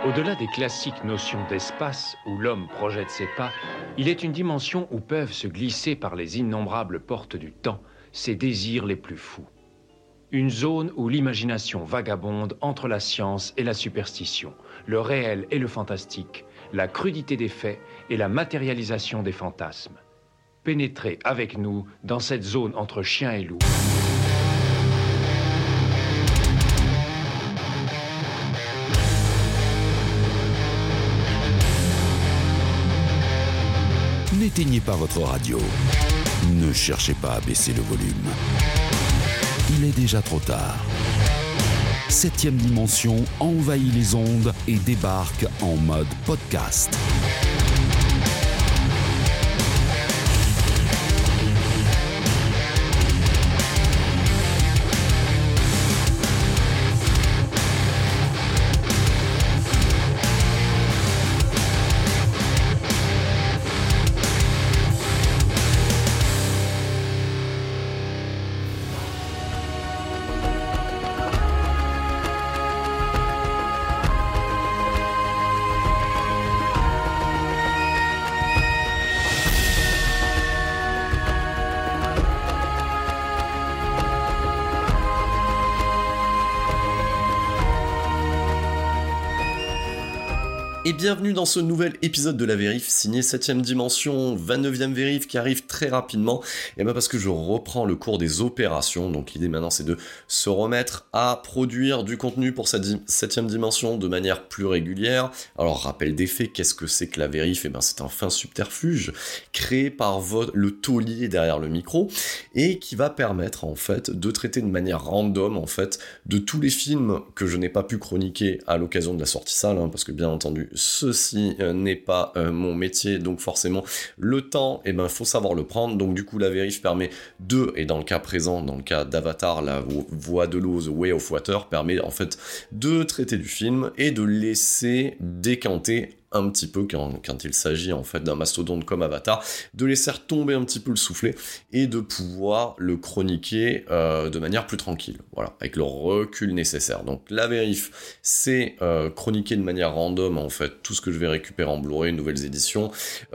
Au-delà des classiques notions d'espace où l'homme projette ses pas, il est une dimension où peuvent se glisser par les innombrables portes du temps ses désirs les plus fous. Une zone où l'imagination vagabonde entre la science et la superstition, le réel et le fantastique, la crudité des faits et la matérialisation des fantasmes. Pénétrez avec nous dans cette zone entre chien et loup. N'éteignez pas votre radio. Ne cherchez pas à baisser le volume. Il est déjà trop tard. 7e dimension envahit les ondes et débarque en mode podcast. Et bienvenue dans ce nouvel épisode de La Vérif, signé 7ème dimension, 29e vérif qui arrive très rapidement, et bien parce que je reprends le cours des opérations, donc l'idée maintenant c'est de se remettre à produire du contenu pour cette 7ème dimension de manière plus régulière. Alors rappel des faits, qu'est-ce que c'est que La Vérif ? Et bien c'est un fin subterfuge créé par le taulier derrière le micro, et qui va permettre en fait de traiter de manière random en fait de tous les films que je n'ai pas pu chroniquer à l'occasion de la sortie salle, parce que bien entendu ceci n'est pas mon métier, donc forcément le temps, faut savoir le prendre. Donc du coup la vérif permet de, et dans le cas présent, dans le cas d'Avatar, la voie de l'eau, The Way of Water, permet en fait de traiter du film et de laisser décanter un petit peu quand il s'agit en fait d'un mastodonte comme Avatar, de laisser retomber un petit peu le soufflet et de pouvoir le chroniquer de manière plus tranquille, voilà, avec le recul nécessaire. Donc la vérif, c'est chroniquer de manière random en fait tout ce que je vais récupérer en Blu-ray, nouvelles éditions,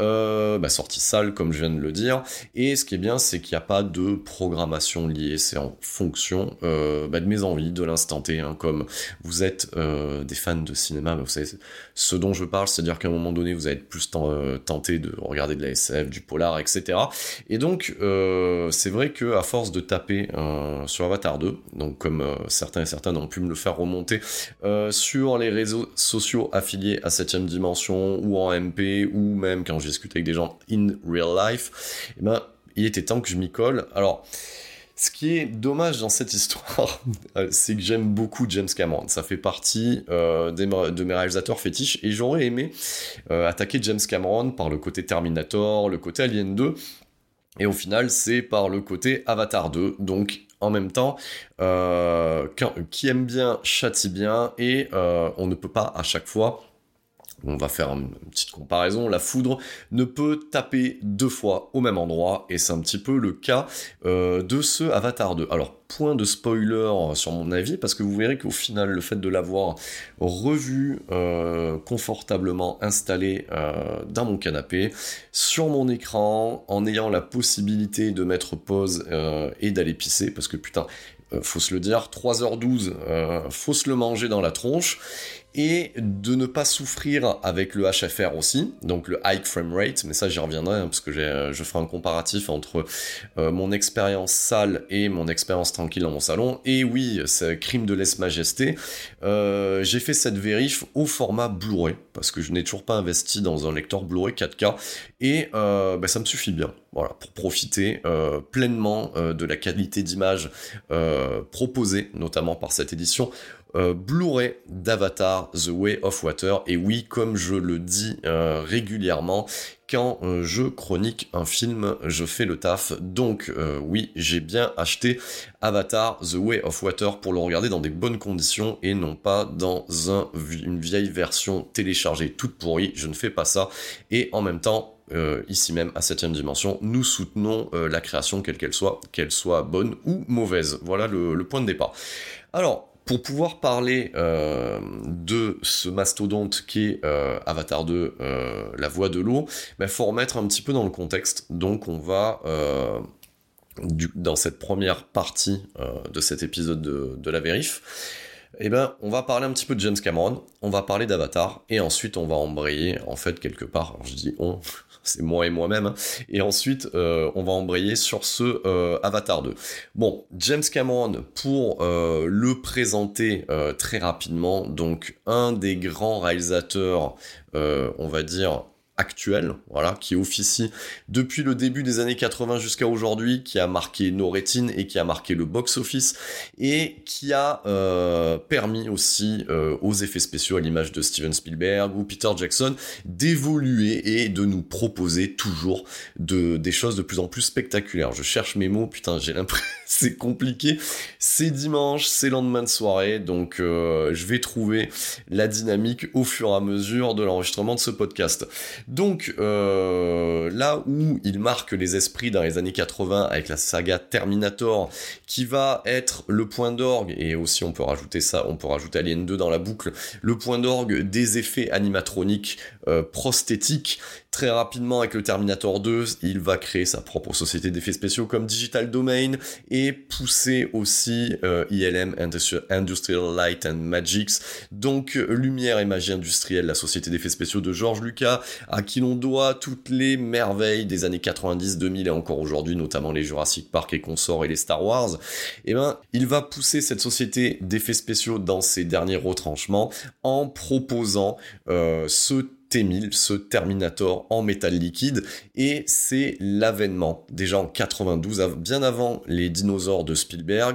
sortie salle comme je viens de le dire, et ce qui est bien c'est qu'il n'y a pas de programmation liée, c'est en fonction de mes envies, de l'instant T, comme vous êtes des fans de cinéma, vous savez ce dont je parle, c'est-à-dire qu'à un moment donné, vous allez être plus tenté de regarder de la SF, du polar, etc. Et donc, c'est vrai que à force de taper sur Avatar 2, donc comme certains et certaines ont pu me le faire remonter sur les réseaux sociaux affiliés à 7ème dimension, ou en MP, ou même quand je discute avec des gens in real life, il était temps que je m'y colle. Alors, ce qui est dommage dans cette histoire, c'est que j'aime beaucoup James Cameron. Ça fait partie de mes réalisateurs fétiches, et j'aurais aimé attaquer James Cameron par le côté Terminator, le côté Alien 2, et au final, c'est par le côté Avatar 2, donc en même temps, qui aime bien châtie bien, et on ne peut pas à chaque fois... On va faire une petite comparaison. La foudre ne peut taper 2 fois au même endroit, et c'est un petit peu le cas de ce Avatar 2. Alors, point de spoiler sur mon avis, parce que vous verrez qu'au final, le fait de l'avoir revu confortablement installé dans mon canapé, sur mon écran, en ayant la possibilité de mettre pause et d'aller pisser, parce que putain, faut se le dire, 3h12, faut se le manger dans la tronche, et de ne pas souffrir avec le HFR aussi, donc le High Frame Rate, mais ça j'y reviendrai, parce que je ferai un comparatif entre mon expérience salle et mon expérience tranquille dans mon salon. Et oui, c'est crime de lèse-majesté, j'ai fait cette vérif au format Blu-ray, parce que je n'ai toujours pas investi dans un lecteur Blu-ray 4K, et ça me suffit bien, voilà, pour profiter pleinement de la qualité d'image proposée, notamment par cette édition Blu-ray d'Avatar The Way of Water. Et oui, comme je le dis régulièrement, quand je chronique un film, je fais le taf. Donc oui, j'ai bien acheté Avatar The Way of Water pour le regarder dans des bonnes conditions et non pas dans une vieille version téléchargée toute pourrie. Je ne fais pas ça. Et en même temps, ici même à 7ème dimension, nous soutenons la création quelle qu'elle soit bonne ou mauvaise. Voilà le point de départ. Alors, Pour pouvoir parler de ce mastodonte qu'est Avatar 2, la voie de l'eau, faut remettre un petit peu dans le contexte. Donc on va, dans cette première partie de cet épisode de la vérif, on va parler un petit peu de James Cameron, on va parler d'Avatar, et ensuite on va embrayer, en fait, quelque part, alors je dis on, c'est moi et moi-même, hein, et ensuite on va embrayer sur ce Avatar 2. Bon, James Cameron, pour le présenter très rapidement, donc un des grands réalisateurs, on va dire, actuel, voilà, qui officie depuis le début des années 80 jusqu'à aujourd'hui, qui a marqué nos rétines et qui a marqué le box-office, et qui a permis aussi aux effets spéciaux, à l'image de Steven Spielberg ou Peter Jackson, d'évoluer et de nous proposer toujours des choses de plus en plus spectaculaires. Je cherche mes mots, putain, j'ai l'impression c'est compliqué. C'est dimanche, c'est lendemain de soirée, donc je vais trouver la dynamique au fur et à mesure de l'enregistrement de ce podcast. Donc, là où il marque les esprits dans les années 80 avec la saga Terminator, qui va être le point d'orgue, et aussi on peut rajouter Alien 2 dans la boucle, le point d'orgue des effets animatroniques prosthétiques. Très rapidement, avec le Terminator 2, il va créer sa propre société d'effets spéciaux comme Digital Domain et pousser aussi ILM, Industrial Light and Magics, donc Lumière et Magie Industrielle, la société d'effets spéciaux de George Lucas, à qui l'on doit toutes les merveilles des années 90, 2000 et encore aujourd'hui, notamment les Jurassic Park et consorts et les Star Wars. Il va pousser cette société d'effets spéciaux dans ses derniers retranchements en proposant ce T-1000, ce Terminator en métal liquide, et c'est l'avènement, déjà en 92, bien avant les dinosaures de Spielberg,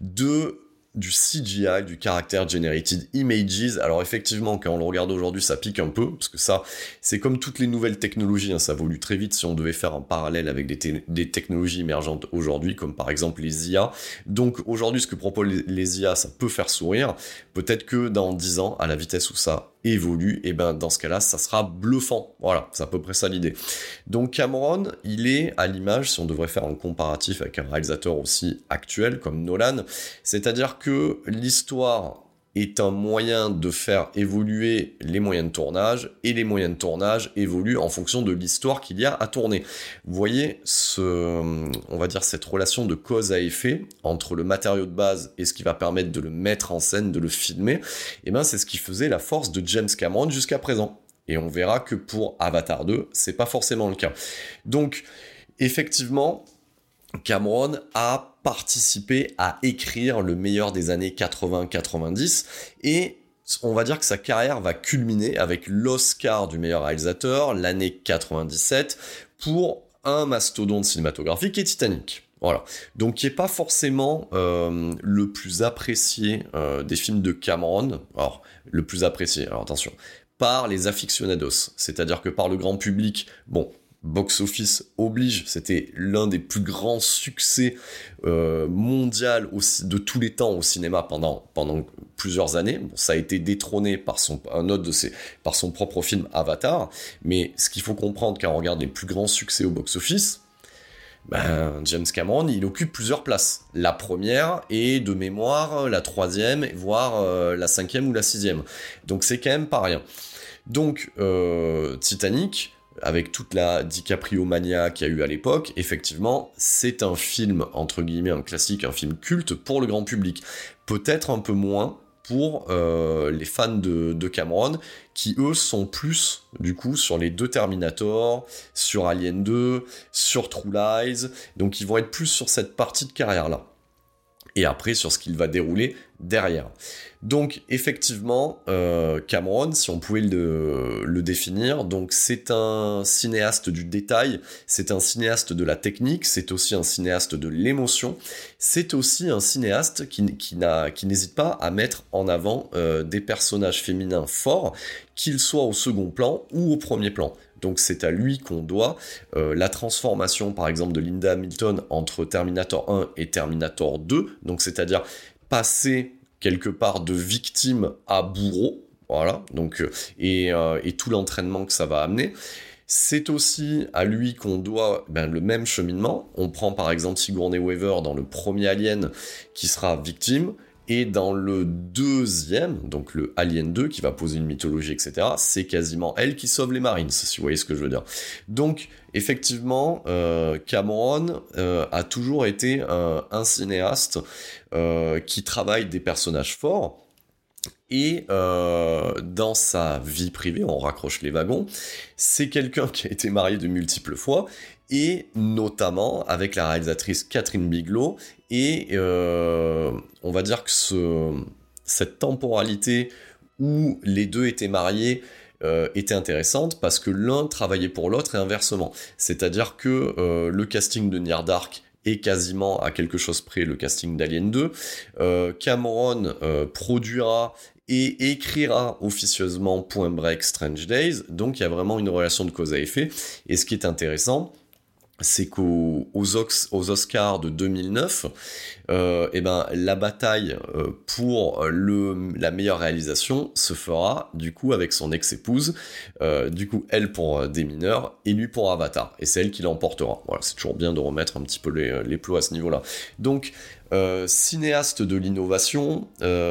du CGI, du Character Generated Images. Alors effectivement, quand on le regarde aujourd'hui, ça pique un peu, parce que ça, c'est comme toutes les nouvelles technologies, hein, ça évolue très vite si on devait faire un parallèle avec des technologies émergentes aujourd'hui, comme par exemple les IA. Donc aujourd'hui, ce que proposent les IA, ça peut faire sourire. Peut-être que dans 10 ans, à la vitesse où ça évolue, et dans ce cas-là, ça sera bluffant. Voilà, c'est à peu près ça l'idée. Donc Cameron, il est à l'image, si on devrait faire un comparatif avec un réalisateur aussi actuel comme Nolan, c'est-à-dire que l'histoire est un moyen de faire évoluer les moyens de tournage, et les moyens de tournage évoluent en fonction de l'histoire qu'il y a à tourner. Vous voyez, on va dire cette relation de cause à effet entre le matériau de base et ce qui va permettre de le mettre en scène, de le filmer, c'est ce qui faisait la force de James Cameron jusqu'à présent. Et on verra que pour Avatar 2, c'est pas forcément le cas. Donc, effectivement, Cameron a participé à écrire le meilleur des années 80-90, et on va dire que sa carrière va culminer avec l'Oscar du meilleur réalisateur, l'année 97, pour un mastodonte cinématographique qui est Titanic. Voilà. Donc qui n'est pas forcément le plus apprécié des films de Cameron. Alors, le plus apprécié, alors attention, par les aficionados, c'est-à-dire que par le grand public, box-office oblige, c'était l'un des plus grands succès mondial de tous les temps au cinéma pendant plusieurs années. Ça a été détrôné par son propre film Avatar, mais ce qu'il faut comprendre quand on regarde les plus grands succès au box-office, James Cameron, il occupe plusieurs places. La première et de mémoire la troisième, voire la cinquième ou la sixième. Donc c'est quand même pas rien. Donc Titanic, avec toute la DiCaprio mania qu'il y a eu à l'époque, effectivement, c'est un film, entre guillemets, un classique, un film culte pour le grand public. Peut-être un peu moins pour les fans de Cameron, qui eux sont plus, du coup, sur les deux Terminator, sur Alien 2, sur True Lies, donc ils vont être plus sur cette partie de carrière-là. Et après, sur ce qu'il va dérouler derrière. Donc, effectivement, Cameron, si on pouvait le définir, donc c'est un cinéaste du détail, c'est un cinéaste de la technique, c'est aussi un cinéaste de l'émotion, c'est aussi un cinéaste qui n'hésite pas à mettre en avant des personnages féminins forts, qu'ils soient au second plan ou au premier plan. Donc c'est à lui qu'on doit la transformation, par exemple, de Linda Hamilton entre Terminator 1 et Terminator 2, donc c'est-à-dire passer quelque part de victime à bourreau, voilà, donc, et tout l'entraînement que ça va amener. C'est aussi à lui qu'on doit le même cheminement. On prend par exemple Sigourney Weaver dans le premier Alien, qui sera victime, Et dans le deuxième, donc le Alien 2, qui va poser une mythologie, etc., c'est quasiment elle qui sauve les Marines, si vous voyez ce que je veux dire. Donc, effectivement, Cameron a toujours été un cinéaste qui travaille des personnages forts. Et dans sa vie privée, on raccroche les wagons, c'est quelqu'un qui a été marié de multiples fois, et notamment avec la réalisatrice Catherine Bigelow, et on va dire que cette temporalité où les deux étaient mariés était intéressante parce que l'un travaillait pour l'autre et inversement. C'est-à-dire que le casting de Near Dark est quasiment à quelque chose près le casting d'Alien 2. Cameron produira et écrira officieusement Point Break Strange Days, donc il y a vraiment une relation de cause à effet, et ce qui est intéressant, c'est qu'aux Oscars de 2009, la bataille pour la meilleure réalisation se fera du coup avec son ex-épouse, du coup elle pour Des Mineurs et lui pour Avatar, et c'est elle qui l'emportera. Voilà, c'est toujours bien de remettre un petit peu les plots à ce niveau-là. Donc cinéaste de l'innovation,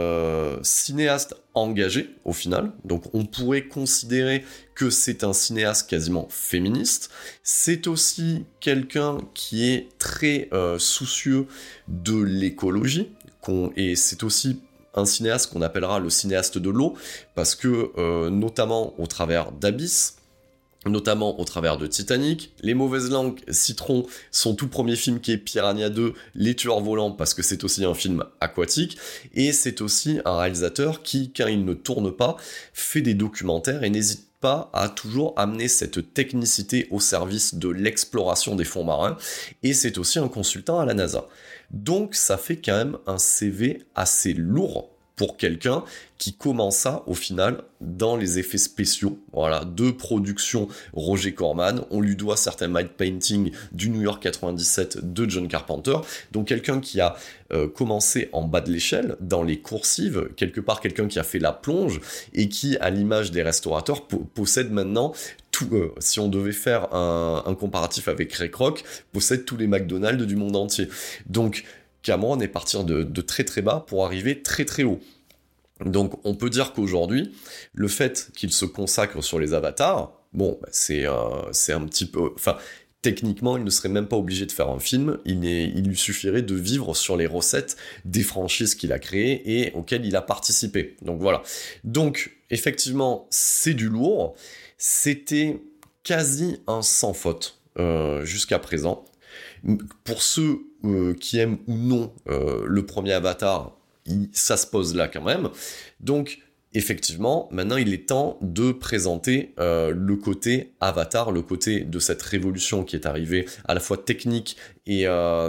cinéaste engagé au final, donc on pourrait considérer que c'est un cinéaste quasiment féministe. C'est aussi quelqu'un qui est très soucieux de l'écologie, et c'est aussi un cinéaste qu'on appellera le cinéaste de l'eau, parce que notamment au travers d'Abyss, notamment au travers de Titanic, Les Mauvaises Langues citeront son tout premier film qui est Piranha 2, Les Tueurs Volants, parce que c'est aussi un film aquatique, et c'est aussi un réalisateur qui, quand il ne tourne pas, fait des documentaires et n'hésite pas à toujours amener cette technicité au service de l'exploration des fonds marins, et c'est aussi un consultant à la NASA. Donc ça fait quand même un CV assez lourd pour quelqu'un qui commença au final dans les effets spéciaux, voilà, de production Roger Corman. On lui doit certains matte painting du New York 97 de John Carpenter, donc quelqu'un qui a commencé en bas de l'échelle, dans les coursives, quelque part quelqu'un qui a fait la plonge, et qui, à l'image des restaurateurs, possède maintenant tout, si on devait faire un comparatif avec Ray Kroc, possède tous les McDonald's du monde entier. Donc Cameron est parti de très très bas pour arriver très très haut. Donc on peut dire qu'aujourd'hui, le fait qu'il se consacre sur les avatars, bon, c'est un petit peu... Enfin, techniquement, il ne serait même pas obligé de faire un film, il lui suffirait de vivre sur les recettes des franchises qu'il a créées et auxquelles il a participé. Donc voilà. Donc, effectivement, c'est du lourd. C'était quasi un sans faute jusqu'à présent. Pour ceux qui aiment ou non le premier Avatar, ça se pose là quand même. Donc, effectivement, maintenant il est temps de présenter le côté Avatar, le côté de cette révolution qui est arrivée à la fois technique et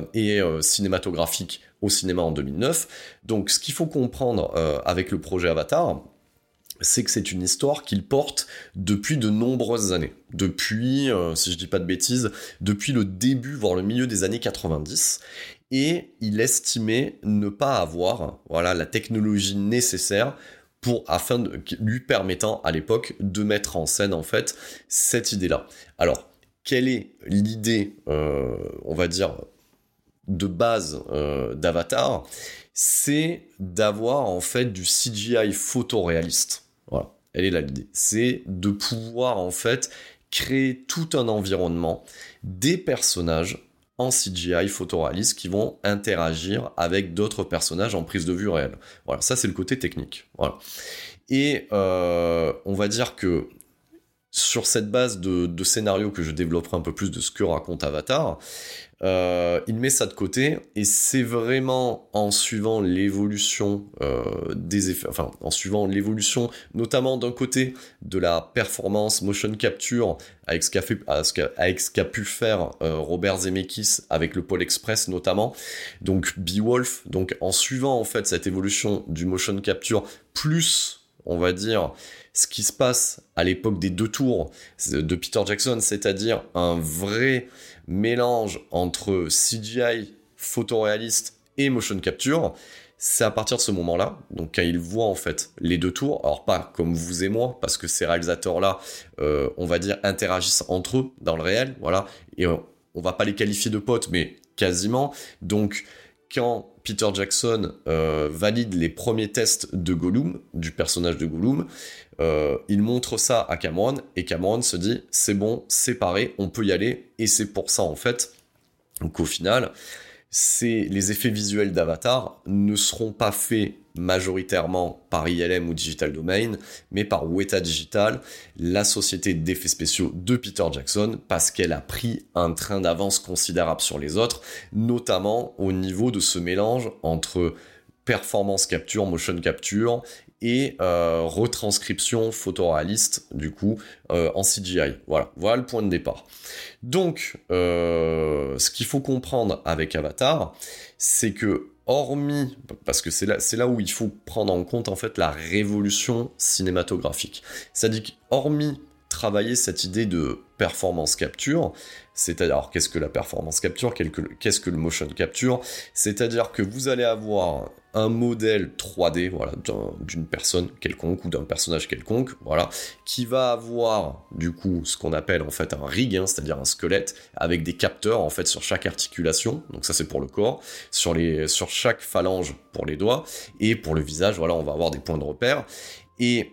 cinématographique au cinéma en 2009. Donc, ce qu'il faut comprendre avec le projet Avatar, c'est que c'est une histoire qu'il porte depuis de nombreuses années. Depuis, si je dis pas de bêtises, depuis le début, voire le milieu des années 90. Et il estimait ne pas avoir, voilà, la technologie nécessaire lui permettant à l'époque de mettre en scène en fait cette idée-là. Alors, quelle est l'idée, on va dire, de base d'Avatar ? C'est d'avoir en fait du CGI photoréaliste. Voilà, elle est là l'idée. C'est de pouvoir en fait créer tout un environnement, des personnages en CGI photoréaliste qui vont interagir avec d'autres personnages en prise de vue réelle. Voilà, ça c'est le côté technique. Voilà. Et on va dire que sur cette base de scénario que je développerai un peu plus de ce que raconte Avatar, il met ça de côté, et c'est vraiment en suivant l'évolution des effets, enfin en suivant l'évolution notamment d'un côté de la performance motion capture avec ce qu'a pu faire Robert Zemeckis avec le Pôle Express notamment, donc Beowulf, donc en suivant en fait cette évolution du motion capture plus, on va dire, ce qui se passe à l'époque des 2 tours de Peter Jackson, c'est-à-dire un vrai mélange entre CGI photoréaliste et motion capture, c'est à partir de ce moment-là, donc quand il voit en fait les 2 tours, alors pas comme vous et moi, parce que ces réalisateurs-là, on va dire, interagissent entre eux dans le réel, voilà, et on va pas les qualifier de potes, mais quasiment, donc quand Peter Jackson valide les premiers tests de Gollum, du personnage de Gollum, il montre ça à Cameron, et Cameron se dit « c'est bon, c'est paré, on peut y aller », et c'est pour ça en fait qu'au final, les effets visuels d'Avatar ne seront pas faits majoritairement par ILM ou Digital Domain, mais par Weta Digital, la société d'effets spéciaux de Peter Jackson, parce qu'elle a pris un train d'avance considérable sur les autres, notamment au niveau de ce mélange entre performance capture, motion capture, et retranscription photoréaliste, du coup, en CGI. Voilà le point de départ. Donc, ce qu'il faut comprendre avec Avatar, c'est que hormis, parce que c'est là où il faut prendre en compte en fait la révolution cinématographique. C'est-à-dire qu'hormis travailler cette idée de performance capture, c'est-à-dire, alors qu'est-ce que la performance capture, qu'est-ce que le motion capture, c'est-à-dire que vous allez avoir un modèle 3D, voilà, d'une personne quelconque ou d'un personnage quelconque, voilà, qui va avoir du coup ce qu'on appelle en fait un rig, c'est-à-dire un squelette avec des capteurs en fait sur chaque articulation, donc ça c'est pour le corps, sur chaque phalange pour les doigts, et pour le visage, voilà, on va avoir des points de repère, et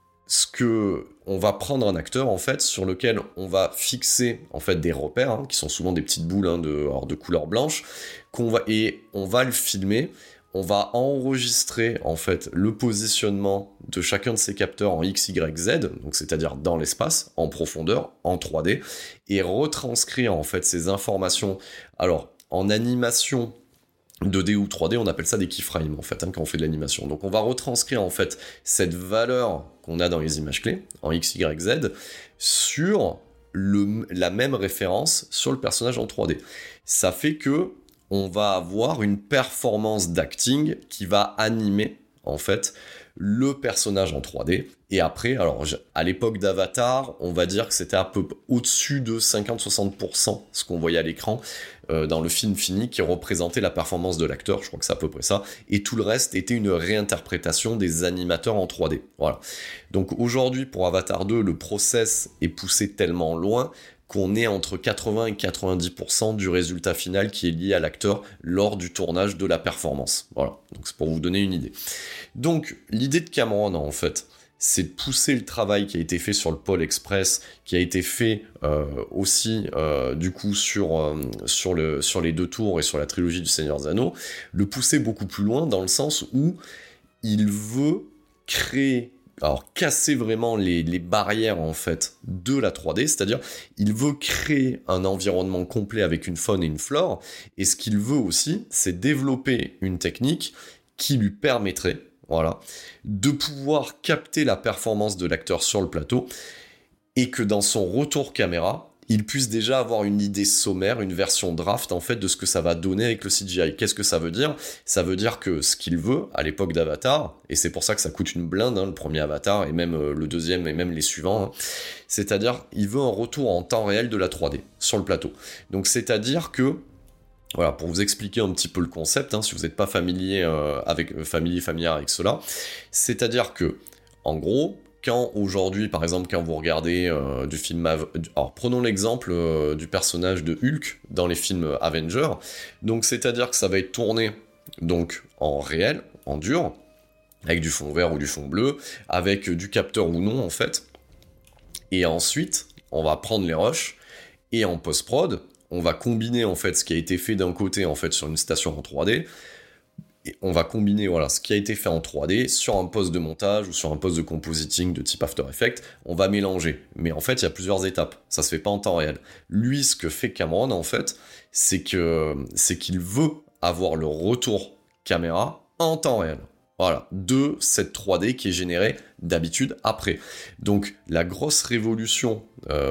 on va prendre un acteur en fait sur lequel on va fixer en fait des repères qui sont souvent des petites boules de couleur blanche et on va le filmer. On va enregistrer en fait le positionnement de chacun de ces capteurs en X, Y, Z, donc c'est-à-dire dans l'espace, en profondeur, en 3D, et retranscrire en fait ces informations. Alors en animation 2D ou 3D, on appelle ça des keyframes en fait, quand on fait de l'animation. Donc on va retranscrire en fait cette valeur qu'on a dans les images clés, en X, Y, Z, sur la même référence sur le personnage en 3D. Ça fait que on va avoir une performance d'acting qui va animer en fait le personnage en 3D. Et après, alors à l'époque d'Avatar, on va dire que c'était un peu au-dessus de 50-60% ce qu'on voyait à l'écran dans le film fini qui représentait la performance de l'acteur, je crois que c'est à peu près ça, et tout le reste était une réinterprétation des animateurs en 3D. Voilà. Donc aujourd'hui, pour Avatar 2, le process est poussé tellement loin qu'on est entre 80 et 90% du résultat final qui est lié à l'acteur lors du tournage de la performance. Voilà, donc c'est pour vous donner une idée. Donc, l'idée de Cameron, en fait, c'est de pousser le travail qui a été fait sur le Pôle Express, qui a été fait aussi, du coup, sur les 2 tours et sur la trilogie du Seigneur des Anneaux, le pousser beaucoup plus loin dans le sens où il veut casser vraiment les barrières en fait de la 3D, c'est-à-dire il veut créer un environnement complet avec une faune et une flore, et ce qu'il veut aussi, c'est développer une technique qui lui permettrait, de pouvoir capter la performance de l'acteur sur le plateau, et que dans son retour caméra, il puisse déjà avoir une idée sommaire, une version draft en fait de ce que ça va donner avec le CGI. Qu'est-ce que ça veut dire ? Ça veut dire que ce qu'il veut à l'époque d'Avatar, et c'est pour ça que ça coûte une blinde, le premier Avatar et même le deuxième et même les suivants, c'est-à-dire il veut un retour en temps réel de la 3D sur le plateau. Donc c'est-à-dire que voilà, pour vous expliquer un petit peu le concept, si vous n'êtes pas familière avec cela, c'est-à-dire que en gros, quand aujourd'hui, par exemple, quand vous regardez du film... Alors, prenons l'exemple du personnage de Hulk dans les films Avengers. Donc, c'est-à-dire que ça va être tourné donc, en réel, en dur, avec du fond vert ou du fond bleu, avec du capteur ou non, en fait. Et ensuite, on va prendre les rushs, et en post-prod, on va combiner, en fait, ce qui a été fait d'un côté, en fait, sur une station en 3D, et on va combiner ce qui a été fait en 3D sur un poste de montage ou sur un poste de compositing de type After Effects, on va mélanger. Mais en fait, il y a plusieurs étapes, ça se fait pas en temps réel. Lui, ce que fait Cameron, en fait, c'est qu'il veut avoir le retour caméra en temps réel. Voilà, de cette 3D qui est générée d'habitude après. Donc, la grosse révolution,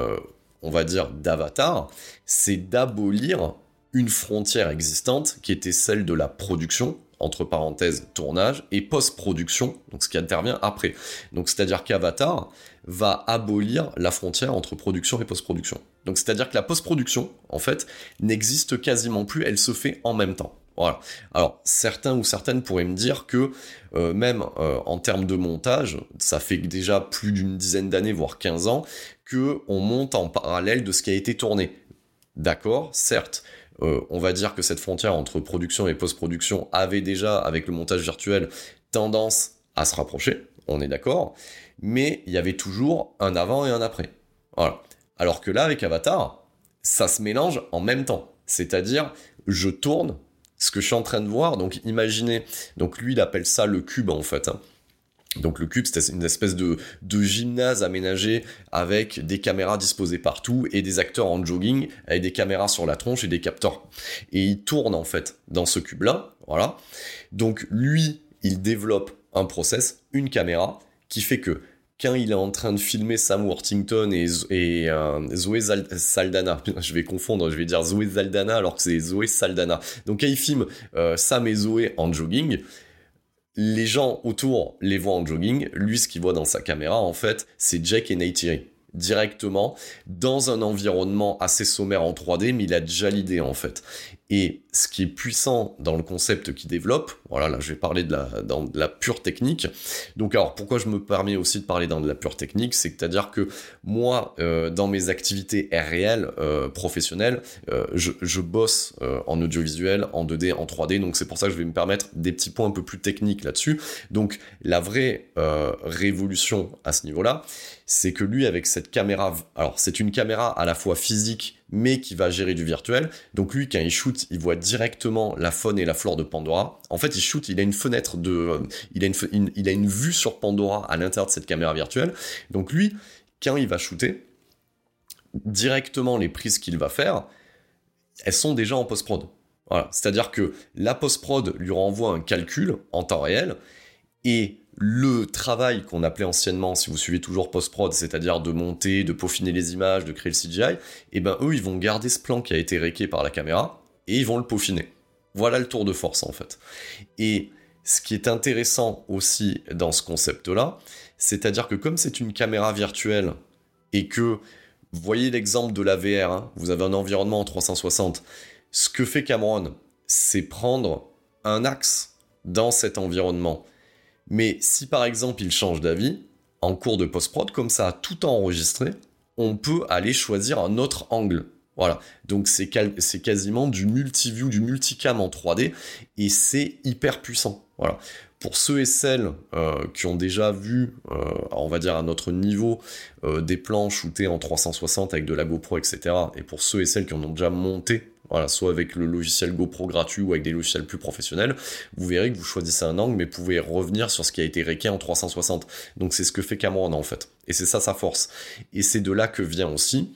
on va dire, d'Avatar, c'est d'abolir une frontière existante qui était celle de la production, entre parenthèses tournage, et post-production, donc ce qui intervient après. Donc c'est-à-dire qu'Avatar va abolir la frontière entre production et post-production. Donc c'est-à-dire que la post-production, en fait, n'existe quasiment plus, elle se fait en même temps. Voilà. Alors, certains ou certaines pourraient me dire que même en termes de montage, ça fait déjà plus d'une dizaine d'années, voire 15 ans, qu'on monte en parallèle de ce qui a été tourné. D'accord, certes. on va dire que cette frontière entre production et post-production avait déjà, avec le montage virtuel, tendance à se rapprocher, on est d'accord, mais il y avait toujours un avant et un après. Voilà. Alors que là, avec Avatar, ça se mélange en même temps. C'est-à-dire, je tourne ce que je suis en train de voir, donc imaginez, donc lui il appelle ça le cube en fait, hein. Donc le cube, c'était une espèce de gymnase aménagé avec des caméras disposées partout et des acteurs en jogging avec des caméras sur la tronche et des capteurs. Et il tourne en fait dans ce cube-là, voilà. Donc lui, il développe un process, une caméra, qui fait que quand il est en train de filmer Sam Worthington et Zoé Saldana, je vais confondre, je vais dire Zoé Saldana alors que c'est Zoé Saldana. Donc quand il filme Sam et Zoé en jogging, les gens autour les voient en jogging, lui ce qu'il voit dans sa caméra en fait, c'est Jake et Neytiri directement dans un environnement assez sommaire en 3D, mais il a déjà l'idée en fait. Et ce qui est puissant dans le concept qu'il développe, voilà, là je vais parler dans la pure technique. Donc alors pourquoi je me permets aussi de parler dans de la pure technique, c'est-à-dire que moi, dans mes activités réelles, professionnelles, je bosse en audiovisuel, en 2D, en 3D, donc c'est pour ça que je vais me permettre des petits points un peu plus techniques là-dessus. Donc la vraie révolution à ce niveau-là, c'est que lui avec cette caméra, alors c'est une caméra à la fois physique mais qui va gérer du virtuel. Donc lui, quand il shoot, il voit directement la faune et la flore de Pandora. En fait, il shoot, il a une fenêtre il a une vue sur Pandora à l'intérieur de cette caméra virtuelle. Donc lui, quand il va shooter, directement les prises qu'il va faire, elles sont déjà en post-prod. Voilà. C'est-à-dire que la post-prod lui renvoie un calcul en temps réel et le travail qu'on appelait anciennement, si vous suivez toujours post-prod, c'est-à-dire de monter, de peaufiner les images, de créer le CGI, et ben eux, ils vont garder ce plan qui a été réqué par la caméra, et ils vont le peaufiner. Voilà le tour de force, en fait. Et ce qui est intéressant aussi dans ce concept-là, c'est-à-dire que comme c'est une caméra virtuelle, et que, vous voyez l'exemple de la VR, hein, vous avez un environnement en 360, ce que fait Cameron, c'est prendre un axe dans cet environnement. Mais si par exemple il change d'avis, en cours de post-prod, comme ça a tout enregistré, on peut aller choisir un autre angle. Voilà, donc c'est quasiment du multiview, du multicam en 3D, et c'est hyper puissant. Voilà. Pour ceux et celles qui ont déjà vu, on va dire à notre niveau, des plans shootés en 360 avec de la GoPro, etc., et pour ceux et celles qui en ont déjà monté, voilà, soit avec le logiciel GoPro gratuit ou avec des logiciels plus professionnels, vous verrez que vous choisissez un angle, mais vous pouvez revenir sur ce qui a été réqué en 360. Donc c'est ce que fait Cameron en fait. Et c'est ça sa force. Et c'est de là que vient aussi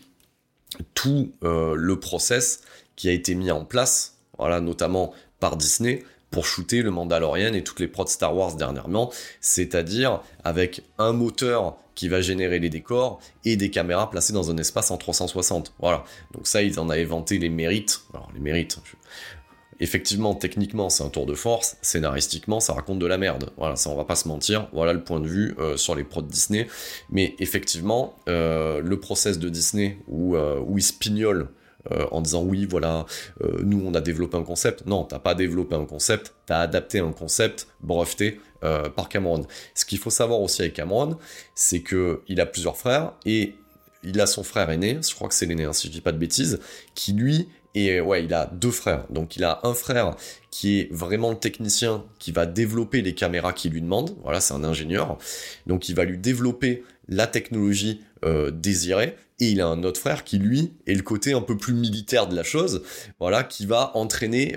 tout le process qui a été mis en place, voilà, notamment par Disney, pour shooter le Mandalorian et toutes les prods Star Wars dernièrement, c'est-à-dire avec un moteur qui va générer les décors et des caméras placées dans un espace en 360. Voilà. Donc ça, ils en avaient vanté les mérites. Alors les mérites, effectivement, techniquement, c'est un tour de force. Scénaristiquement, ça raconte de la merde. Voilà, ça, on va pas se mentir. Voilà le point de vue sur les prods Disney. Mais effectivement, le process de Disney où ils se pignolent en disant oui voilà nous on a développé un concept. Non, t'as pas développé un concept, t'as adapté un concept breveté par Cameron. Ce qu'il faut savoir aussi avec Cameron, c'est que il a plusieurs frères et il a son frère aîné, je crois que c'est l'aîné, hein, si je dis pas de bêtises, qui lui il a deux frères. Donc il a un frère qui est vraiment le technicien qui va développer les caméras qu'il lui demande. Voilà, c'est un ingénieur. Donc il va lui développer la technologie désirée. Et il a un autre frère qui, lui, est le côté un peu plus militaire de la chose, voilà, qui va entraîner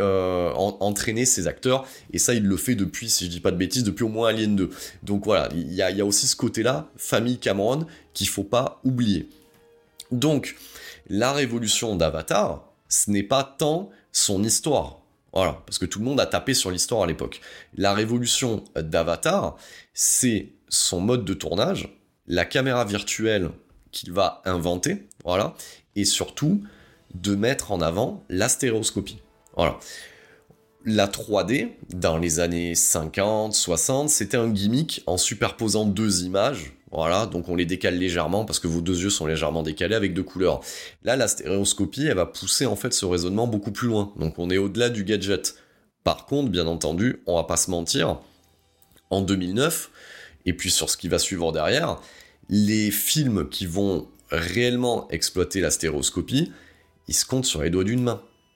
ses acteurs. Et ça, il le fait depuis, si je dis pas de bêtises, depuis au moins Alien 2. Donc voilà, il y a aussi ce côté-là, famille Cameron, qu'il faut pas oublier. Donc, la révolution d'Avatar, ce n'est pas tant son histoire. Voilà, parce que tout le monde a tapé sur l'histoire à l'époque. La révolution d'Avatar, c'est son mode de tournage, la caméra virtuelle qu'il va inventer, voilà, et surtout de mettre en avant la stéréoscopie. Voilà. La 3D, dans les années 50, 60, c'était un gimmick en superposant deux images, voilà, donc on les décale légèrement parce que vos deux yeux sont légèrement décalés avec deux couleurs. Là, la stéréoscopie, elle va pousser en fait ce raisonnement beaucoup plus loin, donc on est au-delà du gadget. Par contre, bien entendu, on va pas se mentir, en 2009, et puis sur ce qui va suivre derrière, les films qui vont réellement exploiter la stéréoscopie, ils se comptent sur les doigts d'une main.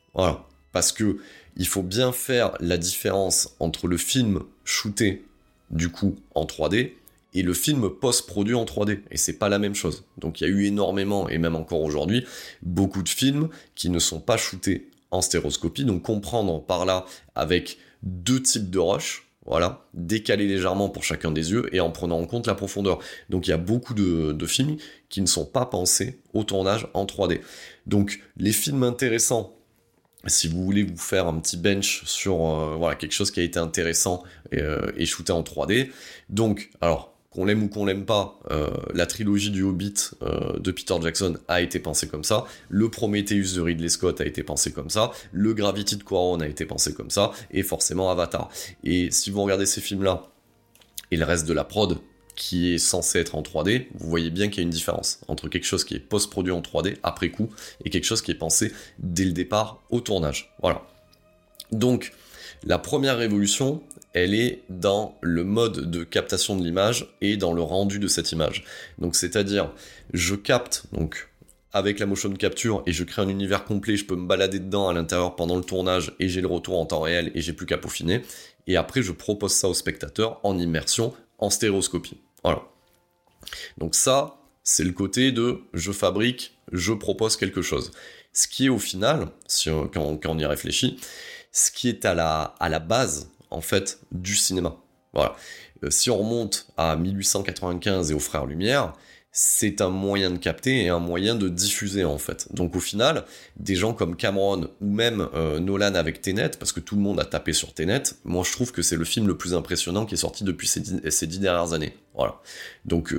Voilà. Parce que il faut bien faire la différence entre le film shooté, du coup, en 3D, et le film post-produit en 3D. Et c'est pas la même chose. Donc il y a eu énormément, et même encore aujourd'hui, beaucoup de films qui ne sont pas shootés en stéréoscopie. Donc comprendre par là avec 2 types de rush, voilà, décalés légèrement pour chacun des yeux, et en prenant en compte la profondeur. Donc il y a beaucoup de films qui ne sont pas pensés au tournage en 3D. Donc les films intéressants, si vous voulez vous faire un petit bench sur quelque chose qui a été intéressant et shooté en 3D. Donc, alors, qu'on l'aime ou qu'on l'aime pas, la trilogie du Hobbit de Peter Jackson a été pensée comme ça. Le Prometheus de Ridley Scott a été pensé comme ça. Le Gravity de Cuarón a été pensé comme ça. Et forcément Avatar. Et si vous regardez ces films-là, et le reste de la prod, qui est censé être en 3D, vous voyez bien qu'il y a une différence entre quelque chose qui est post-produit en 3D, après coup, et quelque chose qui est pensé dès le départ au tournage. Voilà. Donc, la première révolution, elle est dans le mode de captation de l'image et dans le rendu de cette image. Donc, c'est-à-dire, je capte, donc, avec la motion capture, et je crée un univers complet, je peux me balader dedans à l'intérieur pendant le tournage, et j'ai le retour en temps réel, et j'ai plus qu'à peaufiner. Et après, je propose ça au spectateur en immersion, en stéréoscopie. Voilà. Donc ça, c'est le côté de je fabrique, je propose quelque chose. Ce qui est au final, quand on y réfléchit, ce qui est à la base, en fait, du cinéma. Voilà. Si on remonte à 1895 et aux Frères Lumière, c'est un moyen de capter et un moyen de diffuser, en fait. Donc au final, des gens comme Cameron ou même Nolan avec Tenet, parce que tout le monde a tapé sur Tenet, moi je trouve que c'est le film le plus impressionnant qui est sorti depuis ces 10 dernières années. Voilà. Donc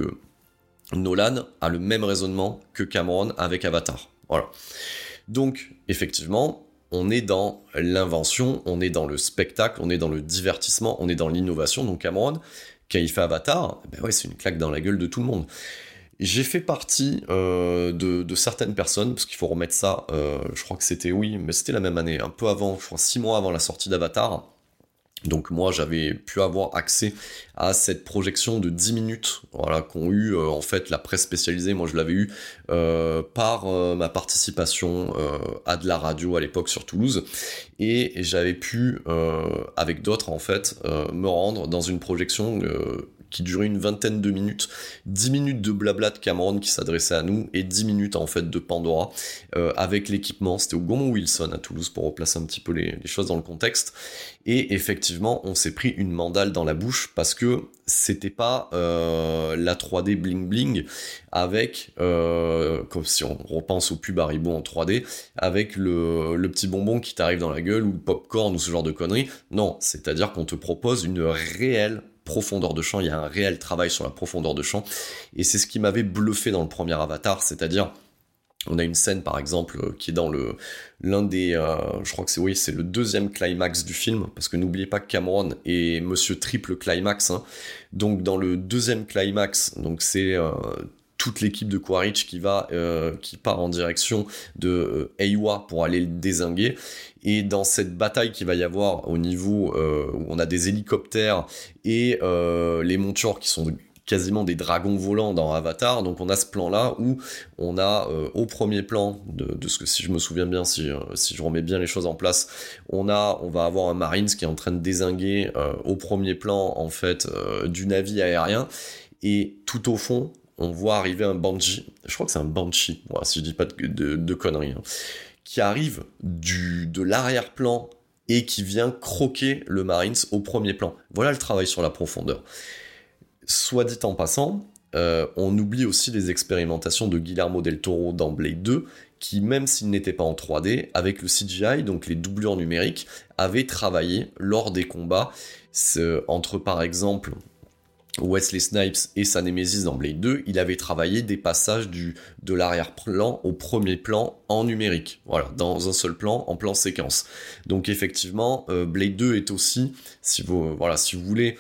Nolan a le même raisonnement que Cameron avec Avatar. Voilà. Donc effectivement, on est dans l'invention, on est dans le spectacle, on est dans le divertissement, on est dans l'innovation. Donc Cameron, quand il fait Avatar, ben ouais, c'est une claque dans la gueule de tout le monde. J'ai fait partie de certaines personnes, parce qu'il faut remettre ça, je crois que c'était, mais c'était la même année, un peu avant, je crois 6 mois avant la sortie d'Avatar. Donc moi, j'avais pu avoir accès à cette projection de 10 minutes, voilà, qu'ont eu en fait la presse spécialisée. Moi, je l'avais eu par ma participation à de la radio à l'époque sur Toulouse, et j'avais pu, avec d'autres en fait, me rendre dans une projection qui durait une vingtaine de minutes, 10 minutes de blabla de Cameron qui s'adressait à nous, et 10 minutes en fait de Pandora, avec l'équipement. C'était au Gaumont Wilson à Toulouse, pour replacer un petit peu les choses dans le contexte. Et effectivement, on s'est pris une mandale dans la bouche, parce que c'était pas la 3D bling bling, avec, comme si on repense au pub Haribo en 3D, avec le petit bonbon qui t'arrive dans la gueule, ou le popcorn, ou ce genre de conneries. Non, c'est-à-dire qu'on te propose une réelle profondeur de champ, il y a un réel travail sur la profondeur de champ, et c'est ce qui m'avait bluffé dans le premier Avatar, c'est-à-dire, on a une scène par exemple qui est dans l'un des, je crois que c'est le deuxième climax du film, parce que n'oubliez pas que Cameron est monsieur triple climax, hein. Donc dans le deuxième climax, donc c'est toute l'équipe de Quaritch qui part en direction de Eywa pour aller le dézinguer. Et dans cette bataille qu'il va y avoir au niveau où on a des hélicoptères et les montures qui sont quasiment des dragons volants dans Avatar, donc on a ce plan-là où on a au premier plan, de ce que, si je me souviens bien, si je remets bien les choses en place, on va avoir un Marines qui est en train de dézinguer au premier plan en fait du navire aérien, et tout au fond on voit arriver un Banshee, je crois que c'est un Banshee, voilà, si je dis pas de conneries, hein, qui arrive de l'arrière-plan et qui vient croquer le Marines au premier plan. Voilà le travail sur la profondeur. Soit dit en passant, on oublie aussi les expérimentations de Guillermo del Toro dans Blade 2, qui, même s'il n'était pas en 3D, avec le CGI, donc les doublures numériques, avait travaillé lors des combats entre, par exemple, Wesley Snipes et sa Némésis dans Blade 2, il avait travaillé des passages de l'arrière-plan au premier plan en numérique, voilà, dans un seul plan, en plan séquence. Donc effectivement, Blade 2 est aussi, si vous voulez,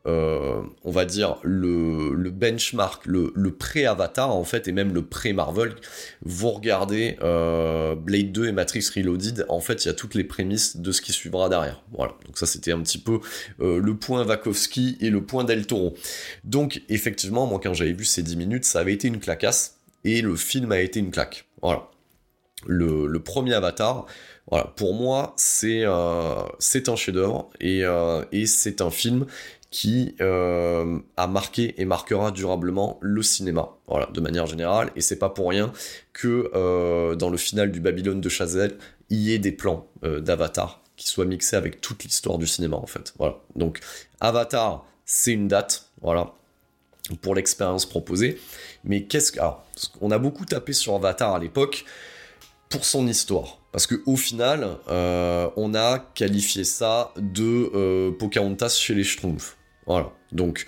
on va dire le benchmark, le pré-Avatar en fait, et même le pré-Marvel. Vous regardez Blade 2 et Matrix Reloaded, en fait il y a toutes les prémices de ce qui suivra derrière. Voilà, donc ça c'était un petit peu le point Wachowski et le point Del Toro. Donc effectivement, moi quand j'avais vu ces 10 minutes, ça avait été une claquasse, et le film a été une claque. Voilà. le premier Avatar, voilà, pour moi, c'est un chef-d'œuvre et c'est un film qui a marqué et marquera durablement le cinéma, voilà, de manière générale, et c'est pas pour rien que dans le final du Babylone de Chazelle, il y ait des plans d'Avatar qui soient mixés avec toute l'histoire du cinéma, en fait, voilà. Donc, Avatar, c'est une date, voilà, pour l'expérience proposée, mais alors, on a beaucoup tapé sur Avatar à l'époque pour son histoire, parce qu'au final, on a qualifié ça de Pocahontas chez les Schtroumpfs. Voilà. Donc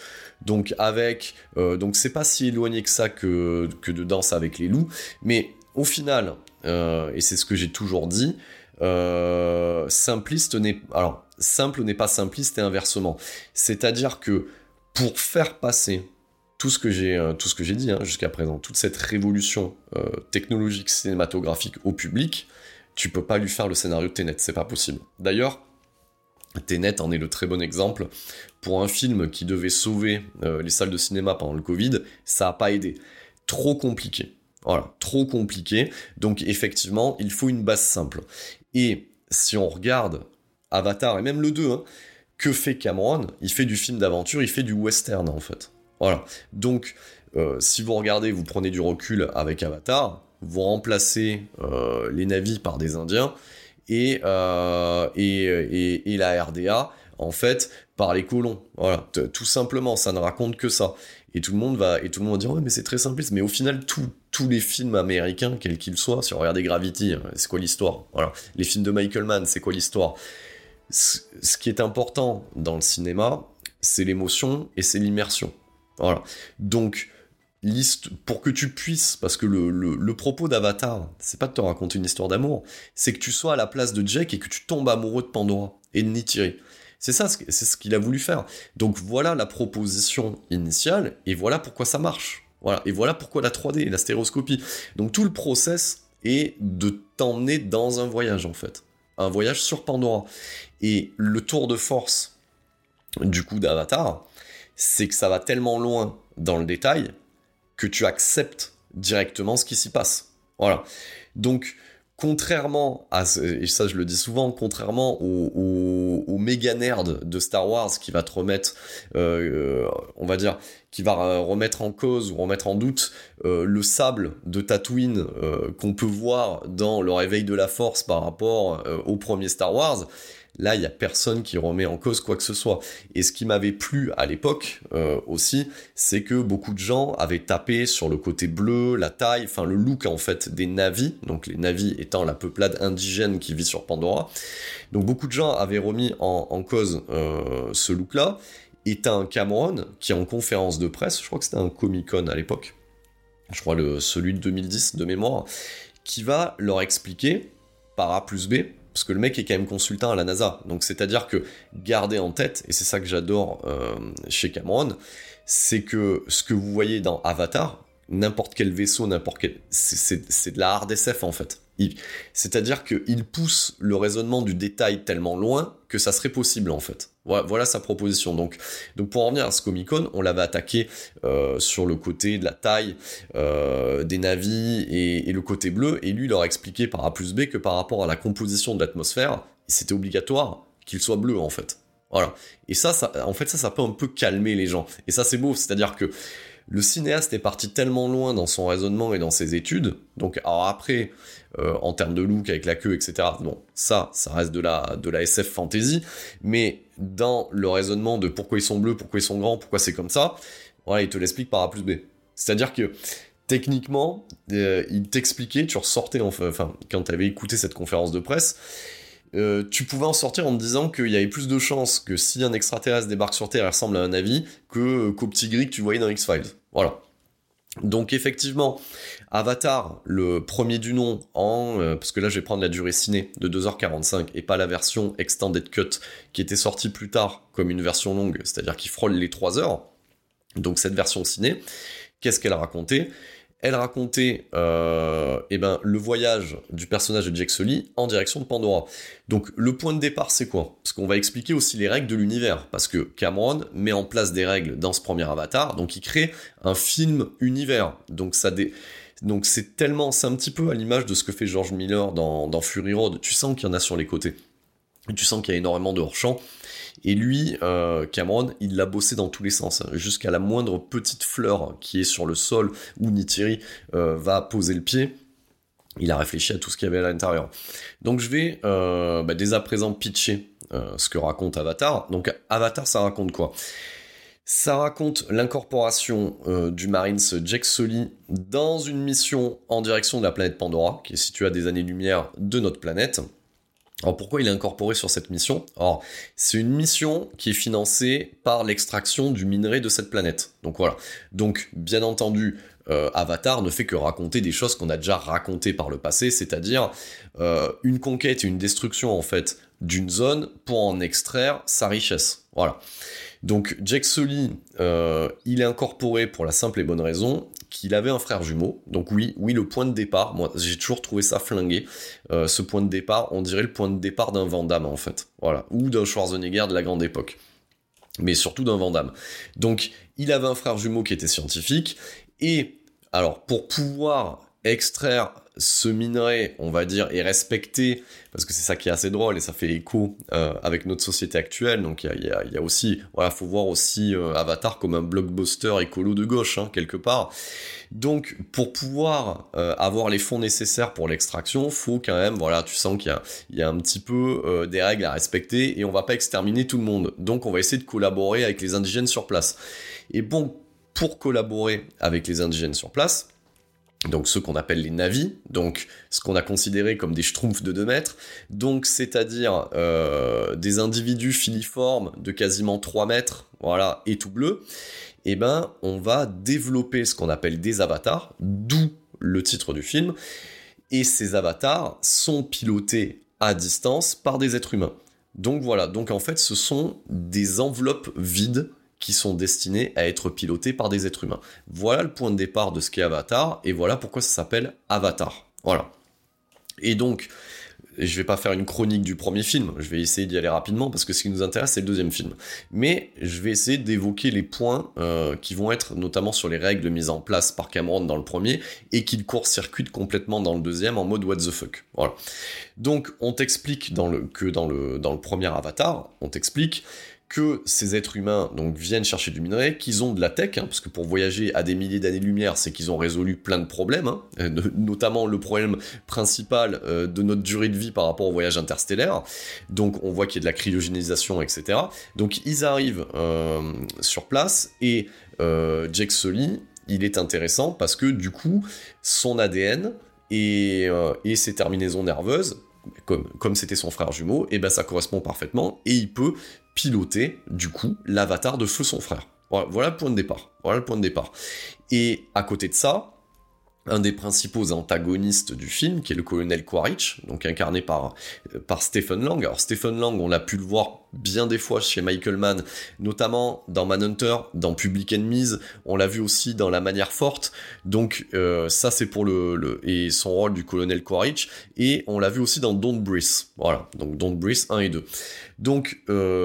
c'est pas si éloigné que ça que de Danse avec les loups, mais au final, et c'est ce que j'ai toujours dit, simple n'est pas simpliste et inversement. C'est-à-dire que pour faire passer tout ce que j'ai dit jusqu'à présent, toute cette révolution technologique cinématographique au public, tu peux pas lui faire le scénario de Tenet, c'est pas possible. D'ailleurs, Tenet en est le très bon exemple. Pour un film qui devait sauver les salles de cinéma pendant le Covid, ça a pas aidé. Trop compliqué. Voilà, trop compliqué. Donc effectivement, il faut une base simple. Et si on regarde Avatar, et même le 2, que fait Cameron ? Il fait du film d'aventure, il fait du western en fait. Voilà. Donc, si vous regardez, vous prenez du recul avec Avatar, vous remplacez les navires par des Indiens et la RDA, en fait, par les colons. Voilà. Tout simplement, ça ne raconte que ça. Et tout le monde va dire, ouais, mais c'est très simpliste. Mais au final, tous les films américains, quels qu'ils soient, si on regardait Gravity, c'est quoi l'histoire ? Voilà. Les films de Michael Mann, c'est quoi l'histoire ? Ce qui est important dans le cinéma, c'est l'émotion et c'est l'immersion. Voilà. Donc, pour que tu puisses, parce que le propos d'Avatar, c'est pas de te raconter une histoire d'amour, c'est que tu sois à la place de Jack et que tu tombes amoureux de Pandora et de Neytiri. C'est ce qu'il a voulu faire. Donc voilà la proposition initiale, et voilà pourquoi ça marche. Voilà. Et voilà pourquoi la 3D et la stéréoscopie. Donc tout le process est de t'emmener dans un voyage, en fait. Un voyage sur Pandora. Et le tour de force, du coup, d'Avatar, c'est que ça va tellement loin dans le détail que tu acceptes directement ce qui s'y passe. Voilà. Donc, contrairement à, et ça je le dis souvent, contrairement au méga nerd de Star Wars qui va te remettre, on va dire, qui va remettre en cause ou remettre en doute le sable de Tatooine qu'on peut voir dans le réveil de la Force par rapport au premier Star Wars. Là, il n'y a personne qui remet en cause quoi que ce soit. Et ce qui m'avait plu à l'époque aussi, c'est que beaucoup de gens avaient tapé sur le côté bleu, la taille, enfin le look en fait des Na'vi, donc les Na'vi étant la peuplade indigène qui vit sur Pandora. Donc beaucoup de gens avaient remis en cause ce look-là. Et t'as un Cameron qui en conférence de presse, je crois que c'était un Comic-Con à l'époque, je crois celui de 2010 de mémoire, qui va leur expliquer par A plus B, parce que le mec est quand même consultant à la NASA, donc c'est-à-dire que garder en tête, et c'est ça que j'adore chez Cameron, c'est que ce que vous voyez dans Avatar, n'importe quel vaisseau, c'est de la hard SF en fait. C'est-à-dire qu'il pousse le raisonnement du détail tellement loin que ça serait possible en fait. Voilà sa proposition. Donc pour en revenir à ce Comic-Con, on l'avait attaqué sur le côté de la taille des navires et le côté bleu, et lui il leur a expliqué par A plus B que par rapport à la composition de l'atmosphère, c'était obligatoire qu'il soit bleu en fait. Voilà. Et ça peut un peu calmer les gens. Et ça c'est beau, c'est-à-dire que le cinéaste est parti tellement loin dans son raisonnement et dans ses études, donc alors après, en termes de look avec la queue, etc., bon, ça reste de la SF fantasy, mais dans le raisonnement de pourquoi ils sont bleus, pourquoi ils sont grands, pourquoi c'est comme ça, voilà, il te l'explique par A plus B. C'est-à-dire que, techniquement, il t'expliquait, tu ressortais, enfin, quand tu avais écouté cette conférence de presse, tu pouvais en sortir en te disant qu'il y avait plus de chances que si un extraterrestre débarque sur Terre et ressemble à un Na'vi qu'au petit gris que tu voyais dans X-Files. Voilà. Donc effectivement, Avatar, le premier du nom, parce que là je vais prendre la durée ciné de 2h45 et pas la version Extended Cut qui était sortie plus tard comme une version longue, c'est-à-dire qui frôle les 3 heures. Donc cette version ciné, qu'est-ce qu'elle racontait ? Elle racontait le voyage du personnage de Jake Sully en direction de Pandora. Donc le point de départ c'est quoi ? Parce qu'on va expliquer aussi les règles de l'univers, parce que Cameron met en place des règles dans ce premier Avatar, donc il crée un film univers. Donc Donc c'est un petit peu à l'image de ce que fait George Miller dans Fury Road. Tu sens qu'il y en a sur les côtés. Tu sens qu'il y a énormément de hors-champ. Et lui, Cameron, il l'a bossé dans tous les sens, jusqu'à la moindre petite fleur qui est sur le sol où Neytiri va poser le pied. Il a réfléchi à tout ce qu'il y avait à l'intérieur. Donc je vais dès à présent pitcher ce que raconte Avatar. Donc Avatar, ça raconte quoi ? Ça raconte l'incorporation du Marines Jake Sully dans une mission en direction de la planète Pandora, qui est située à des années-lumière de notre planète. Alors pourquoi il est incorporé sur cette mission ? Alors c'est une mission qui est financée par l'extraction du minerai de cette planète. Donc voilà. Donc bien entendu, Avatar ne fait que raconter des choses qu'on a déjà racontées par le passé, c'est-à-dire une conquête et une destruction en fait d'une zone pour en extraire sa richesse. Voilà. Donc Jake Sully, il est incorporé pour la simple et bonne raison qu'il avait un frère jumeau. Donc oui, le point de départ, moi j'ai toujours trouvé ça flingué. Ce point de départ, on dirait le point de départ d'un Van Damme en fait. Voilà. Ou d'un Schwarzenegger de la grande époque. Mais surtout d'un Van Damme. Donc il avait un frère jumeau qui était scientifique. Et alors pour pouvoir extraire ce minerai, on va dire, et respecter, parce que c'est ça qui est assez drôle et ça fait écho avec notre société actuelle. Donc il y a aussi, voilà, faut voir aussi Avatar comme un blockbuster écolo de gauche, quelque part. Donc pour pouvoir avoir les fonds nécessaires pour l'extraction, faut quand même, voilà, tu sens qu'il y a un petit peu des règles à respecter et on va pas exterminer tout le monde. Donc on va essayer de collaborer avec les indigènes sur place. Et bon, pour collaborer avec les indigènes sur place, donc ceux qu'on appelle les Na'vi, donc ce qu'on a considéré comme des schtroumpfs de 2 mètres, donc c'est-à-dire des individus filiformes de quasiment 3 mètres, voilà, et tout bleu, et ben on va développer ce qu'on appelle des avatars, d'où le titre du film, et ces avatars sont pilotés à distance par des êtres humains. Donc voilà, donc en fait ce sont des enveloppes vides qui sont destinés à être pilotés par des êtres humains. Voilà le point de départ de ce qu'est Avatar, et voilà pourquoi ça s'appelle Avatar. Voilà. Et donc, je vais pas faire une chronique du premier film, je vais essayer d'y aller rapidement, parce que ce qui nous intéresse, c'est le deuxième film. Mais je vais essayer d'évoquer les points qui vont être notamment sur les règles mises en place par Cameron dans le premier, et qui le court-circuitent complètement dans le deuxième, en mode what the fuck. Voilà. Donc, on t'explique dans le premier Avatar, on t'explique que ces êtres humains donc viennent chercher du minerai, qu'ils ont de la tech, parce que pour voyager à des milliers d'années-lumière, c'est qu'ils ont résolu plein de problèmes, notamment le problème principal de notre durée de vie par rapport au voyage interstellaire. Donc on voit qu'il y a de la cryogénisation, etc. Donc ils arrivent sur place, et Jake Sully, il est intéressant parce que du coup, son ADN et ses terminaisons nerveuses, comme c'était son frère jumeau, et ben ça correspond parfaitement, et il peut piloter, du coup, l'avatar de feu son frère. Voilà le point de départ. Et à côté de ça, un des principaux antagonistes du film, qui est le colonel Quaritch, donc incarné par Stephen Lang. Alors Stephen Lang, on l'a pu le voir bien des fois chez Michael Mann, notamment dans Manhunter, dans Public Enemies, on l'a vu aussi dans La Manière Forte, donc ça c'est pour et son rôle du colonel Quaritch, et on l'a vu aussi dans Don't Breathe, voilà, donc Don't Breathe 1 et 2. Donc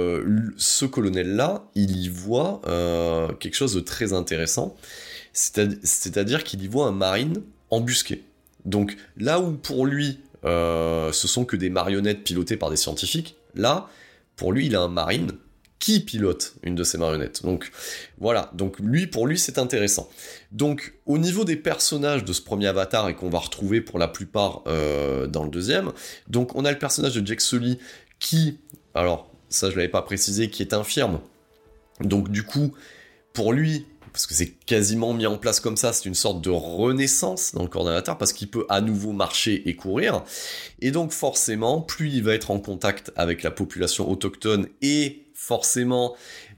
ce colonel-là, il y voit quelque chose de très intéressant, c'est-à-dire qu'il y voit un marine embusqué. Donc là où pour lui, ce sont que des marionnettes pilotées par des scientifiques, là, pour lui, il a un marine qui pilote une de ces marionnettes. Donc voilà, donc pour lui, c'est intéressant. Donc au niveau des personnages de ce premier Avatar, et qu'on va retrouver pour la plupart dans le deuxième, donc on a le personnage de Jake Sully qui, alors ça je l'avais pas précisé, qui est infirme. Donc du coup, pour lui, parce que c'est quasiment mis en place comme ça, c'est une sorte de renaissance dans le corps d'Avatar, parce qu'il peut à nouveau marcher et courir, et donc forcément, plus il va être en contact avec la population autochtone, et forcément,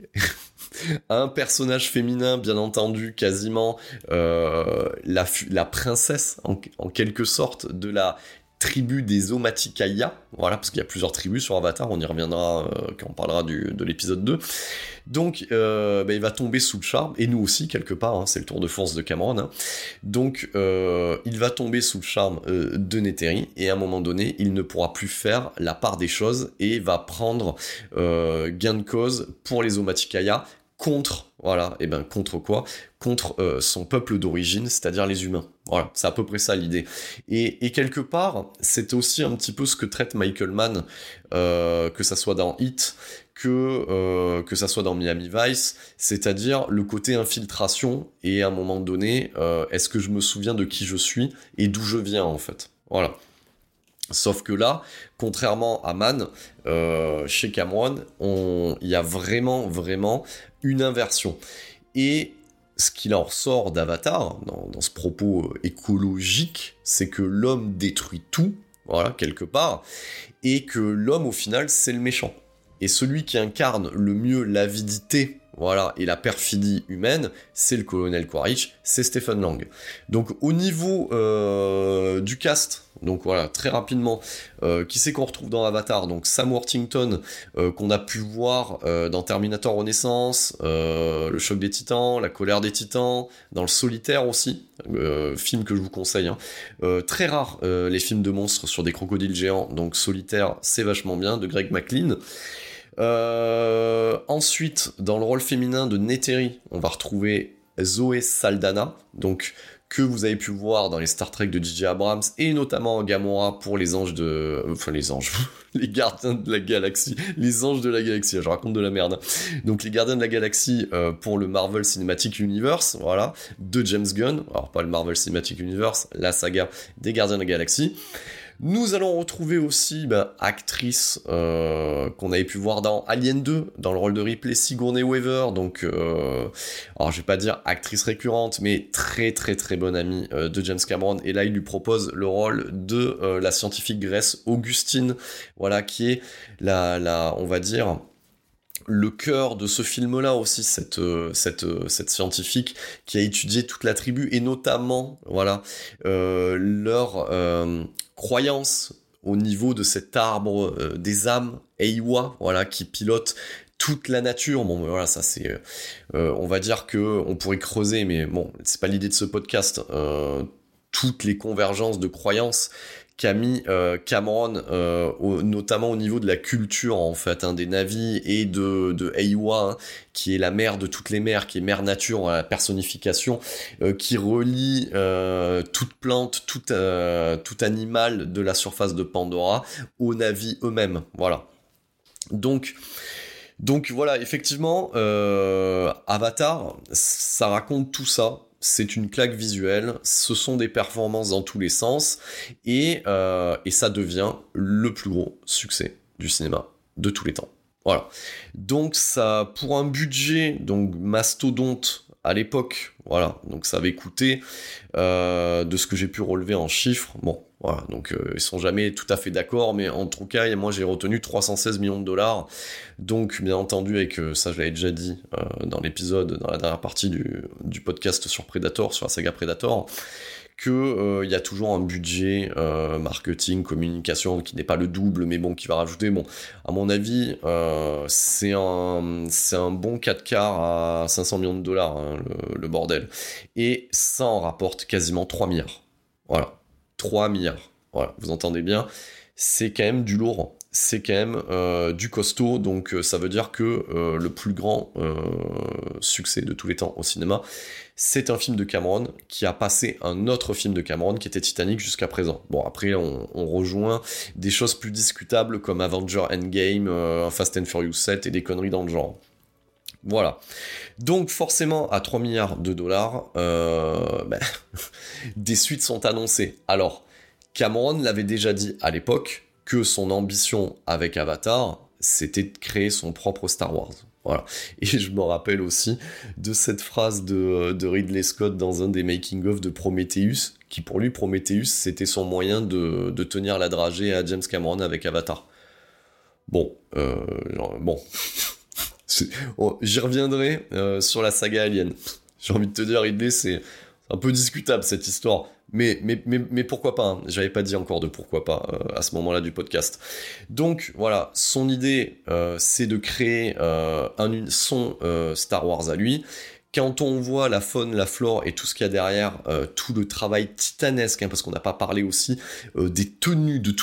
un personnage féminin, bien entendu, quasiment la princesse, en quelque sorte, de la tribu des Omaticaya, voilà, parce qu'il y a plusieurs tribus sur Avatar, on y reviendra quand on parlera de l'épisode 2. Donc il va tomber sous le charme, et nous aussi quelque part, c'est le tour de force de Cameron, donc il va tomber sous le charme de Neytiri, et à un moment donné il ne pourra plus faire la part des choses, et va prendre gain de cause pour les Omaticaya contre, voilà, et ben contre quoi ? Contre son peuple d'origine, c'est-à-dire les humains. Voilà, c'est à peu près ça l'idée. Et quelque part, c'est aussi un petit peu ce que traite Michael Mann, que ça soit dans Heat, que ça soit dans Miami Vice, c'est-à-dire le côté infiltration, et à un moment donné, est-ce que je me souviens de qui je suis et d'où je viens en fait. Voilà. Sauf que là, contrairement à Mann, chez Cameron, il y a vraiment une inversion. Et ce qu'il en ressort d'Avatar, dans ce propos écologique, c'est que l'homme détruit tout, voilà, quelque part, et que l'homme, au final, c'est le méchant. Et celui qui incarne le mieux l'avidité, voilà, et la perfidie humaine, c'est le colonel Quaritch, c'est Stephen Lang. Donc au niveau du cast, donc voilà, très rapidement, qui c'est qu'on retrouve dans Avatar ? Donc Sam Worthington, qu'on a pu voir dans Terminator Renaissance, Le Choc des Titans, La Colère des Titans, dans Le Solitaire aussi, film que je vous conseille. Hein. Très rare les films de monstres sur des crocodiles géants, donc Solitaire, c'est vachement bien, de Greg McLean. Ensuite, dans le rôle féminin de Neytiri, on va retrouver Zoé Saldana, donc que vous avez pu voir dans les Star Trek de J.J. Abrams, et notamment Gamora pour les anges de... Enfin, les anges... les gardiens de la galaxie. Les anges de la galaxie, je raconte de la merde. Donc, les gardiens de la galaxie pour le Marvel Cinematic Universe, voilà, de James Gunn. Alors, pas le Marvel Cinematic Universe, la saga des gardiens de la galaxie. Nous allons retrouver aussi actrice qu'on avait pu voir dans Alien 2, dans le rôle de Ripley, Sigourney Weaver, donc alors je vais pas dire actrice récurrente, mais très bonne amie de James Cameron, et là il lui propose le rôle de la scientifique Grace Augustine, voilà, qui est on va dire... le cœur de ce film-là aussi, cette scientifique qui a étudié toute la tribu, et notamment, voilà, leur croyance au niveau de cet arbre des âmes, Eiwa, voilà, qui pilote toute la nature. Bon, voilà, ça c'est... on va dire que on pourrait creuser, mais bon, c'est pas l'idée de ce podcast. Toutes les convergences de croyances qu'a mis Cameron, notamment au niveau de la culture en fait, hein, des Na'vi et de Eiwa, hein, qui est la mère de toutes les mères, qui est mère nature, la personnification, qui relie toute plante, tout animal de la surface de Pandora aux Na'vi eux-mêmes, voilà. Donc voilà, effectivement, Avatar, ça raconte tout ça. C'est une claque visuelle, ce sont des performances dans tous les sens, et ça devient le plus gros succès du cinéma de tous les temps. Voilà. Donc ça, pour un budget donc mastodonte à l'époque, voilà, donc ça avait coûté, de ce que j'ai pu relever en chiffres, bon, voilà, donc ils sont jamais tout à fait d'accord, mais en tout cas, moi j'ai retenu 316 millions de dollars, donc bien entendu, avec ça je l'avais déjà dit dans l'épisode, dans la dernière partie du podcast sur Predator, sur la saga Predator, que y a toujours un budget marketing, communication qui n'est pas le double, mais bon, qui va rajouter, bon, à mon avis, c'est un bon 4 quarts à 500 millions de dollars, hein, le bordel, et ça en rapporte quasiment 3 milliards, voilà. 3 milliards, voilà, vous entendez bien, c'est quand même du lourd, c'est quand même du costaud, donc ça veut dire que le plus grand succès de tous les temps au cinéma, c'est un film de Cameron qui a passé un autre film de Cameron qui était Titanic jusqu'à présent. Bon, après on rejoint des choses plus discutables comme Avenger Endgame, Fast and Furious 7 et des conneries dans le genre. Voilà. Donc forcément, à 3 milliards de dollars, des suites sont annoncées. Alors, Cameron l'avait déjà dit à l'époque que son ambition avec Avatar, c'était de créer son propre Star Wars. Voilà. Et je me rappelle aussi de cette phrase de Ridley Scott dans un des making-of de Prometheus, qui pour lui, Prometheus, c'était son moyen de tenir la dragée à James Cameron avec Avatar. Bon. J'y reviendrai sur la saga Alien. J'ai envie de te dire, Ridley, c'est un peu discutable cette histoire, mais pourquoi pas, hein. J'avais pas dit encore de pourquoi pas à ce moment-là du podcast. Donc voilà, son idée, c'est de créer son Star Wars à lui. Quand on voit la faune, la flore et tout ce qu'il y a derrière, tout le travail titanesque, hein, parce qu'on n'a pas parlé aussi des tenues, de tout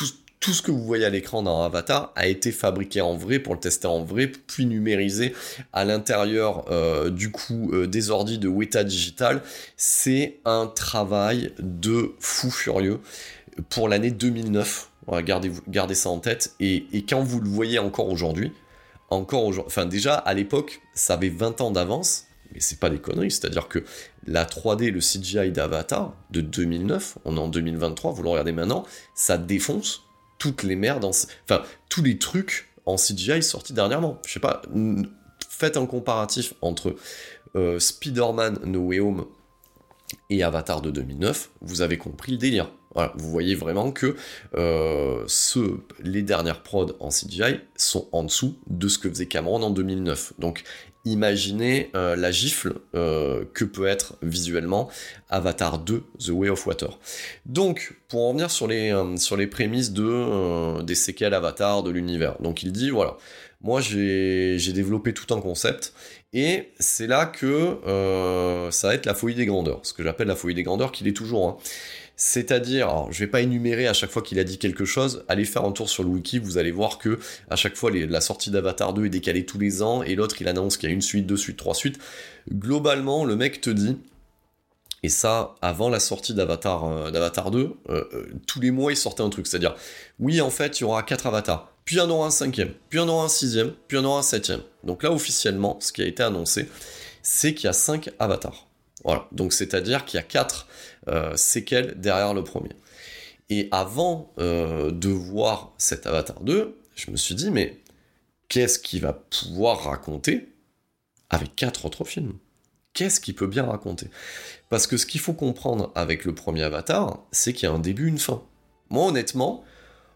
tout ce que vous voyez à l'écran dans Avatar a été fabriqué en vrai pour le tester en vrai, puis numérisé à l'intérieur des ordis de Weta Digital. C'est un travail de fou furieux pour l'année 2009. Voilà, gardez ça en tête. Et quand vous le voyez encore aujourd'hui, enfin déjà à l'époque, ça avait 20 ans d'avance. Mais c'est pas des conneries, c'est-à-dire que la 3D, le CGI d'Avatar de 2009, on est en 2023, vous le regardez maintenant, ça défonce toutes les merdes, tous les trucs en CGI sortis dernièrement. Je sais pas, faites un comparatif entre Spider-Man No Way Home et Avatar de 2009, vous avez compris le délire. Voilà, vous voyez vraiment que les dernières prods en CGI sont en dessous de ce que faisait Cameron en 2009. Donc imaginez la gifle que peut être visuellement Avatar 2, The Way of Water. Donc, pour en revenir sur les prémices des séquelles Avatar, de l'univers. Donc il dit, voilà, moi j'ai développé tout un concept, et c'est là que ça va être la folie des grandeurs, ce que j'appelle la folie des grandeurs, qu'il est toujours, hein. C'est-à-dire, alors, je vais pas énumérer à chaque fois qu'il a dit quelque chose, allez faire un tour sur le wiki, vous allez voir que à chaque fois la sortie d'Avatar 2 est décalée tous les ans, et l'autre il annonce qu'il y a une suite, 2 suites, 3 suites. Globalement, le mec te dit, et ça, avant la sortie d'Avatar 2, tous les mois il sortait un truc, c'est-à-dire, oui en fait il y aura 4 avatars, puis il y en aura un 5e, puis il y en aura un 6e, puis il y en aura un 7e. Donc là officiellement, ce qui a été annoncé, c'est qu'il y a 5 avatars. Voilà, donc c'est-à-dire qu'il y a 4 séquelles derrière le premier. Et avant de voir cet Avatar 2, je me suis dit, mais qu'est-ce qu'il va pouvoir raconter avec 4 autres films ? Qu'est-ce qu'il peut bien raconter ? Parce que ce qu'il faut comprendre avec le premier Avatar, c'est qu'il y a un début, une fin. Moi, honnêtement,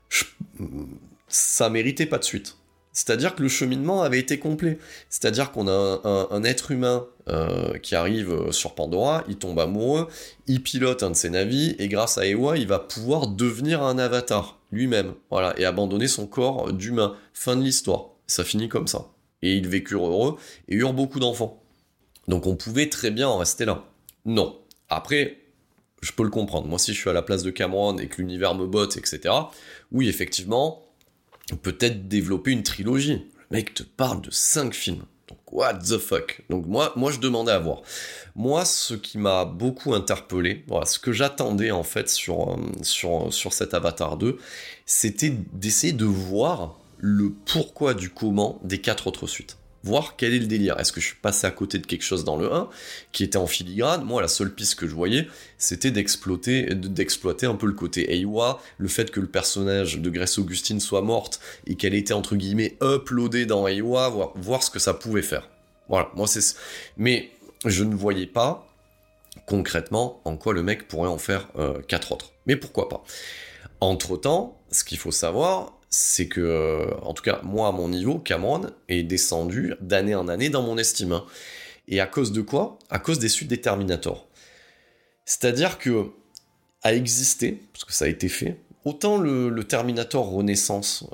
ça méritait pas de suite. C'est-à-dire que le cheminement avait été complet. C'est-à-dire qu'on a un être humain qui arrive sur Pandora, il tombe amoureux, il pilote un de ses navires, et grâce à Eywa, il va pouvoir devenir un avatar, lui-même, voilà, et abandonner son corps d'humain. Fin de l'histoire. Ça finit comme ça. Et ils vécurent heureux, et eurent beaucoup d'enfants. Donc on pouvait très bien en rester là. Non. Après, je peux le comprendre. Moi, si je suis à la place de Cameron, et que l'univers me botte, etc., oui, effectivement, peut-être développer une trilogie. Le mec te parle de 5 films. Donc, what the fuck? Donc, moi, je demandais à voir. Moi, ce qui m'a beaucoup interpellé, voilà, ce que j'attendais, en fait, sur cet Avatar 2, c'était d'essayer de voir le pourquoi du comment des 4 autres suites. Voir quel est le délire. Est-ce que je suis passé à côté de quelque chose dans le 1 qui était en filigrane ? Moi, la seule piste que je voyais, c'était d'exploiter un peu le côté Eywa, le fait que le personnage de Grace Augustine soit morte et qu'elle était entre guillemets uploadée dans Eywa, voir ce que ça pouvait faire. Voilà, moi c'est... Mais je ne voyais pas concrètement en quoi le mec pourrait en faire 4 autres. Mais pourquoi pas ? Entre-temps, ce qu'il faut savoir, c'est que, en tout cas, moi, à mon niveau, Cameron est descendu d'année en année dans mon estime. Hein. Et à cause de quoi ? À cause des suites des Terminator. C'est-à-dire que, a existé, parce que ça a été fait, autant le Terminator Renaissance,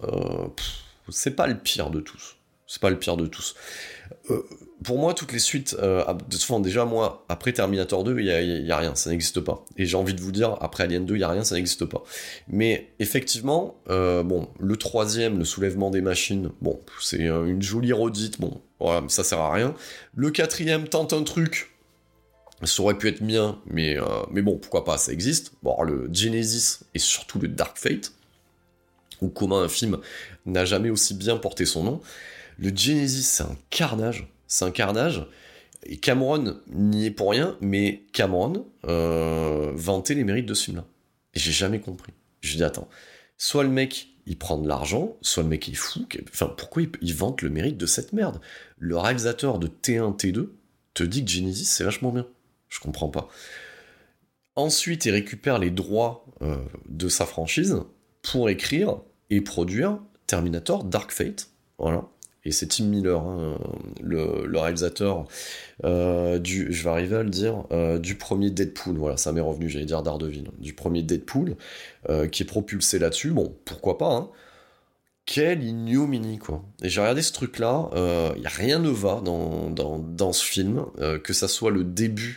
c'est pas le pire de tous. C'est pas le pire de tous. Pour moi, toutes les suites, déjà, moi, après Terminator 2, il y a rien, ça n'existe pas. Et j'ai envie de vous dire, après Alien 2, il y a rien, ça n'existe pas. Mais effectivement, le troisième, le soulèvement des machines, bon, c'est une jolie redite, bon, voilà, mais ça sert à rien. Le quatrième tente un truc, ça aurait pu être bien, mais bon, pourquoi pas, ça existe. Bon, alors, le Genesis et surtout le Dark Fate, ou comment un film n'a jamais aussi bien porté son nom. Le Genesis, c'est un carnage. C'est un carnage. Et Cameron n'y est pour rien, mais Cameron vantait les mérites de ce film-là. Et j'ai jamais compris. Je dis, attends, soit le mec, il prend de l'argent, soit le mec est fou. Enfin, pourquoi il vante le mérite de cette merde ? Le réalisateur de T1, T2 te dit que Genesis, c'est vachement bien. Je comprends pas. Ensuite, il récupère les droits de sa franchise pour écrire et produire Terminator Dark Fate. Voilà. Et c'est Tim Miller, hein, le réalisateur je vais arriver à le dire, du premier Deadpool, voilà, ça m'est revenu, j'allais dire Daredevil, du premier Deadpool, qui est propulsé là-dessus, bon, pourquoi pas, hein. Quelle ignominie, quoi. Et j'ai regardé ce truc-là, y a rien ne va dans ce film, que ça soit le début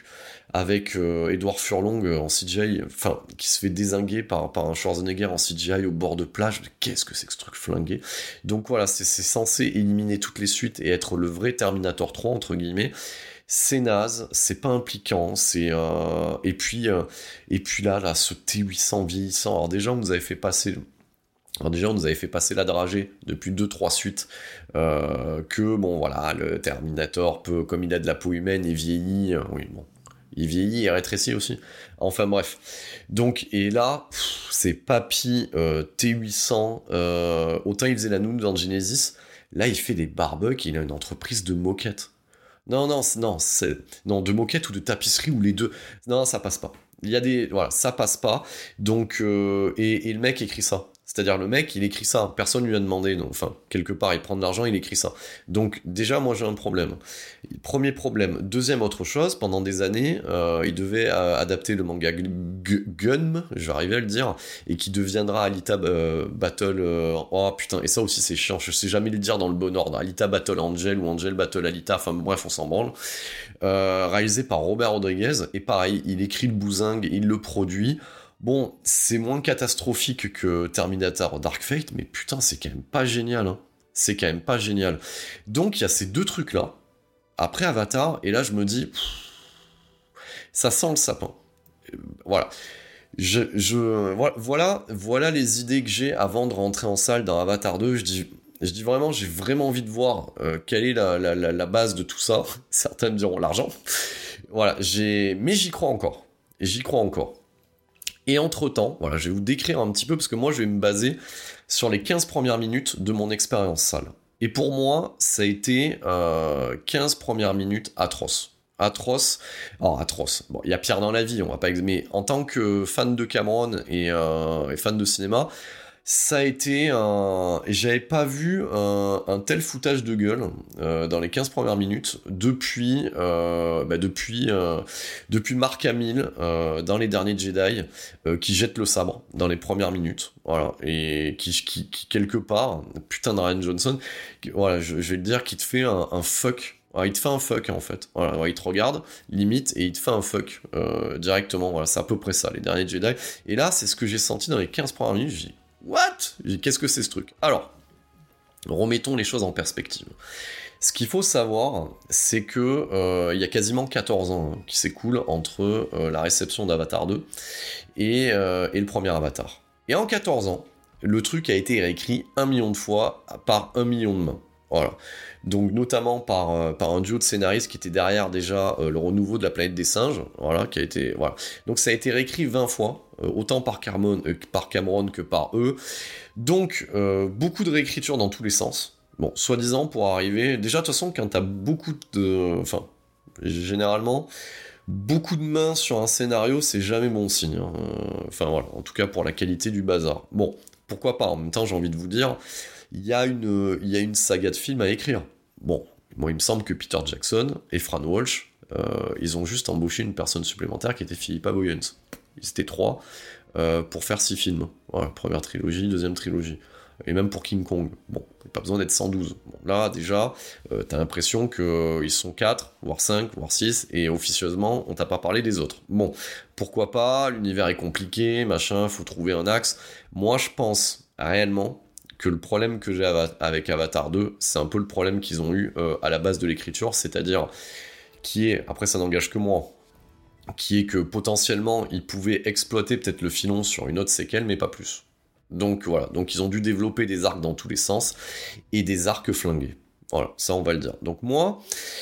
avec Edward Furlong en CGI, enfin, qui se fait dézinguer par un Schwarzenegger en CGI au bord de plage. Mais qu'est-ce que c'est que ce truc flingué? Donc voilà, c'est censé éliminer toutes les suites et être le vrai Terminator 3, entre guillemets. C'est naze, c'est pas impliquant, et puis là, ce T800 vieillissant. Alors déjà, on nous avait fait passer la dragée depuis 2-3 suites, que bon voilà, le Terminator peut, comme il a de la peau humaine, il vieillit, il vieillit et rétrécit aussi. Enfin bref. Donc, et là, c'est Papy T800, autant il faisait la nounou dans Genesis, là il fait des barbecues, il a une entreprise de moquettes. Non, de moquettes ou de tapisserie ou les deux. Non, ça passe pas. Ça passe pas. Donc, et le mec écrit ça. C'est-à-dire, le mec, il écrit ça. Personne lui a demandé. Donc, enfin, quelque part, il prend de l'argent, il écrit ça. Donc, déjà, moi, j'ai un problème. Premier problème. Deuxième autre chose, pendant des années, il devait adapter le manga Gun, je vais arriver à le dire, et qui deviendra Alita Battle... oh, putain, et ça aussi, c'est chiant. Je sais jamais le dire dans le bon ordre. Alita Battle Angel ou Angel Battle Alita. Enfin, bref, on s'en branle. Réalisé par Robert Rodriguez. Et pareil, il écrit le bousingue, il le produit... Bon, c'est moins catastrophique que Terminator Dark Fate, mais putain, c'est quand même pas génial, hein. C'est quand même pas génial. Donc, il y a ces deux trucs-là, après Avatar, et là, je me dis... ça sent le sapin. Voilà. Voilà les idées que j'ai avant de rentrer en salle dans Avatar 2. Je dis vraiment, j'ai vraiment envie de voir quelle est la base de tout ça. Certains me diront l'argent. Voilà, mais j'y crois encore. Et entre-temps, voilà, je vais vous décrire un petit peu, parce que moi, je vais me baser sur les 15 premières minutes de mon expérience salle. Et pour moi, ça a été 15 premières minutes atroces. Atroces. Bon, il y a pire dans la vie, on va pas... Mais en tant que fan de Cameron et fan de cinéma, ça a été j'avais pas vu un tel foutage de gueule dans les 15 premières minutes depuis Mark Hamill dans les derniers Jedi, qui jette le sabre dans les premières minutes, voilà, et qui quelque part, putain de Rian Johnson, voilà, je vais le dire, qui te fait un fuck. Alors, il te fait un fuck en fait. Voilà, alors, il te regarde, limite, et il te fait un fuck directement. Voilà, c'est à peu près ça, les derniers Jedi. Et là, c'est ce que j'ai senti dans les 15 premières minutes. Je dis, what? Qu'est-ce que c'est ce truc? Alors, remettons les choses en perspective. Ce qu'il faut savoir, c'est que il y a quasiment 14 ans qui s'écoulent entre la réception d'Avatar 2 et le premier Avatar. Et en 14 ans, le truc a été réécrit 1 million de fois par 1 million de mains. Voilà. Donc notamment par un duo de scénaristes qui était derrière déjà le renouveau de la planète des singes, voilà, qui a été, voilà. Donc ça a été réécrit 20 fois, autant par Cameron que par eux. Donc beaucoup de réécriture dans tous les sens. Bon, soi-disant pour arriver, déjà de toute façon quand t'as généralement beaucoup de mains sur un scénario, c'est jamais bon signe. Hein. Enfin voilà, en tout cas pour la qualité du bazar. Bon, pourquoi pas, en même temps j'ai envie de vous dire, il y a une saga de films à écrire. Bon, moi il me semble que Peter Jackson et Fran Walsh, ils ont juste embauché une personne supplémentaire qui était Philippa Boyens. Ils étaient 3 pour faire 6 films. Voilà, première trilogie, deuxième trilogie. Et même pour King Kong. Bon, il n'y a pas besoin d'être 112. Bon, là, déjà, t'as l'impression qu'ils sont 4, voire 5, voire 6, et officieusement, on t'a pas parlé des autres. Bon, pourquoi pas, l'univers est compliqué, machin, faut trouver un axe. Moi, je pense réellement que le problème que j'ai avec Avatar 2, c'est un peu le problème qu'ils ont eu à la base de l'écriture, c'est-à-dire qui est, après ça n'engage que moi, qui est que potentiellement ils pouvaient exploiter peut-être le filon sur une autre séquelle, mais pas plus. Donc voilà, donc ils ont dû développer des arcs dans tous les sens, et des arcs flingués. Voilà, ça on va le dire. Donc moi...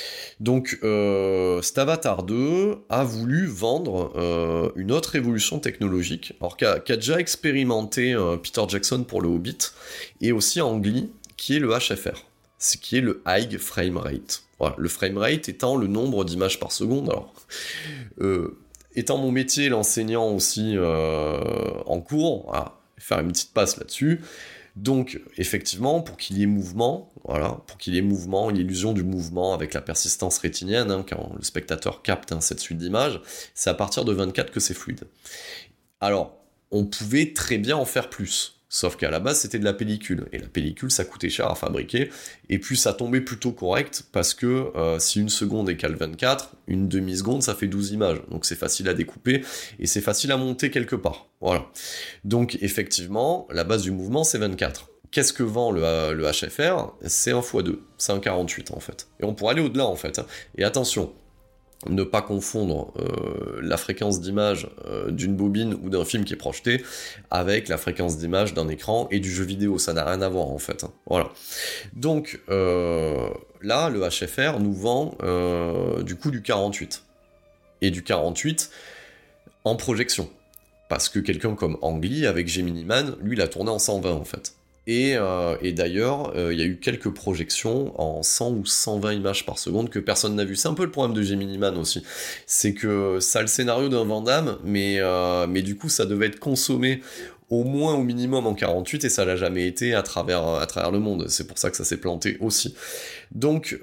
cet Avatar 2 a voulu vendre une autre évolution technologique, alors qu'a déjà expérimenté Peter Jackson pour le Hobbit, et aussi Ang Lee, qui est le HFR, ce qui est le High Frame Rate. Voilà, le frame rate étant le nombre d'images par seconde. Alors, étant mon métier, l'enseignant aussi en cours, voilà, faire une petite passe là-dessus. Donc, effectivement, pour qu'il y ait mouvement, l'illusion du mouvement avec la persistance rétinienne, hein, quand le spectateur capte cette suite d'images, c'est à partir de 24 que c'est fluide. Alors, on pouvait très bien en faire plus. Sauf qu'à la base, c'était de la pellicule. Et la pellicule, ça coûtait cher à fabriquer. Et puis, ça tombait plutôt correct, parce que si une seconde égale 24, une demi-seconde, ça fait 12 images. Donc, c'est facile à découper, et c'est facile à monter quelque part. Voilà. Donc, effectivement, la base du mouvement, c'est 24. Qu'est-ce que vend le HFR ? C'est 1x2. C'est un 48, en fait. Et on pourrait aller au-delà, en fait. Et attention, ne pas confondre la fréquence d'image d'une bobine ou d'un film qui est projeté avec la fréquence d'image d'un écran et du jeu vidéo, ça n'a rien à voir en fait. Voilà. Donc là, le HFR nous vend du coup du 48. Et du 48 en projection. Parce que quelqu'un comme Ang Lee, avec Gemini Man, lui, il a tourné en 120 en fait. Et d'ailleurs, il y a eu quelques projections en 100 ou 120 images par seconde que personne n'a vu. C'est un peu le problème de Gemini Man aussi. C'est que ça a le scénario d'un Van Damme, mais du coup, ça devait être consommé au minimum en 48, et ça l'a jamais été à travers le monde. C'est pour ça que ça s'est planté aussi. Donc,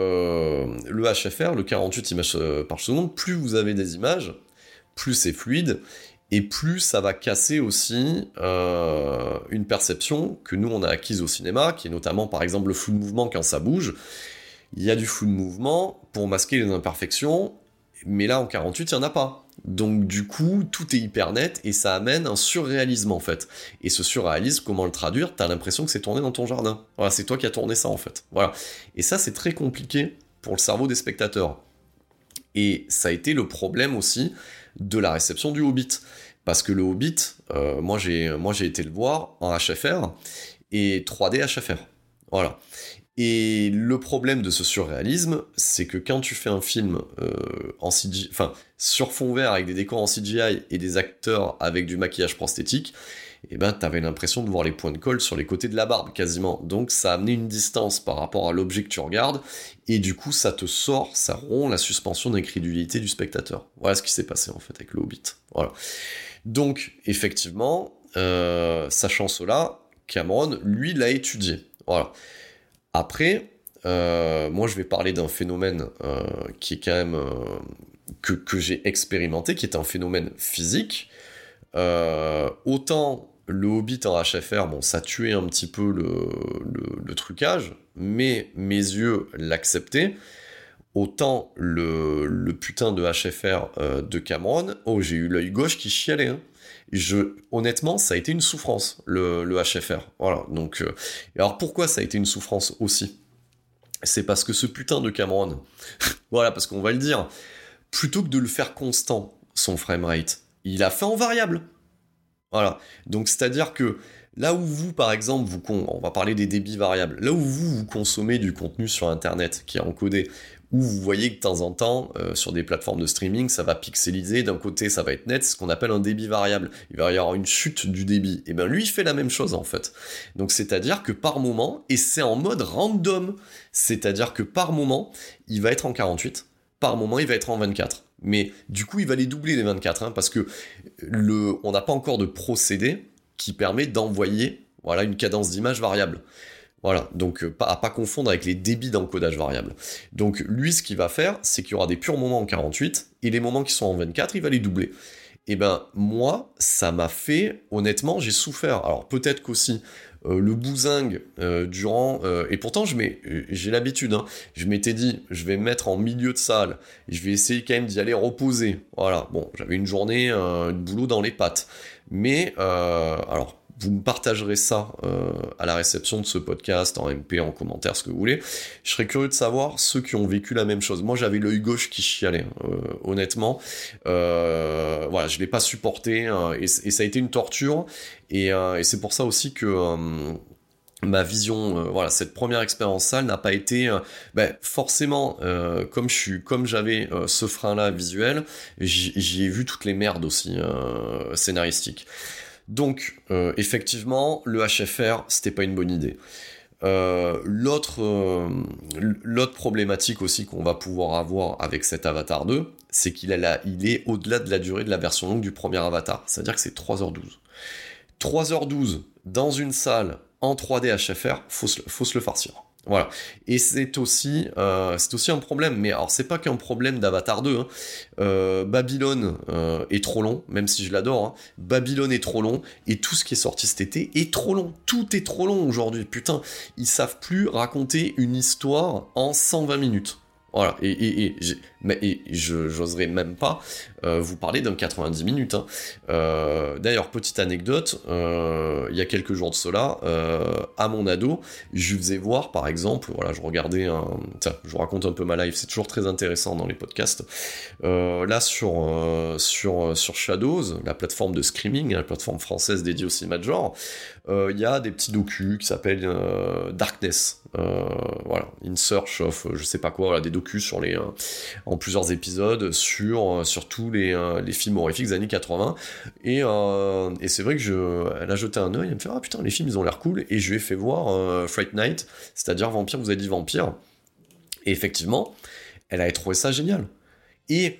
le HFR, le 48 images par seconde, plus vous avez des images, plus c'est fluide, et plus ça va casser aussi une perception que nous on a acquise au cinéma, qui est notamment par exemple le flou de mouvement quand ça bouge. Il y a du flou de mouvement pour masquer les imperfections, mais là en 48 il n'y en a pas. Donc du coup tout est hyper net et ça amène un surréalisme en fait. Et ce surréalisme, comment le traduire ? T'as l'impression que c'est tourné dans ton jardin. Voilà, c'est toi qui as tourné ça en fait. Voilà. Et ça c'est très compliqué pour le cerveau des spectateurs. Et ça a été le problème aussi de la réception du Hobbit. Parce que le Hobbit, moi j'ai été le voir en HFR et 3D HFR. Voilà. Et le problème de ce surréalisme, c'est que quand tu fais un film en CGI, enfin sur fond vert avec des décors en CGI et des acteurs avec du maquillage prosthétique, et ben t'avais l'impression de voir les points de colle sur les côtés de la barbe quasiment. Donc ça a amené une distance par rapport à l'objet que tu regardes, et du coup ça rompt la suspension d'incrédulité du spectateur. Voilà ce qui s'est passé en fait avec le Hobbit. Voilà. Donc effectivement, sachant cela, Cameron, lui, l'a étudié. Voilà. Après, moi je vais parler d'un phénomène qui est quand même que j'ai expérimenté, qui est un phénomène physique. Autant le Hobbit en HFR, bon, ça tuait un petit peu le trucage, mais mes yeux l'acceptaient. Autant le putain de HFR de Cameron, j'ai eu l'œil gauche qui chialait. Hein. Honnêtement, ça a été une souffrance, le HFR. Voilà. Donc, alors pourquoi ça a été une souffrance aussi ? C'est parce que ce putain de Cameron, voilà, parce qu'on va le dire, plutôt que de le faire constant, son framerate, il a fait en variable. Voilà. Donc, c'est-à-dire que là où vous, par exemple, on va parler des débits variables, là où vous consommez du contenu sur Internet qui est encodé, où vous voyez que de temps en temps, sur des plateformes de streaming, ça va pixeliser, d'un côté ça va être net, c'est ce qu'on appelle un débit variable. Il va y avoir une chute du débit. Et bien lui, il fait la même chose en fait. Donc c'est-à-dire que par moment, et c'est en mode random, c'est-à-dire que par moment, il va être en 48, par moment, il va être en 24. Mais du coup, il va les doubler les 24, hein, parce que on n'a pas encore de procédé qui permet d'envoyer une cadence d'image variable. Voilà, donc à pas confondre avec les débits d'encodage variable. Donc lui, ce qu'il va faire, c'est qu'il y aura des purs moments en 48, et les moments qui sont en 24, il va les doubler. Et ben moi, ça m'a fait, honnêtement, j'ai souffert. Alors peut-être qu'aussi, le bousingue durant... et pourtant, j'ai l'habitude, hein, je m'étais dit, je vais me mettre en milieu de salle, et je vais essayer quand même d'y aller reposer. Voilà, bon, j'avais une journée de boulot dans les pattes. Mais, alors... Vous me partagerez ça à la réception de ce podcast, en MP, en commentaire, ce que vous voulez. Je serais curieux de savoir ceux qui ont vécu la même chose. Moi, j'avais l'œil gauche qui chialait, honnêtement. Voilà, je l'ai pas supporté, et ça a été une torture. Et c'est pour ça aussi que... ma vision, cette première expérience salle n'a pas été forcément comme j'avais ce frein-là visuel, j'y ai vu toutes les merdes aussi scénaristiques. Donc, effectivement, le HFR, c'était pas une bonne idée. L'autre problématique aussi qu'on va pouvoir avoir avec cet Avatar 2, c'est qu'il est au-delà de la durée de la version longue du premier Avatar. C'est-à-dire que c'est 3h12. 3h12 dans une salle en 3D HFR, faut se le farcir. Voilà. Et c'est aussi un problème. Mais alors, c'est pas qu'un problème d'Avatar 2. Hein. Babylone est trop long, même si je l'adore. Hein. Babylone est trop long. Et tout ce qui est sorti cet été est trop long. Tout est trop long aujourd'hui. Putain, ils savent plus raconter une histoire en 120 minutes. Voilà, et j'oserais même pas vous parler d'un 90 minutes. Hein. D'ailleurs, petite anecdote, il y a quelques jours de cela, à mon ado, je lui faisais voir, par exemple, voilà, je regardais tiens, je vous raconte un peu ma life, c'est toujours très intéressant dans les podcasts. Là, sur Shadows, la plateforme de streaming, la plateforme française dédiée au cinéma de genre, il y a des petits docus qui s'appellent Darkness. Voilà, In Search of je sais pas quoi, voilà, des docus sur en plusieurs épisodes sur tous les films horrifiques des années 80 et c'est vrai que elle a jeté un œil, elle me fait putain les films ils ont l'air cool, et je lui ai fait voir Fright Night, c'est-à-dire Vampire, vous avez dit Vampire, et effectivement elle avait trouvé ça génial, et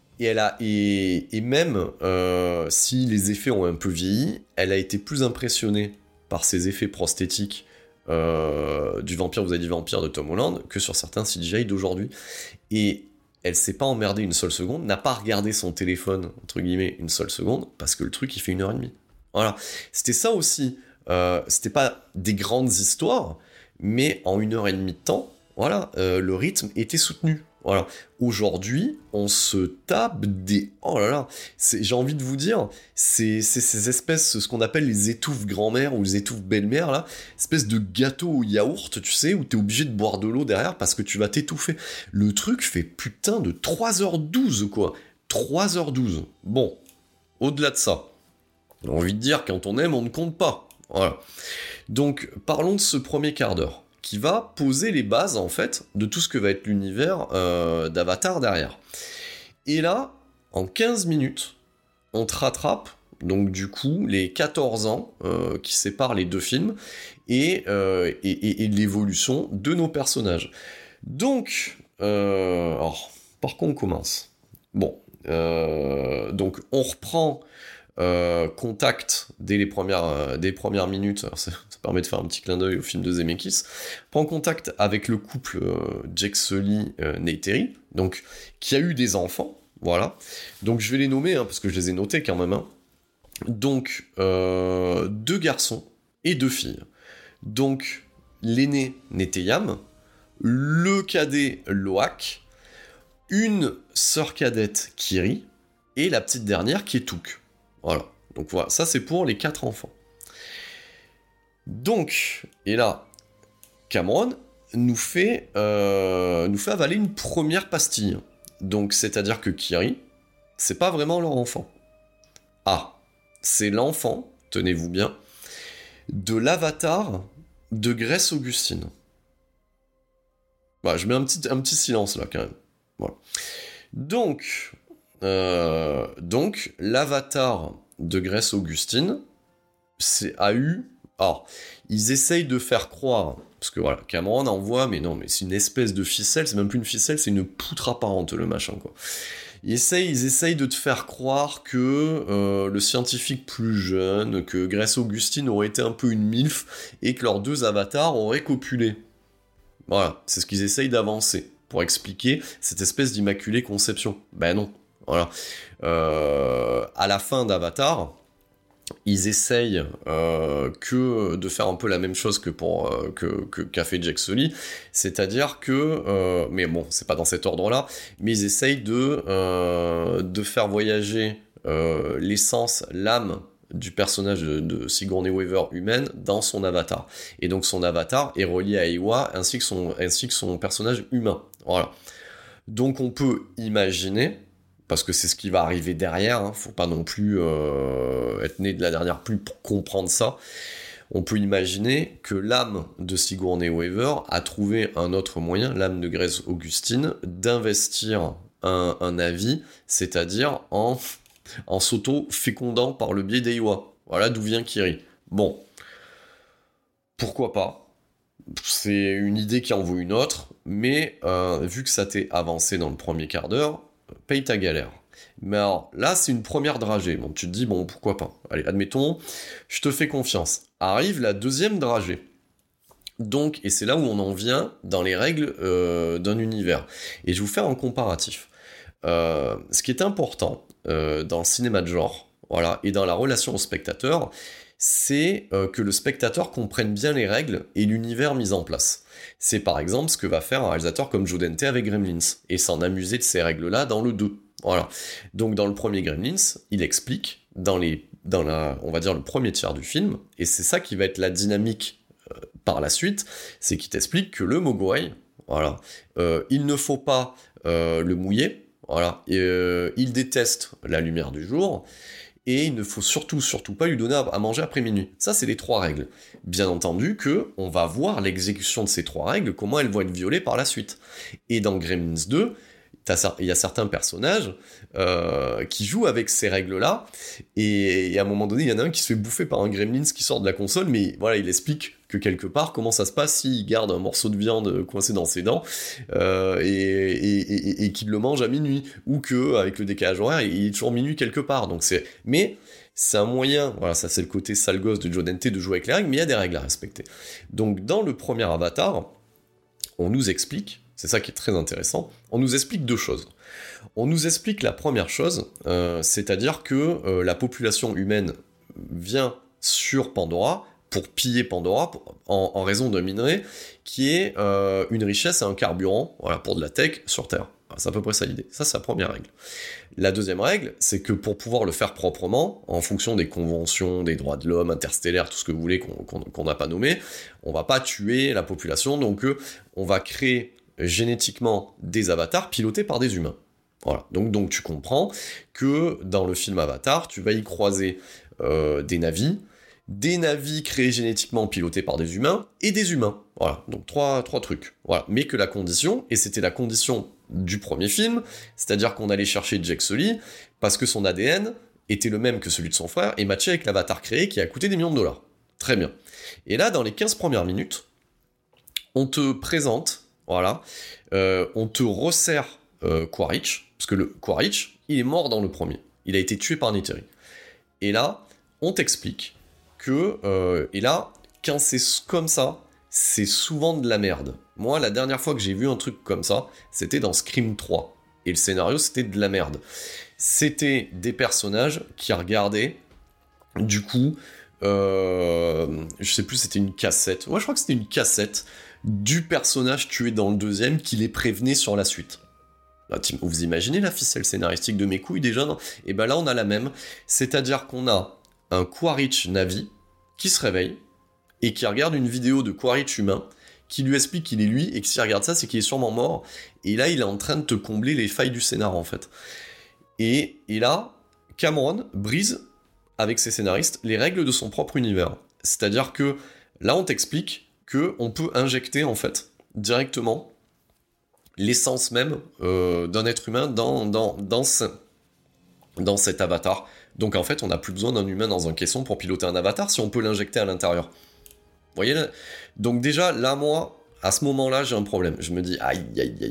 même si les effets ont un peu vieilli, elle a été plus impressionnée par ces effets prosthétiques du Vampire, vous avez dit Vampire de Tom Holland, que sur certains CGI d'aujourd'hui. Et elle s'est pas emmerdée une seule seconde, n'a pas regardé son téléphone, entre guillemets, une seule seconde, parce que le truc, il fait 1h30. Voilà. C'était ça aussi. C'était pas des grandes histoires, mais en 1h30 de temps, voilà, le rythme était soutenu. Voilà. Aujourd'hui, on se tape des... Oh là là, j'ai envie de vous dire, c'est ces espèces, ce qu'on appelle les étouffes grand-mère ou les étouffes belle-mère, là, espèce de gâteau au yaourt, tu sais, où t'es obligé de boire de l'eau derrière parce que tu vas t'étouffer. Le truc fait putain de 3h12, quoi. 3h12. Bon, au-delà de ça, j'ai envie de dire, quand on aime, on ne compte pas. Voilà. Donc, parlons de ce premier quart d'heure, qui va poser les bases, en fait, de tout ce que va être l'univers d'Avatar derrière. Et là, en 15 minutes, on te rattrape, donc du coup, les 14 ans qui séparent les deux films, et l'évolution de nos personnages. Donc, alors, par quoi on commence ? Bon, donc on reprend... contact dès les premières minutes, alors ça permet de faire un petit clin d'œil au film de Zemeckis, prend contact avec le couple Jake Sully, Neytiri, donc qui a eu des enfants, voilà, donc je vais les nommer parce que je les ai notés quand même, hein. Donc 2 garçons et 2 filles, donc l'aîné Neteyam, le cadet Loak, une sœur cadette Kiri et la petite dernière qui est Touk. Voilà, donc voilà, ça c'est pour les 4 enfants. Donc, et là, Cameron nous fait avaler une première pastille. Donc, c'est-à-dire que Kiri, c'est pas vraiment leur enfant. Ah, c'est l'enfant, tenez-vous bien, de l'avatar de Grace Augustine. Voilà, je mets un petit silence là quand même. Voilà. Donc, l'avatar de Grace Augustine a eu... Alors, ils essayent de faire croire, parce que voilà, Cameron envoie, mais non, mais c'est une espèce de ficelle, c'est même plus une ficelle, c'est une poutre apparente, le machin, quoi. Ils essayent de te faire croire que le scientifique plus jeune, que Grace Augustine aurait été un peu une milf, et que leurs 2 avatars auraient copulé. Voilà, c'est ce qu'ils essayent d'avancer, pour expliquer cette espèce d'immaculée conception. Ben non. Voilà. À la fin d'Avatar, ils essayent que de faire un peu la même chose que qu'a fait Jake Sully, c'est-à-dire que, mais bon, c'est pas dans cet ordre-là, mais ils essayent de faire voyager l'essence, l'âme du personnage de Sigourney Weaver humaine dans son avatar. Et donc son avatar est relié à Eywa ainsi que son personnage humain. Voilà. Donc on peut imaginer, parce que c'est ce qui va arriver derrière, hein, faut pas non plus être né de la dernière pluie pour comprendre ça, on peut imaginer que l'âme de Sigourney Weaver a trouvé un autre moyen, l'âme de Grace Augustine, d'investir un avis, c'est-à-dire en s'auto-fécondant par le biais d'Eywa. Voilà d'où vient Kiri. Bon, pourquoi pas ? C'est une idée qui en vaut une autre, mais vu que ça t'est avancé dans le premier quart d'heure, paye ta galère. Mais alors, là, c'est une première dragée. Bon, tu te dis, bon, pourquoi pas ? Allez, admettons, je te fais confiance. Arrive la deuxième dragée. Donc, et c'est là où on en vient dans les règles d'un univers. Et je vais vous faire un comparatif. Ce qui est important dans le cinéma de genre, voilà, et dans la relation au spectateur, c'est que le spectateur comprenne bien les règles et l'univers mis en place. C'est par exemple ce que va faire un réalisateur comme Joe Dante avec Gremlins, et s'en amuser de ces règles-là dans le 2. Voilà. Donc dans le premier Gremlins, il explique, on va dire le premier tiers du film, et c'est ça qui va être la dynamique par la suite, c'est qu'il t'explique que le Mogwai, voilà, il ne faut pas le mouiller, voilà, il déteste la lumière du jour, et il ne faut surtout pas lui donner à manger après minuit. Ça, c'est les 3 règles. Bien entendu que on va voir l'exécution de ces 3 règles, comment elles vont être violées par la suite. Et dans Gremlins 2, il y a certains personnages qui jouent avec ces règles-là, et à un moment donné, il y en a un qui se fait bouffer par un Gremlins qui sort de la console, mais voilà, il explique que quelque part, comment ça se passe s'il garde un morceau de viande coincé dans ses dents et qu'il le mange à minuit, ou que avec le décalage horaire, il est toujours minuit quelque part. Donc mais c'est un moyen, voilà, ça c'est le côté sale gosse de Joe Dante de jouer avec les règles, mais il y a des règles à respecter. Donc dans le premier Avatar, on nous explique, c'est ça qui est très intéressant, on nous explique 2 choses. On nous explique la première chose, c'est-à-dire que la population humaine vient sur Pandora pour piller Pandora en raison d'un minerai qui est une richesse et un carburant, voilà, pour de la tech sur Terre. Voilà, c'est à peu près ça l'idée. Ça, c'est la première règle. La deuxième règle, c'est que pour pouvoir le faire proprement, en fonction des conventions, des droits de l'homme, interstellaires, tout ce que vous voulez qu'on n'a pas nommé, on va pas tuer la population, donc on va créer génétiquement des avatars pilotés par des humains. Voilà. Donc tu comprends que dans le film Avatar, tu vas y croiser des navis créés génétiquement pilotés par des humains, et des humains. Voilà, donc trois trucs. Voilà. Mais que la condition, et c'était la condition du premier film, c'est-à-dire qu'on allait chercher Jake Sully, parce que son ADN était le même que celui de son frère, et matché avec l'avatar créé qui a coûté des millions de dollars. Très bien. Et là, dans les 15 premières minutes, on te présente, voilà, on te resserre Quaritch, parce que le Quaritch, il est mort dans le premier. Il a été tué par Neytiri. Et là, on t'explique que, et là, quand c'est comme ça, c'est souvent de la merde. Moi, la dernière fois que j'ai vu un truc comme ça, c'était dans Scream 3. Et le scénario, c'était de la merde. C'était des personnages qui regardaient, du coup, je sais plus, c'était une cassette. Ouais, je crois que c'était une cassette du personnage tué dans le deuxième qui les prévenait sur la suite. Là, vous imaginez la ficelle scénaristique de mes couilles déjà, non ? Et ben là, on a la même. C'est-à-dire qu'on a un Quaritch Navi qui se réveille et qui regarde une vidéo de Quaritch humain qui lui explique qu'il est lui, et que s'il regarde ça, c'est qu'il est sûrement mort. Et là, il est en train de te combler les failles du scénar, en fait. Et là, Cameron brise, avec ses scénaristes, les règles de son propre univers. C'est-à-dire que là, on t'explique qu'on peut injecter, en fait, directement l'essence même d'un être humain dans cet avatar. Donc en fait, on n'a plus besoin d'un humain dans un caisson pour piloter un avatar si on peut l'injecter à l'intérieur. Vous voyez là ? Donc déjà, là, moi, à ce moment-là, j'ai un problème. Je me dis, aïe.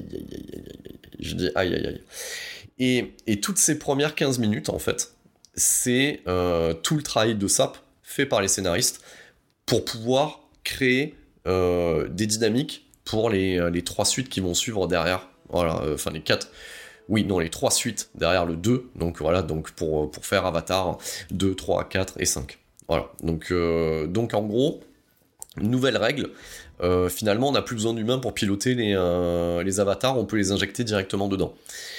Je dis, aïe. Et toutes ces premières 15 minutes, en fait, c'est tout le travail de SAP fait par les scénaristes pour pouvoir créer des dynamiques pour les 3 suites qui vont suivre derrière. Voilà, enfin les 4... Oui, non, les 3 suites derrière le 2, donc voilà, donc pour faire Avatar 2, 3, 4 et 5. Voilà, donc en gros, nouvelle règle, finalement on n'a plus besoin d'humains pour piloter les avatars, on peut les injecter directement dedans.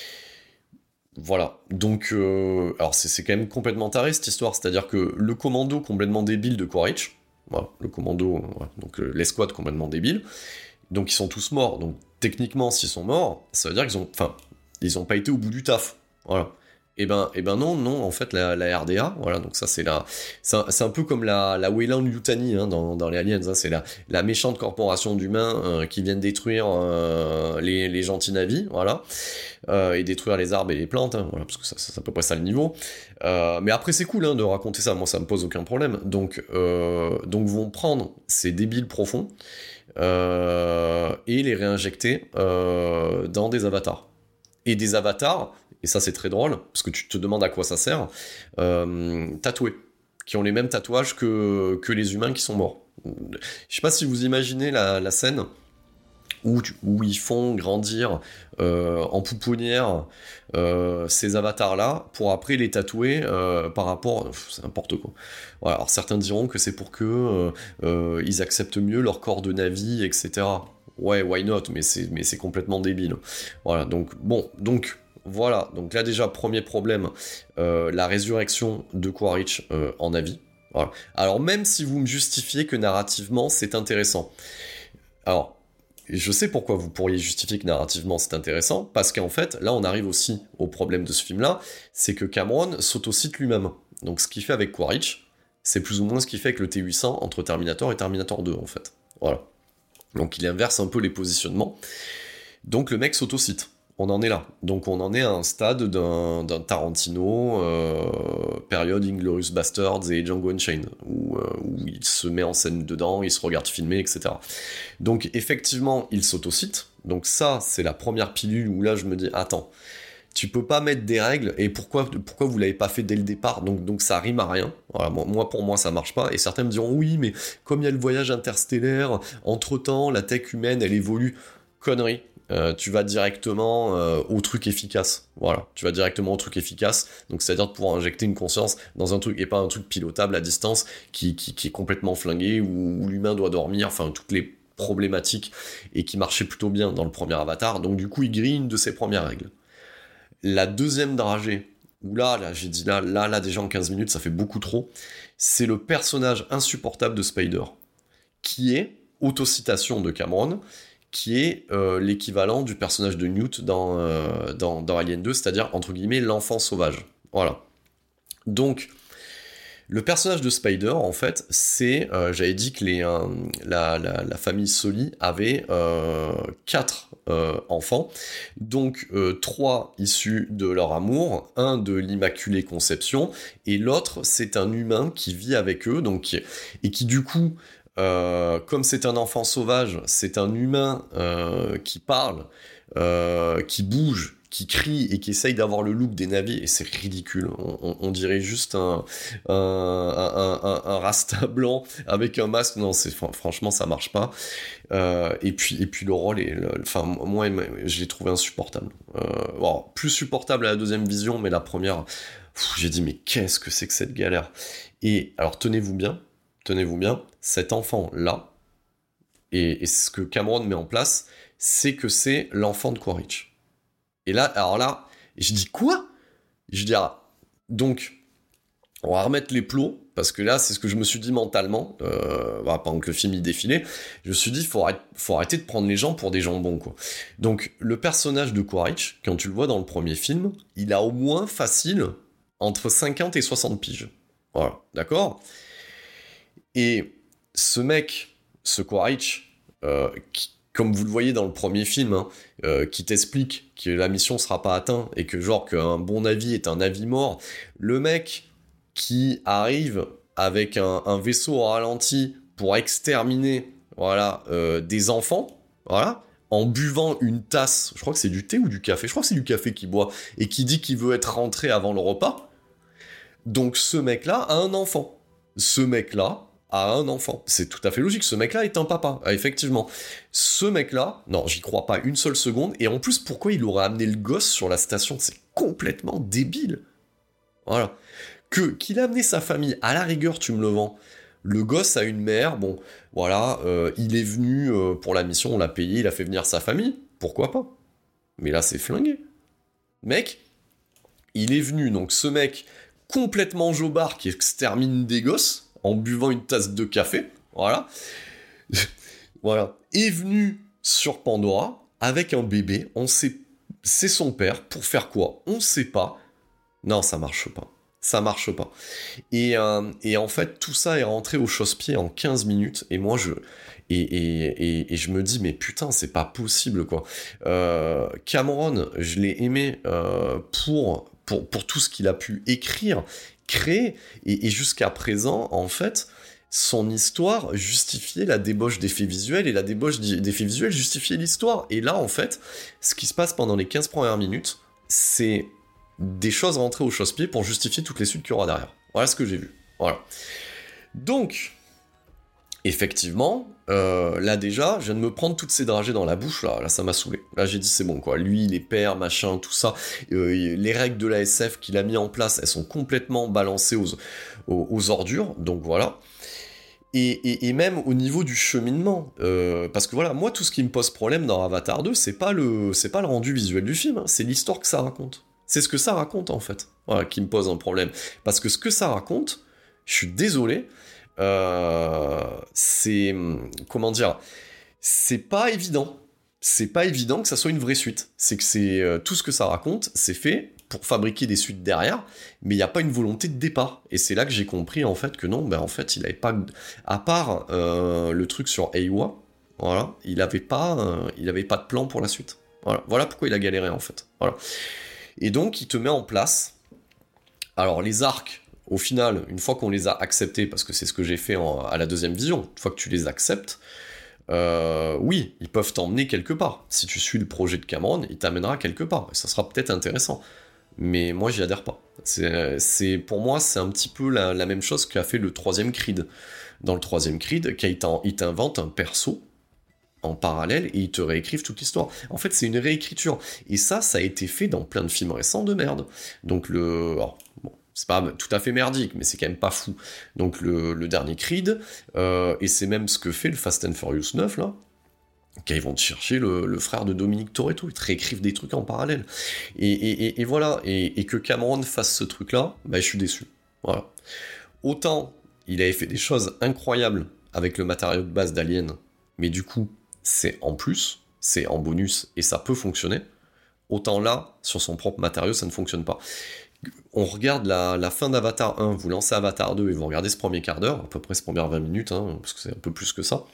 Voilà, donc, alors c'est quand même complètement taré cette histoire, c'est-à-dire que le commando complètement débile de Quaritch, voilà, le commando, voilà, donc l'escouade complètement débile, donc ils sont tous morts, donc techniquement s'ils sont morts, ça veut dire ils ont pas été au bout du taf, voilà. Et ben non, en fait la RDA, voilà, donc ça c'est un peu comme la Weyland Yutani hein, dans les Aliens, hein, c'est la méchante corporation d'humains qui viennent détruire les gentils navis, voilà, et détruire les arbres et les plantes, hein, voilà, parce que c'est à peu près ça le niveau. Mais après c'est cool hein, de raconter ça, moi ça me pose aucun problème. Donc vont prendre ces débiles profonds et les réinjecter dans des avatars. Et des avatars, et ça c'est très drôle, parce que tu te demandes à quoi ça sert, tatoués. qui ont les mêmes tatouages que les humains qui sont morts. Je sais pas si vous imaginez la scène où ils font grandir en pouponnière ces avatars-là pour après les tatouer par rapport... c'est n'importe quoi. Voilà, alors certains diront que c'est pour que ils acceptent mieux leur corps de Na'vi, etc. Ouais, why not, mais c'est complètement débile. Voilà, donc voilà, donc là déjà, premier problème, la résurrection de Quaritch en Na'vi. Voilà. Alors même si vous me justifiez que narrativement c'est intéressant, alors je sais pourquoi vous pourriez justifier que narrativement c'est intéressant, parce qu'en fait là on arrive aussi au problème de ce film là, c'est que Cameron s'autocite lui-même. Donc ce qu'il fait avec Quaritch, c'est plus ou moins ce qu'il fait avec le T-800 entre Terminator et Terminator 2 en fait. Voilà. Donc il inverse un peu les positionnements. Donc le mec s'autocite. On en est là. Donc on en est à un stade d'un Tarantino, période Inglourious Basterds et Django Unchained, où il se met en scène dedans, il se regarde filmer, etc. Donc effectivement, il s'autocite. Donc ça, c'est la première pilule où là je me dis, attends, tu peux pas mettre des règles, et pourquoi vous l'avez pas fait dès le départ, donc ça rime à rien. Voilà, pour moi ça marche pas, et certains me diront, oui, mais comme il y a le voyage interstellaire, entre-temps, la tech humaine, elle évolue. Connerie. Tu vas directement au truc efficace. Voilà, tu vas directement au truc efficace. Donc c'est-à-dire de pouvoir injecter une conscience dans un truc et pas un truc pilotable à distance qui est complètement flingué, où l'humain doit dormir, enfin toutes les problématiques, et qui marchait plutôt bien dans le premier Avatar. Donc du coup, il grille une de ses premières règles. La deuxième dragée, où là j'ai dit là déjà en 15 minutes, ça fait beaucoup trop, c'est le personnage insupportable de Spider, qui est, autocitation de Cameron, qui est l'équivalent du personnage de Newt dans Alien 2, c'est-à-dire, entre guillemets, l'enfant sauvage. Voilà. Donc, le personnage de Spider, en fait, c'est... j'avais dit que la famille Sully avait 4 enfants, donc 3 issus de leur amour, un de l'Immaculée Conception, et l'autre, c'est un humain qui vit avec eux, donc, et qui, du coup... comme c'est un enfant sauvage, c'est un humain qui parle, qui bouge, qui crie et qui essaye d'avoir le look des Na'vi, et c'est ridicule. On dirait juste un rasta blanc avec un masque. Non, franchement, ça marche pas. Et puis le rôle moi, je l'ai trouvé insupportable. Bon, plus supportable à la deuxième vision, mais la première, j'ai dit, mais qu'est-ce que c'est que cette galère? Et alors, tenez-vous bien, cet enfant-là, et ce que Cameron met en place, c'est que c'est l'enfant de Quaritch. Et là, je dis quoi? Je dis, donc, on va remettre les plots, parce que là, c'est ce que je me suis dit mentalement, pendant que le film y défilait, je me suis dit, faut arrêter de prendre les gens pour des jambons, quoi. Donc, le personnage de Quaritch, quand tu le vois dans le premier film, il a au moins facile entre 50 et 60 piges. Voilà, d'accord? Et ce mec, ce Quaritch, comme vous le voyez dans le premier film, qui t'explique que la mission sera pas atteinte et que genre qu'un bon Na'vi est un Na'vi mort, le mec qui arrive avec un vaisseau au ralenti pour exterminer, des enfants, voilà, en buvant une tasse, je crois que c'est du thé ou du café, je crois que c'est du café qu'il boit, et qui dit qu'il veut être rentré avant le repas. Donc ce mec-là a un enfant. Ce mec-là a un enfant. C'est tout à fait logique. Ce mec-là est un papa. Effectivement. Ce mec-là, non, j'y crois pas une seule seconde. Et en plus, pourquoi il aurait amené le gosse sur la station? C'est complètement débile. Voilà. Qu'il a amené sa famille, à la rigueur, tu me le vends. Le gosse a une mère, bon, voilà, il est venu pour la mission, on l'a payé, il a fait venir sa famille. Pourquoi pas? Mais là, c'est flingué. Mec, il est venu, donc ce mec complètement jobard qui extermine des gosses en buvant une tasse de café, voilà, est venu sur Pandora avec un bébé, on sait, c'est son père, pour faire quoi? On sait pas. Non, ça marche pas. Et en fait, tout ça est rentré au chausse-pied en 15 minutes, et moi, je me dis, mais putain, c'est pas possible, quoi. Cameron, je l'ai aimé pour tout ce qu'il a pu écrire, créer, et jusqu'à présent, en fait, son histoire justifiait la débauche d'effets visuels, et la débauche d'effets visuels justifiait l'histoire. Et là, en fait, ce qui se passe pendant les 15 premières minutes, c'est des choses rentrées au chausse-pied pour justifier toutes les suites qu'il y aura derrière. Voilà ce que j'ai vu. Voilà. Donc, effectivement, là déjà, je viens de me prendre toutes ces dragées dans la bouche, là ça m'a saoulé. Là j'ai dit c'est bon quoi, lui, les pairs, machin, tout ça, les règles de la SF qu'il a mis en place, elles sont complètement balancées aux ordures, donc voilà. Et même au niveau du cheminement, parce que voilà, moi tout ce qui me pose problème dans Avatar 2, c'est pas le rendu visuel du film, hein, c'est l'histoire que ça raconte. C'est ce que ça raconte en fait, voilà, qui me pose un problème. Parce que ce que ça raconte, je suis désolé, c'est... Comment dire ? C'est pas évident. C'est pas évident que ça soit une vraie suite. C'est que tout ce que ça raconte, c'est fait pour fabriquer des suites derrière, mais il n'y a pas une volonté de départ. Et c'est là que j'ai compris en fait que non, en fait, il avait pas... À part le truc sur Eywa, voilà, il avait pas de plan pour la suite. Voilà pourquoi il a galéré en fait. Voilà. Et donc, il te met en place... Alors, les arcs, au final, une fois qu'on les a acceptés, parce que c'est ce que j'ai fait à la deuxième vision, une fois que tu les acceptes, oui, ils peuvent t'emmener quelque part. Si tu suis le projet de Cameron, il t'amènera quelque part. Et ça sera peut-être intéressant. Mais moi, j'y adhère pas. Pour moi, c'est un petit peu la même chose qu'a fait le troisième Creed. Dans le troisième Creed, il t'invente un perso en parallèle et ils te réécrivent toute l'histoire. En fait, c'est une réécriture. Et ça a été fait dans plein de films récents de merde. Donc c'est pas tout à fait merdique, mais c'est quand même pas fou. Donc le dernier Creed, et c'est même ce que fait le Fast and Furious 9, là, quand ils vont chercher le frère de Dominique Toretto, ils te réécrivent des trucs en parallèle. Et voilà, et que Cameron fasse ce truc-là, je suis déçu. Voilà. Autant, il avait fait des choses incroyables avec le matériau de base d'Alien, mais du coup, c'est en plus, c'est en bonus, et ça peut fonctionner. Autant là, sur son propre matériau, ça ne fonctionne pas. On regarde la fin d'Avatar 1, vous lancez Avatar 2 et vous regardez ce premier quart d'heure, à peu près ce premières 20 minutes, hein, parce que c'est un peu plus que ça.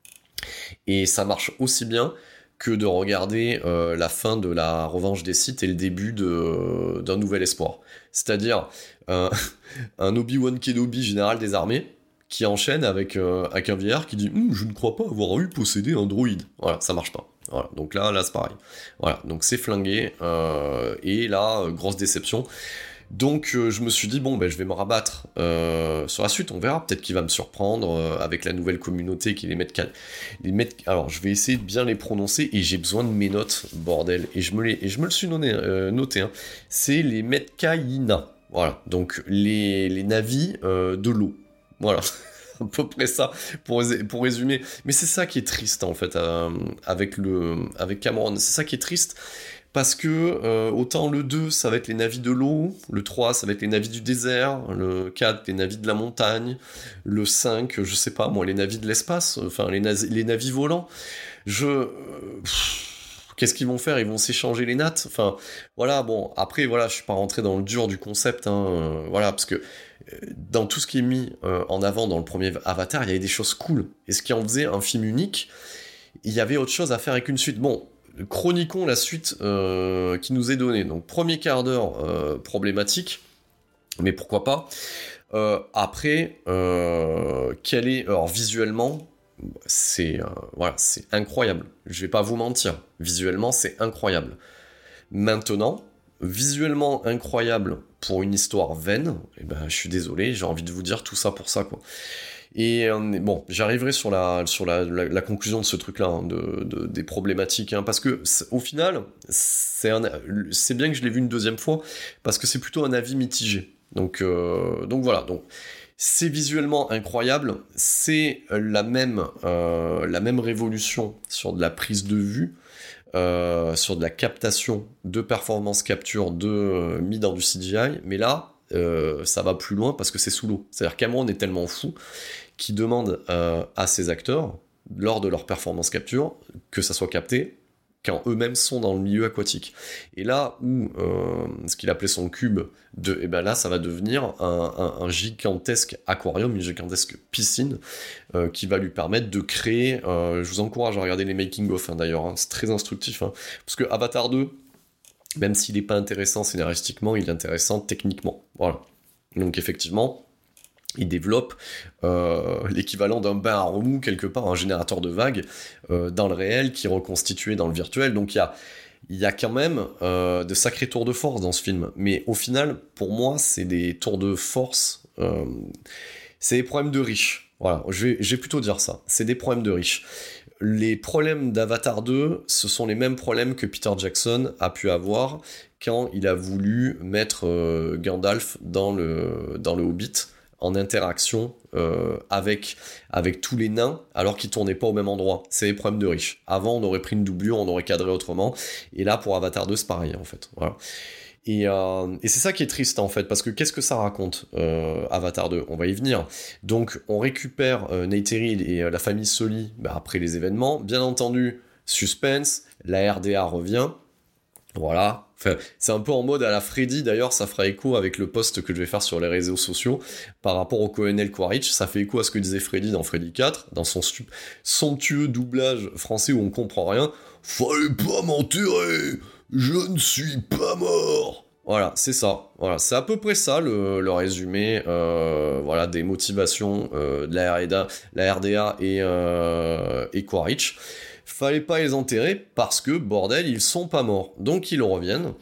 Et ça marche aussi bien que de regarder la fin de la Revanche des Sith et le début d'un Nouvel Espoir. C'est-à-dire un Obi-Wan Kenobi général des armées qui enchaîne avec un vieillard qui dit « Je ne crois pas avoir eu possédé un droïde ». Voilà, ça marche pas. Voilà, donc là c'est pareil. Voilà, donc c'est flingué, et là, grosse déception. Donc je me suis dit, je vais me rabattre sur la suite, on verra, peut-être qu'il va me surprendre avec la nouvelle communauté qui les met... Alors, je vais essayer de bien les prononcer, et j'ai besoin de mes notes, bordel, et je me le suis noté, hein. C'est les Metcaïna, voilà, donc les navis de l'eau, voilà. À peu près ça, pour résumer. Mais c'est ça qui est triste, en fait, avec Cameron. C'est ça qui est triste, parce que autant le 2, ça va être les navis de l'eau, le 3, ça va être les navis du désert, le 4, les navis de la montagne, le 5, je sais pas, moi, les navis de l'espace, enfin, les navis volants. Qu'est-ce qu'ils vont faire ? Ils vont s'échanger les nattes. Enfin, voilà, après, voilà, je suis pas rentré dans le dur du concept, hein, voilà, parce que dans tout ce qui est mis en avant dans le premier Avatar, il y avait des choses cool. Et ce qui en faisait un film unique, il y avait autre chose à faire avec une suite. Chroniquons la suite qui nous est donnée. Donc, premier quart d'heure problématique, mais pourquoi pas. Après, quel est... Alors, visuellement... c'est incroyable, je vais pas vous mentir, visuellement c'est incroyable. Maintenant, visuellement incroyable pour une histoire vaine, je suis désolé, j'ai envie de vous dire tout ça pour ça, quoi. Et j'arriverai sur la conclusion de ce truc-là, hein, des problématiques, hein, parce que au final, c'est bien que je l'ai vu une deuxième fois, parce que c'est plutôt un avis mitigé. Donc voilà, c'est visuellement incroyable, c'est la même révolution sur de la prise de vue, sur de la captation de performance capture mis dans du CGI, mais là, ça va plus loin parce que c'est sous l'eau. C'est-à-dire Cameron est tellement fou qu'il demande à ses acteurs, lors de leur performance capture, que ça soit capté quand eux-mêmes sont dans le milieu aquatique. Et là où ce qu'il appelait son cube, là ça va devenir un gigantesque aquarium, une gigantesque piscine qui va lui permettre de créer... je vous encourage à regarder les making-of, hein, d'ailleurs, hein, c'est très instructif, hein, parce que Avatar 2, même s'il n'est pas intéressant scénaristiquement, il est intéressant techniquement. Voilà. Donc effectivement... il développe l'équivalent d'un bain à remous, quelque part, un générateur de vagues dans le réel qui est reconstitué dans le virtuel. Donc il y a quand même de sacrés tours de force dans ce film. Mais au final, pour moi, c'est des tours de force c'est des problèmes de riches. Voilà, je vais plutôt dire ça. C'est des problèmes de riches. Les problèmes d'Avatar 2, ce sont les mêmes problèmes que Peter Jackson a pu avoir quand il a voulu mettre Gandalf dans le Hobbit en interaction avec tous les nains, alors qu'ils tournaient pas au même endroit. C'est des problèmes de riches. Avant, on aurait pris une doublure, on aurait cadré autrement, et là, pour Avatar 2, c'est pareil, en fait. Voilà. Et c'est ça qui est triste, en fait, parce que qu'est-ce que ça raconte, Avatar 2 ? On va y venir. Donc, on récupère Neytiri et la famille Sully après les événements. Bien entendu, suspense, la RDA revient. Voilà. Enfin, c'est un peu en mode à la Freddy, d'ailleurs, ça fera écho avec le post que je vais faire sur les réseaux sociaux par rapport au colonel Quaritch. Ça fait écho à ce que disait Freddy dans Freddy 4, dans son somptueux doublage français où on comprend rien. Fallait pas m'enterrer, je ne suis pas mort. Voilà, c'est ça. Voilà, c'est à peu près ça le résumé voilà, des motivations de la RDA et Quaritch. Fallait pas les enterrer parce que, bordel, ils sont pas morts. Donc ils reviennent.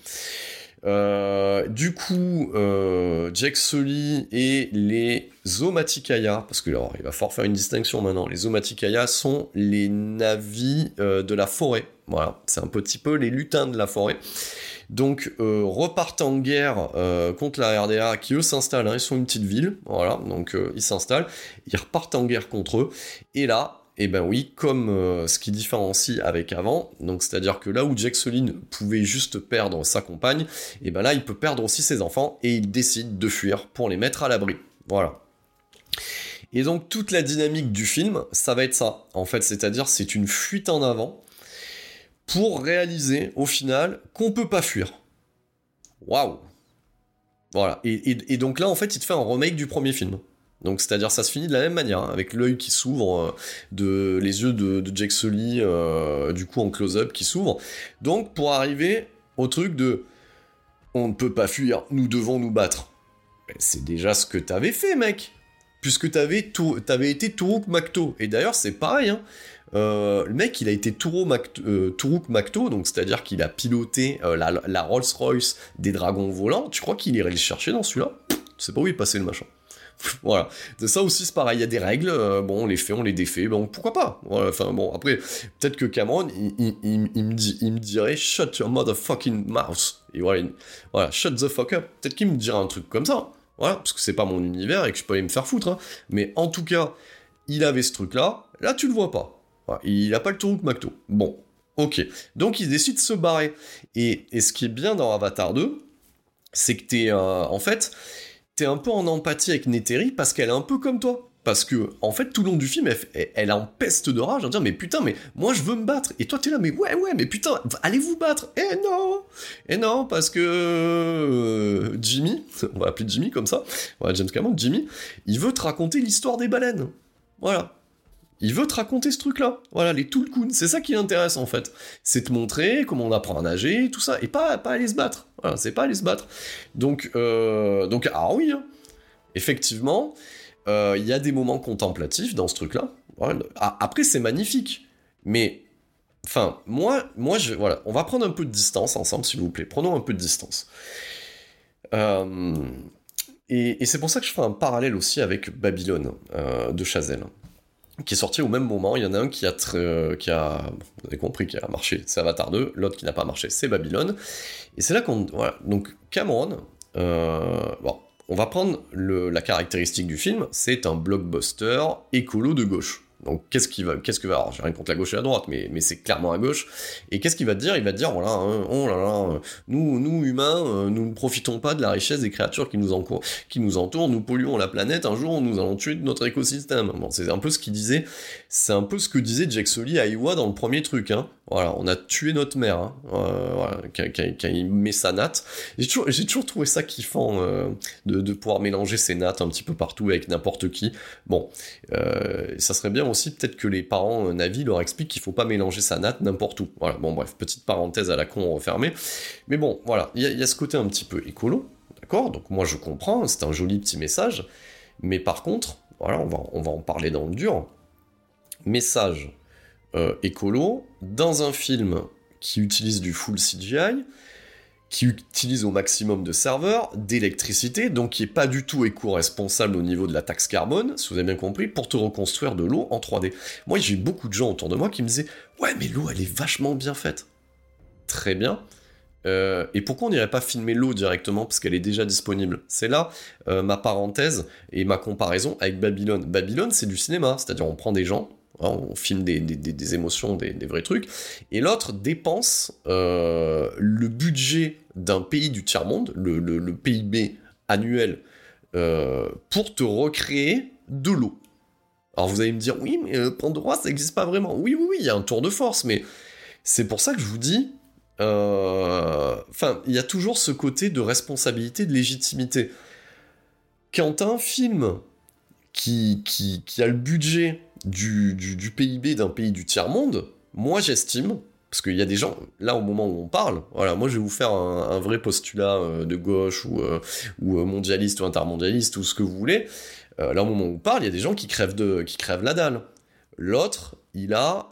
Du coup, Jake Sully et les Omaticaya, parce que alors, il va falloir faire une distinction maintenant. Les Omaticaya sont les Na'vi de la forêt. Voilà, c'est un petit peu les lutins de la forêt. Donc repartent en guerre contre la RDA qui eux s'installent, hein, ils sont une petite ville, voilà, donc ils s'installent, ils repartent en guerre contre eux, et là, et ben oui, comme ce qui différencie avec avant, donc c'est-à-dire que là où Jake Sully pouvait juste perdre sa compagne, et ben là il peut perdre aussi ses enfants, et il décide de fuir pour les mettre à l'abri, voilà. Et donc toute la dynamique du film, ça va être ça, en fait, c'est-à-dire c'est une fuite en avant, pour réaliser, au final, qu'on peut pas fuir. Waouh. Voilà. Et donc là, en fait, il te fait un remake du premier film. Donc, c'est-à-dire, ça se finit de la même manière, hein, avec l'œil qui s'ouvre, les yeux de Jake Sully, du coup, en close-up, qui s'ouvrent. Donc, pour arriver au truc de « on ne peut pas fuir, nous devons nous battre ». C'est déjà ce que t'avais fait, mec. Puisque t'avais été Turuk Makto. Et d'ailleurs, c'est pareil, hein. Le mec, il a été Turuk Makto, donc c'est-à-dire qu'il a piloté la Rolls-Royce des dragons volants. Tu crois qu'il irait le chercher dans celui-là ? Tu sais pas où il passait le machin. Voilà. De ça aussi, c'est pareil. Il y a des règles. Bon, on les fait, on les défait. Bon, pourquoi pas ? Voilà. Enfin, bon, après, peut-être que Cameron, il me dirait « Shut your motherfucking mouth ». Et voilà, shut the fuck up. Peut-être qu'il me dirait un truc comme ça. Voilà, parce que c'est pas mon univers et que je peux aller me faire foutre. Hein. Mais en tout cas, il avait ce truc-là. Là, tu le vois pas. Il a pas le Turuk Makto. Bon, ok. Donc il décide de se barrer. Et ce qui est bien dans Avatar 2, c'est que t'es un peu en empathie avec Neytiri parce qu'elle est un peu comme toi. Parce que, en fait, tout le long du film, elle est en peste de rage en disant « Mais putain, mais moi je veux me battre !» Et toi t'es là « Mais ouais, mais putain, allez vous battre !» Et non, parce que Jimmy, on va l'appeler Jimmy comme ça, voilà, James Cameron, Jimmy, il veut te raconter l'histoire des baleines. Voilà. Il veut te raconter ce truc-là. Voilà, les Tulkun, c'est ça qui l'intéresse en fait. C'est te montrer comment on apprend à nager, tout ça, et pas aller se battre. Voilà, c'est pas aller se battre. Donc ah oui, hein. Effectivement, il y a des moments contemplatifs dans ce truc-là. Voilà. Après, c'est magnifique. Mais, enfin, voilà, on va prendre un peu de distance ensemble, s'il vous plaît. Prenons un peu de distance. Et c'est pour ça que je ferai un parallèle aussi avec Babylone de Chazelle, qui est sorti au même moment. Il y en a un qui a vous avez compris, qui a marché, c'est Avatar 2, l'autre qui n'a pas marché, c'est Babylone. Et c'est là voilà. Donc Cameron, on va prendre la caractéristique du film, c'est un blockbuster écolo de gauche. Donc alors j'ai rien contre la gauche et la droite, mais c'est clairement à gauche. Et qu'est-ce qu'il va te dire ? Il va te dire, voilà, hein, oh là là, nous humains, nous ne profitons pas de la richesse des créatures qui nous entourent, nous polluons la planète, un jour nous allons tuer notre écosystème. Bon, c'est un peu ce qu'il disait, c'est un peu ce que disait Jake Sully à Iwa dans le premier truc, hein. Voilà, on a tué notre mère, hein. Voilà, quand il met sa natte. J'ai toujours trouvé ça kiffant de pouvoir mélanger ses nattes un petit peu partout avec n'importe qui. Bon, ça serait bien aussi peut-être que les parents Na'vi leur expliquent qu'il faut pas mélanger sa natte n'importe où. Voilà, bon bref, petite parenthèse à la con refermée. Mais bon, voilà, il y a ce côté un petit peu écolo, d'accord ? Donc moi je comprends, c'est un joli petit message. Mais par contre, voilà, on va en parler dans le dur. Message écolo, dans un film qui utilise du full CGI, qui utilise au maximum de serveurs, d'électricité, donc qui est pas du tout éco-responsable au niveau de la taxe carbone, si vous avez bien compris, pour te reconstruire de l'eau en 3D. Moi, j'ai eu beaucoup de gens autour de moi qui me disaient « Ouais, mais l'eau, elle est vachement bien faite. » Très bien. Et pourquoi on n'irait pas filmer l'eau directement, parce qu'elle est déjà disponible? C'est là ma parenthèse et ma comparaison avec Babylone. Babylone, c'est du cinéma, c'est-à-dire on prend des gens, on filme des émotions, des vrais trucs, et l'autre dépense le budget d'un pays du tiers-monde, le PIB annuel, pour te recréer de l'eau. Alors vous allez me dire, oui, mais Pandora, ça n'existe pas vraiment. Oui, il y a un tour de force, mais c'est pour ça que je vous dis, il y a toujours ce côté de responsabilité, de légitimité. Quand t'as un film qui a le budget du PIB d'un pays du tiers-monde, moi j'estime, parce qu'il y a des gens, là au moment où on parle, voilà, moi je vais vous faire un vrai postulat de gauche ou mondialiste ou intermondialiste ou ce que vous voulez, là au moment où on parle, il y a des gens qui crèvent la dalle. L'autre, il a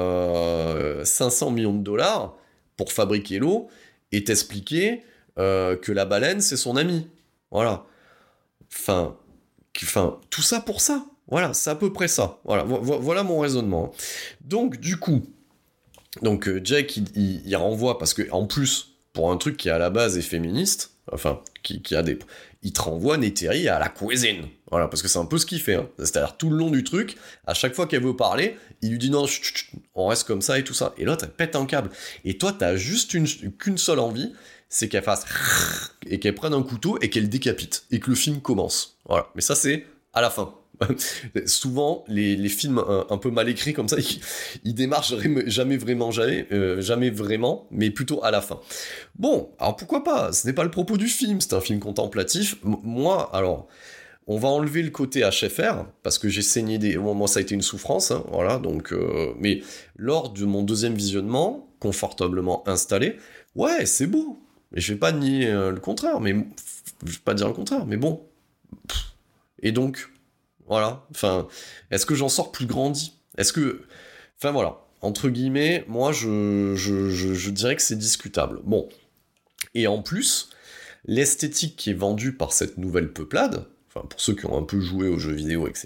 500 millions de dollars pour fabriquer l'eau et t'expliquer que la baleine c'est son ami. Voilà. Enfin, tout ça pour ça. Voilà, c'est à peu près ça. Voilà mon raisonnement. Donc, du coup, Jake, il renvoie, parce que en plus, pour un truc qui à la base est féministe, enfin, il te renvoie Neytiri à la cuisine. Voilà, parce que c'est un peu ce qu'il fait. Hein. C'est-à-dire, tout le long du truc, à chaque fois qu'elle veut parler, il lui dit non, on reste comme ça et tout ça. Et l'autre, elle pète un câble. Et toi, t'as juste qu'une seule envie, c'est qu'elle fasse et qu'elle prenne un couteau et qu'elle décapite. Et que le film commence. Voilà. Mais ça, c'est à la fin. Souvent, les films un peu mal écrits comme ça, ils démarrent jamais vraiment, mais plutôt à la fin. Bon, alors pourquoi pas? Ce n'est pas le propos du film, c'est un film contemplatif. Moi, alors, on va enlever le côté HFR, parce que j'ai saigné moi, ça a été une souffrance, hein, voilà, donc... mais lors de mon deuxième visionnement, confortablement installé, ouais, c'est beau. Et je vais pas nier le contraire, mais... Je vais pas dire le contraire, mais bon. Et donc... Voilà, enfin, est-ce que j'en sors plus grandi? Est-ce que... Enfin voilà, entre guillemets, moi je dirais que c'est discutable. Bon, et en plus, l'esthétique qui est vendue par cette nouvelle peuplade, enfin pour ceux qui ont un peu joué aux jeux vidéo, etc.,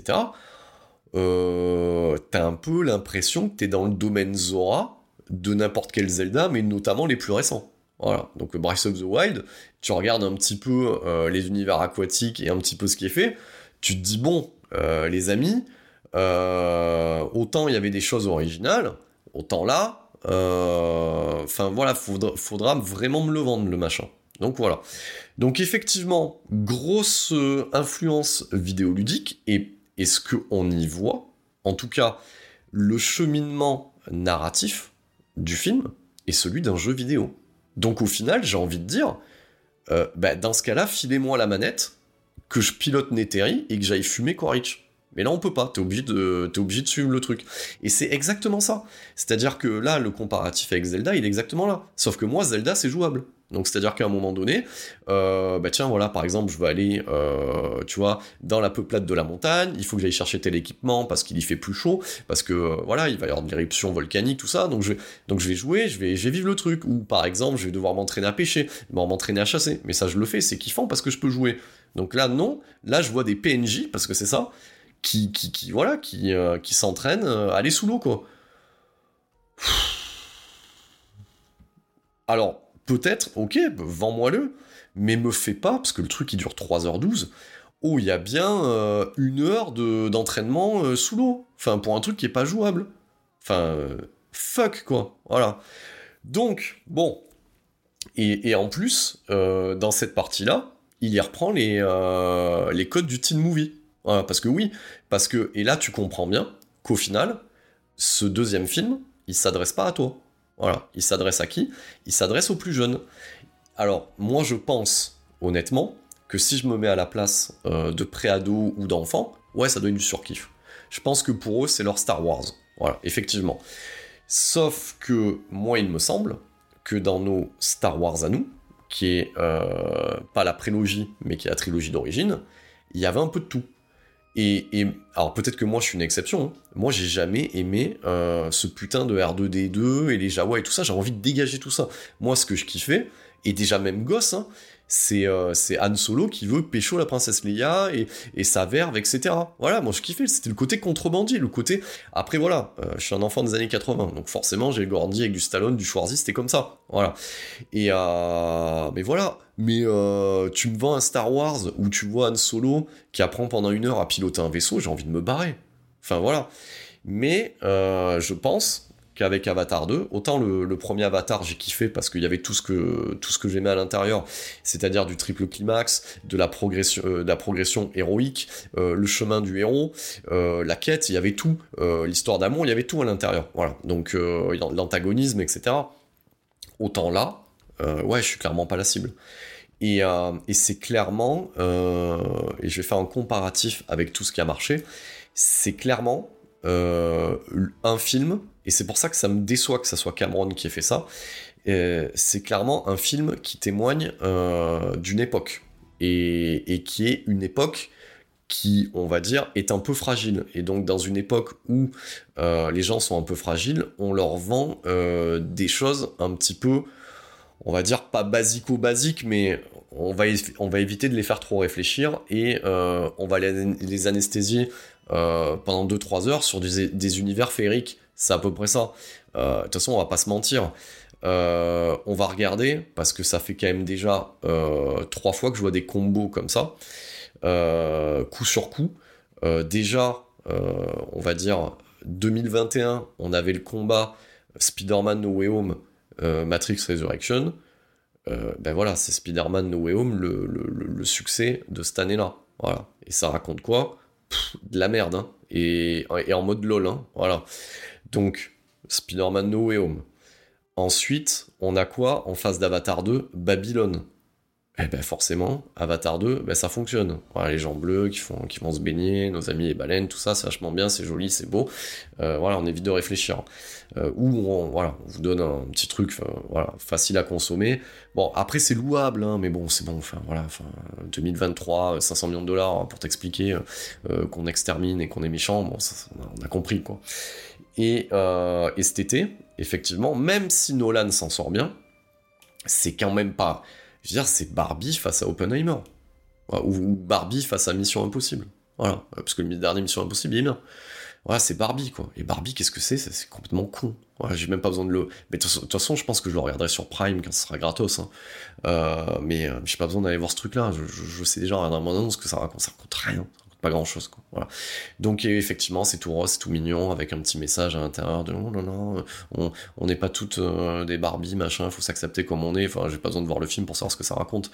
t'as un peu l'impression que t'es dans le domaine Zora de n'importe quel Zelda, mais notamment les plus récents. Voilà, donc Breath of the Wild, tu regardes un petit peu les univers aquatiques et un petit peu ce qui est fait, tu te dis bon... les amis, autant il y avait des choses originales, autant là, enfin voilà, faudra vraiment me le vendre le machin. Donc voilà. Donc effectivement, grosse influence vidéoludique, et ce qu'on y voit, en tout cas, le cheminement narratif du film est celui d'un jeu vidéo. Donc au final, j'ai envie de dire, dans ce cas-là, filez-moi la manette, que je pilote Neytiri et que j'aille fumer Quaritch. Mais là, on peut pas, t'es obligé de suivre le truc. Et c'est exactement ça. C'est-à-dire que là, le comparatif avec Zelda, il est exactement là. Sauf que moi, Zelda, c'est jouable. Donc, c'est-à dire qu'à un moment donné, tiens, voilà, par exemple, je vais aller, tu vois, dans la peuplade de la montagne, il faut que j'aille chercher tel équipement parce qu'il y fait plus chaud, parce que, voilà, il va y avoir de l'éruption volcanique, tout ça, donc je vais jouer, je vais vivre le truc. Ou, par exemple, je vais devoir m'entraîner à pêcher, m'entraîner à chasser. Mais ça, je le fais, c'est kiffant parce que je peux jouer. Donc là, non, là, je vois des PNJ, parce que c'est ça, qui s'entraînent à aller sous l'eau, quoi. Alors, peut-être, ok, vends-moi-le, mais me fais pas, parce que le truc, il dure 3h12, il y a bien 1 heure d'entraînement sous l'eau. Enfin, pour un truc qui est pas jouable. Enfin, fuck, quoi. Voilà. Donc, bon. Et en plus, dans cette partie-là, il y reprend les codes du teen movie. Voilà, parce que, et là tu comprends bien qu'au final, ce deuxième film, il s'adresse pas à toi. Voilà, il s'adresse à qui? Il s'adresse aux plus jeunes. Alors, moi je pense, honnêtement, que si je me mets à la place de pré-ados ou d'enfants, ouais, ça donne du surkiff. Je pense que pour eux, c'est leur Star Wars. Voilà, effectivement. Sauf que, moi, il me semble que dans nos Star Wars à nous, qui est pas la prélogie, mais qui est la trilogie d'origine, il y avait un peu de tout. Et alors peut-être que moi je suis une exception, hein. Moi j'ai jamais aimé ce putain de R2D2 et les Jawa et tout ça, j'ai envie de dégager tout ça. Moi ce que je kiffais, et déjà même gosse, hein, c'est Han Solo qui veut pécho la princesse Leia et sa verve, etc. Voilà, moi je kiffais, c'était le côté contrebandier, le côté... Après voilà, je suis un enfant des années 80, donc forcément j'ai grandi avec du Stallone, du Schwarzy, c'était comme ça, voilà. Et mais voilà, mais tu me vends un Star Wars où tu vois Han Solo qui apprend pendant 1 heure à piloter un vaisseau, j'ai envie de me barrer. Enfin voilà. Mais je pense qu'avec Avatar 2, autant le premier Avatar j'ai kiffé parce qu'il y avait tout ce que j'aimais à l'intérieur, c'est-à-dire du triple climax, de la progression héroïque, le chemin du héros, la quête, il y avait tout, l'histoire d'amour, il y avait tout à l'intérieur, voilà, donc l'antagonisme, etc. Autant là, ouais, je suis clairement pas la cible. Et c'est clairement, et je vais faire un comparatif avec tout ce qui a marché, c'est clairement un film, et c'est pour ça que ça me déçoit que ça soit Cameron qui ait fait ça, c'est clairement un film qui témoigne d'une époque, et qui est une époque qui, on va dire, est un peu fragile. Et donc dans une époque où les gens sont un peu fragiles, on leur vend des choses un petit peu, on va dire, pas basico-basiques, mais on va éviter de les faire trop réfléchir, et on va les anesthésier pendant 2-3 heures sur des univers féeriques. C'est à peu près ça. De toute façon, on va pas se mentir. On va regarder, parce que ça fait quand même déjà 3 fois que je vois des combos comme ça, coup sur coup. Déjà, on va dire, 2021, on avait le combat Spider-Man No Way Home, Matrix Resurrection. Ben voilà, c'est Spider-Man No Way Home, le succès de cette année-là. Voilà. Et ça raconte quoi ? De la merde, hein. Et en mode LOL, hein. Voilà. Donc, Spider-Man No Way Home. Ensuite, on a quoi en face d'Avatar 2 ? Babylone. Eh ben forcément, Avatar 2, ben ça fonctionne. Voilà, les gens bleus qui vont se baigner, nos amis les baleines, tout ça, c'est vachement bien, c'est joli, c'est beau. Voilà, on évite de réfléchir. Ou on vous donne un petit truc, voilà, facile à consommer. Bon, après c'est louable, hein, mais bon, c'est bon. Enfin voilà, 2023, 500 millions de dollars pour t'expliquer qu'on extermine et qu'on est méchant. Bon, ça, on a compris quoi. Et cet été, effectivement, même si Nolan s'en sort bien, c'est quand même pas. Je veux dire, c'est Barbie face à Oppenheimer. Ou Barbie face à Mission Impossible. Voilà. Parce que le dernier Mission Impossible, il est bien. Voilà, c'est Barbie, quoi. Et Barbie, qu'est-ce que c'est ? C'est complètement con. Voilà, j'ai même pas besoin de le... Mais de toute façon, je pense que je le regarderai sur Prime quand ce sera gratos. Hein. Mais j'ai pas besoin d'aller voir ce truc-là. Je sais déjà, regarder un moment ce que ça raconte. Ça raconte rien. Ça raconte pas grand-chose, quoi. Voilà. Donc, effectivement, c'est tout rose, c'est tout mignon, avec un petit message à l'intérieur de « Oh là là, on n'est pas toutes des Barbie, machin, faut s'accepter comme on est. » Enfin, j'ai pas besoin de voir le film pour savoir ce que ça raconte.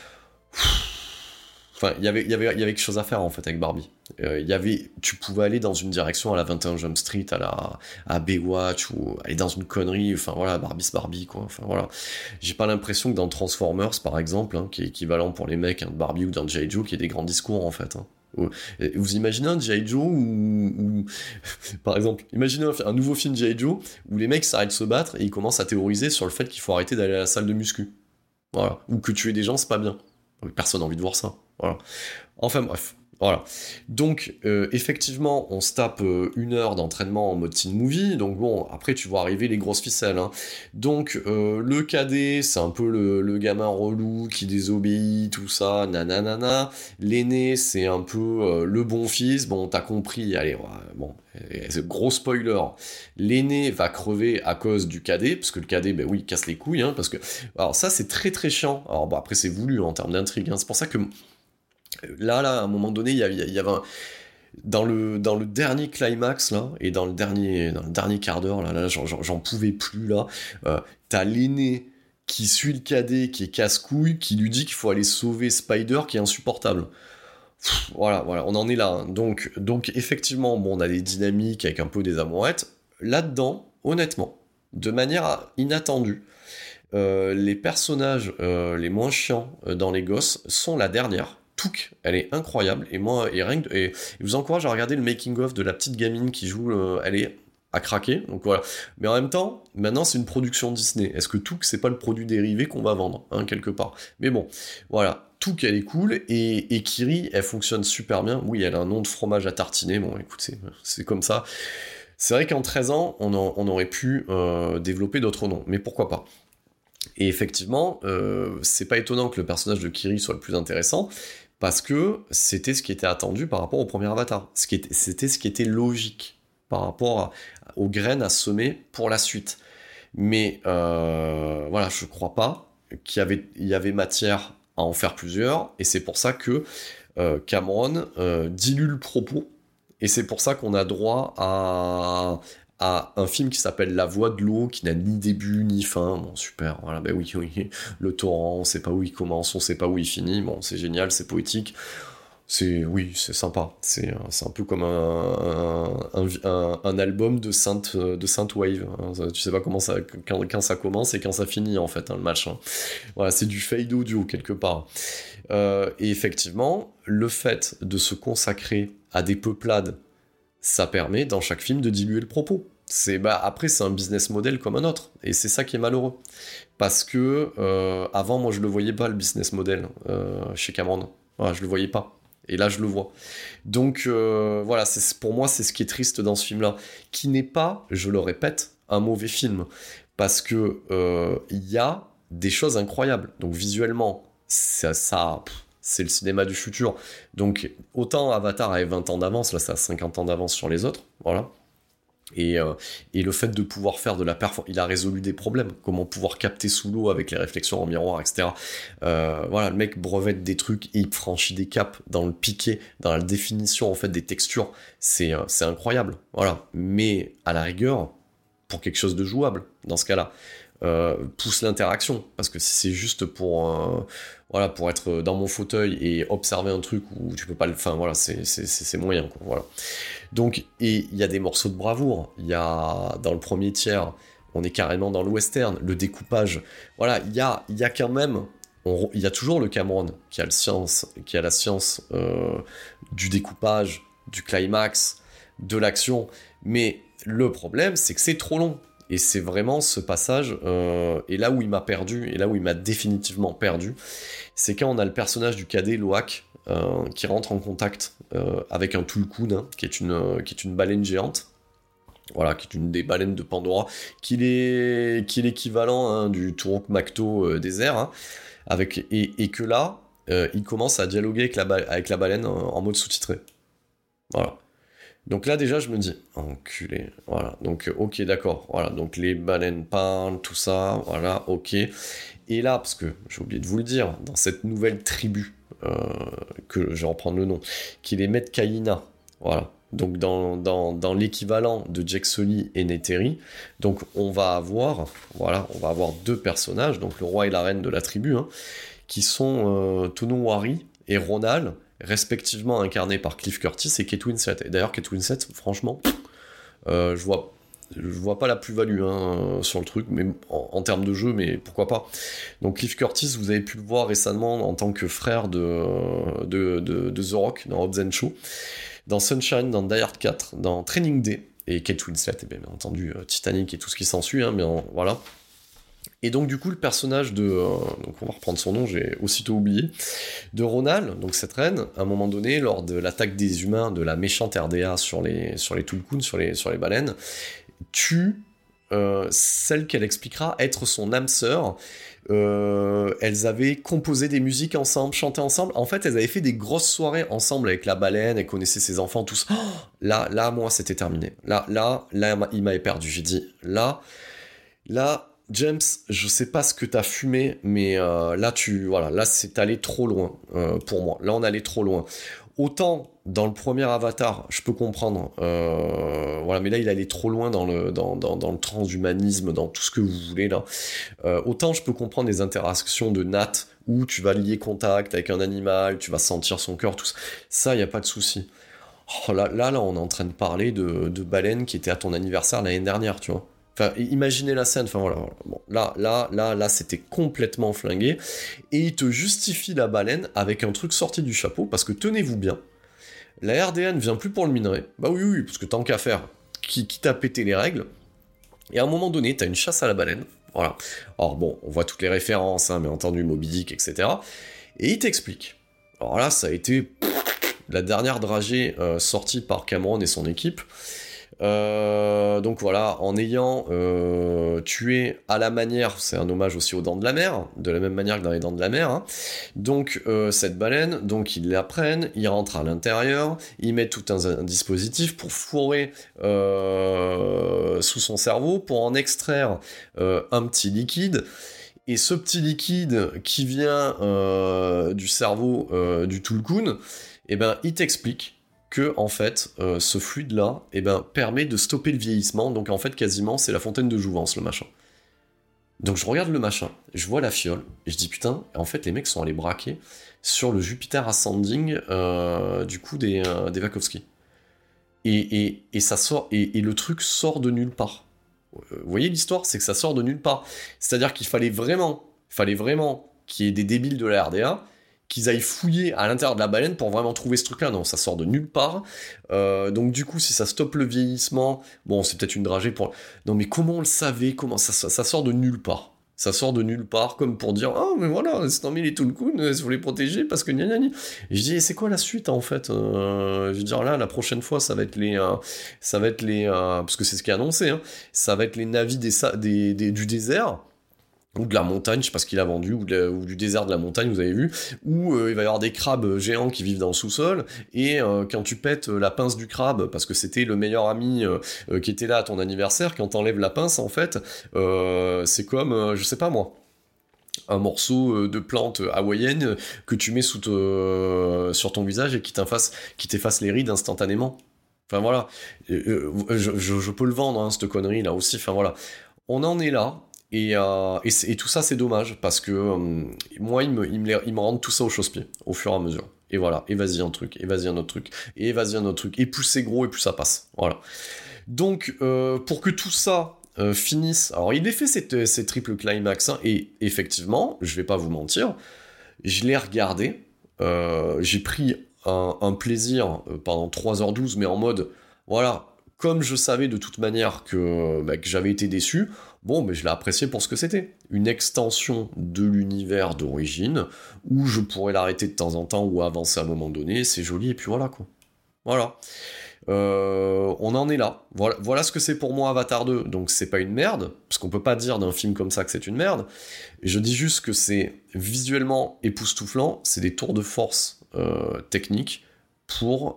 Enfin, il y avait quelque chose à faire en fait avec Barbie. Tu pouvais aller dans une direction à la 21 Jump Street, à Baywatch, ou aller dans une connerie. Enfin voilà, Barbie c'est Barbie quoi. Enfin voilà, j'ai pas l'impression que dans Transformers par exemple, hein, qui est équivalent pour les mecs, hein, de Barbie ou d'un G.I. Joe, qu'il y ait des grands discours en fait. Hein. Vous imaginez un G.I. Joe où par exemple, imaginez un nouveau film G.I. Joe où les mecs s'arrêtent de se battre et ils commencent à théoriser sur le fait qu'il faut arrêter d'aller à la salle de muscu. Voilà, ou que tuer des gens c'est pas bien. Personne n'a envie de voir ça. Voilà. Enfin bref. Voilà. Donc, effectivement, on se tape 1 heure d'entraînement en mode teen movie. Donc bon, après, tu vois arriver les grosses ficelles. Hein. Donc, le cadet, c'est un peu le gamin relou qui désobéit, tout ça, nanana. L'aîné, c'est un peu le bon fils. Bon, t'as compris. Allez, bon, gros spoiler. L'aîné va crever à cause du cadet, parce que le cadet, ben oui, il casse les couilles. Hein, parce que, alors ça, c'est très très chiant. Alors bon, après, c'est voulu en termes d'intrigue. Hein. C'est pour ça que là, à un moment donné, il y avait dans le dernier climax là, et dans le dernier quart d'heure là, j'en pouvais plus là. T'as l'aîné qui suit le cadet, qui est casse-couille, qui lui dit qu'il faut aller sauver Spider, qui est insupportable. Voilà, on en est là. Hein. Donc effectivement, bon, on a des dynamiques avec un peu des amourettes. Là-dedans, honnêtement, de manière inattendue, les personnages les moins chiants dans les gosses sont la dernière. Touk, elle est incroyable, et moi, et je vous encourage à regarder le making-of de la petite gamine qui joue, elle est à craquer, donc voilà. Mais en même temps, maintenant c'est une production Disney. Est-ce que Touk, c'est pas le produit dérivé qu'on va vendre, hein, quelque part ? Mais bon, voilà, Touk, elle est cool, et Kiri, elle fonctionne super bien. Oui, elle a un nom de fromage à tartiner, bon, écoute, c'est comme ça. C'est vrai qu'en 13 ans, on aurait pu développer d'autres noms, mais pourquoi pas ? Et effectivement, c'est pas étonnant que le personnage de Kiri soit le plus intéressant, parce que c'était ce qui était attendu par rapport au premier Avatar. C'était ce qui était logique par rapport aux graines à semer pour la suite. Mais voilà, je crois pas qu'il y avait matière à en faire plusieurs, et c'est pour ça que Cameron dilue le propos, et c'est pour ça qu'on a droit à un film qui s'appelle La Voix de l'eau, qui n'a ni début ni fin. Bon, super, voilà, ben oui, le torrent, on sait pas où il commence, on sait pas où il finit, bon, c'est génial, c'est poétique, c'est sympa, c'est un peu comme un album de Synthwave, hein. Tu sais pas comment ça, quand ça commence et quand ça finit, en fait, hein, le match, hein. Voilà, c'est du fade audio, quelque part. Et effectivement, le fait de se consacrer à des peuplades, ça permet, dans chaque film, de diluer le propos. Après, c'est un business model comme un autre, et c'est ça qui est malheureux. Parce que, avant, moi, je le voyais pas, le business model, chez Cameron. Voilà, je le voyais pas. Et là, je le vois. Donc, voilà, pour moi, c'est ce qui est triste dans ce film-là, qui n'est pas, je le répète, un mauvais film. Parce que il y a des choses incroyables. Donc, visuellement, c'est le cinéma du futur. Donc, autant Avatar avait 20 ans d'avance, là, ça a 50 ans d'avance sur les autres. Voilà. Et le fait de pouvoir faire de la performance, il a résolu des problèmes. Comment pouvoir capter sous l'eau avec les réflexions en miroir, etc. Voilà, le mec brevette des trucs et il franchit des caps dans le piqué, dans la définition en fait des textures. C'est incroyable. Voilà. Mais à la rigueur, pour quelque chose de jouable dans ce cas-là, pousse l'interaction, parce que si c'est juste pour être dans mon fauteuil et observer un truc où tu peux pas le, enfin voilà, c'est moyen, quoi, voilà. Donc, et il y a des morceaux de bravoure, il y a dans le premier tiers, on est carrément dans le western, le découpage, voilà, il y a quand même, il y a toujours le Cameron qui a la science du découpage, du climax, de l'action, mais le problème c'est que c'est trop long. Et c'est vraiment ce passage, et là où il m'a perdu, et là où il m'a définitivement perdu, c'est quand on a le personnage du cadet Loak qui rentre en contact avec un Tulkun, hein, qui est une baleine géante, voilà, qui est une des baleines de Pandora, qui est l'équivalent, hein, du Turok Makto des airs, hein, et que là, il commence à dialoguer avec la baleine en mode sous-titré. Voilà. Donc là, déjà, je me dis, enculé, voilà, donc, ok, d'accord, voilà, donc les baleines parlent, tout ça, voilà, ok, et là, parce que j'ai oublié de vous le dire, dans cette nouvelle tribu, que je vais reprendre le nom, qui est les Metkayina, voilà, donc dans l'équivalent de Jake Sully et Neytiri, donc on va avoir deux personnages, donc le roi et la reine de la tribu, hein, qui sont Tonowari et Ronald, respectivement incarnés par Cliff Curtis et Kate Winslet. Et d'ailleurs, Kate Winslet, franchement, je vois pas la plus-value, hein, sur le truc, mais en termes de jeu, mais pourquoi pas. Donc Cliff Curtis, vous avez pu le voir récemment en tant que frère de The Rock dans Hobbs & Shaw, dans Sunshine, dans Die Hard 4, dans Training Day, et Kate Winslet, et bien entendu Titanic et tout ce qui s'ensuit, hein, bien voilà. Et donc du coup le personnage donc on va reprendre son nom, j'ai aussitôt oublié, de Ronald, donc cette reine, à un moment donné, lors de l'attaque des humains de la méchante RDA sur les Tulkun, sur les baleines, tue celle qu'elle expliquera être son âme sœur. Elles avaient composé des musiques ensemble, chanté ensemble. En fait, elles avaient fait des grosses soirées ensemble avec la baleine, elles connaissaient ses enfants, tous. Oh, là, moi, c'était terminé. Là, il m'avait perdu. J'ai dit, là, James, je sais pas ce que t'as fumé, mais là, c'est allé trop loin pour moi. Là, on allait trop loin. Autant dans le premier Avatar, je peux comprendre, mais là il allait trop loin dans le transhumanisme, dans tout ce que vous voulez là. Autant je peux comprendre les interactions de Nat où tu vas lier contact avec un animal, tu vas sentir son cœur, tout ça. Ça, y a pas de souci. Oh, là, on est en train de parler de baleine qui était à ton anniversaire l'année dernière, tu vois. Enfin, imaginez la scène, enfin voilà. Bon, là, c'était complètement flingué. Et il te justifie la baleine avec un truc sorti du chapeau, parce que tenez-vous bien, la RDA ne vient plus pour le minerai. Bah oui, parce que tant qu'à faire, quitte à péter les règles. Et à un moment donné, t'as une chasse à la baleine, voilà. Alors bon, on voit toutes les références, hein, bien entendu, Moby Dick, etc. Et il t'explique. Alors là, ça a été la dernière dragée sortie par Cameron et son équipe. Donc voilà, en ayant tué à la manière, c'est un hommage aussi aux Dents de la Mer, de la même manière que dans les Dents de la Mer, hein. Donc cette baleine, donc ils la prennent, ils rentrent à l'intérieur, ils mettent tout un dispositif pour fourrer sous son cerveau, pour en extraire un petit liquide. Et ce petit liquide qui vient du cerveau du Tulkun, eh ben, il t'explique que en fait, ce fluide-là, eh ben, permet de stopper le vieillissement. Donc en fait, quasiment, c'est la fontaine de jouvence, le machin. Donc je regarde le machin, je vois la fiole, et je dis putain, en fait, les mecs sont allés braquer sur le Jupiter Ascending du coup des Wachowski. Et ça sort, et le truc sort de nulle part. Vous voyez l'histoire, c'est que ça sort de nulle part. C'est-à-dire qu'il fallait vraiment qu'il y ait des débiles de la RDA qu'ils aillent fouiller à l'intérieur de la baleine pour vraiment trouver ce truc-là. Non, ça sort de nulle part. Donc du coup, si ça stoppe le vieillissement, bon, c'est peut-être une dragée pour... Non, mais comment on le savait? Comment ça sort de nulle part? Ça sort de nulle part, comme pour dire « Ah, mais voilà, c'est mis les Tulkun, il faut les protéger, parce que gna gna gna. » Et je dis « C'est quoi la suite, en fait ?» Je veux dire, là, la prochaine fois, ça va être les... parce que c'est ce qui est annoncé, hein, ça va être les navis du désert, ou de la montagne, je sais pas ce qu'il a vendu, ou du désert de la montagne, vous avez vu, où il va y avoir des crabes géants qui vivent dans le sous-sol, et quand tu pètes la pince du crabe, parce que c'était le meilleur ami qui était là à ton anniversaire, quand t'enlèves la pince, en fait, c'est comme, je sais pas moi, un morceau de plante hawaïenne que tu mets sur ton visage et qui t'efface les rides instantanément. Enfin voilà, je peux le vendre, hein, cette connerie là aussi, enfin voilà. On en est là. Et tout ça, c'est dommage, parce que moi, ils me rendent tout ça au chausse-pied, au fur et à mesure. Et voilà, et vas-y un truc, et vas-y un autre truc, et vas-y un autre truc. Et plus c'est gros, et plus ça passe. Voilà. Donc, pour que tout ça finisse... Alors, il est fait ces triple climax, hein, et effectivement, je vais pas vous mentir, je l'ai regardé, j'ai pris un plaisir pendant 3h12, mais en mode, voilà... Comme je savais de toute manière que j'avais été déçu, bon, je l'ai apprécié pour ce que c'était. Une extension de l'univers d'origine, où je pourrais l'arrêter de temps en temps ou avancer à un moment donné, c'est joli, et puis voilà, quoi. Voilà. On en est là. Voilà ce que c'est pour moi Avatar 2. Donc c'est pas une merde, parce qu'on peut pas dire d'un film comme ça que c'est une merde. Je dis juste que c'est visuellement époustouflant, c'est des tours de force techniques, pour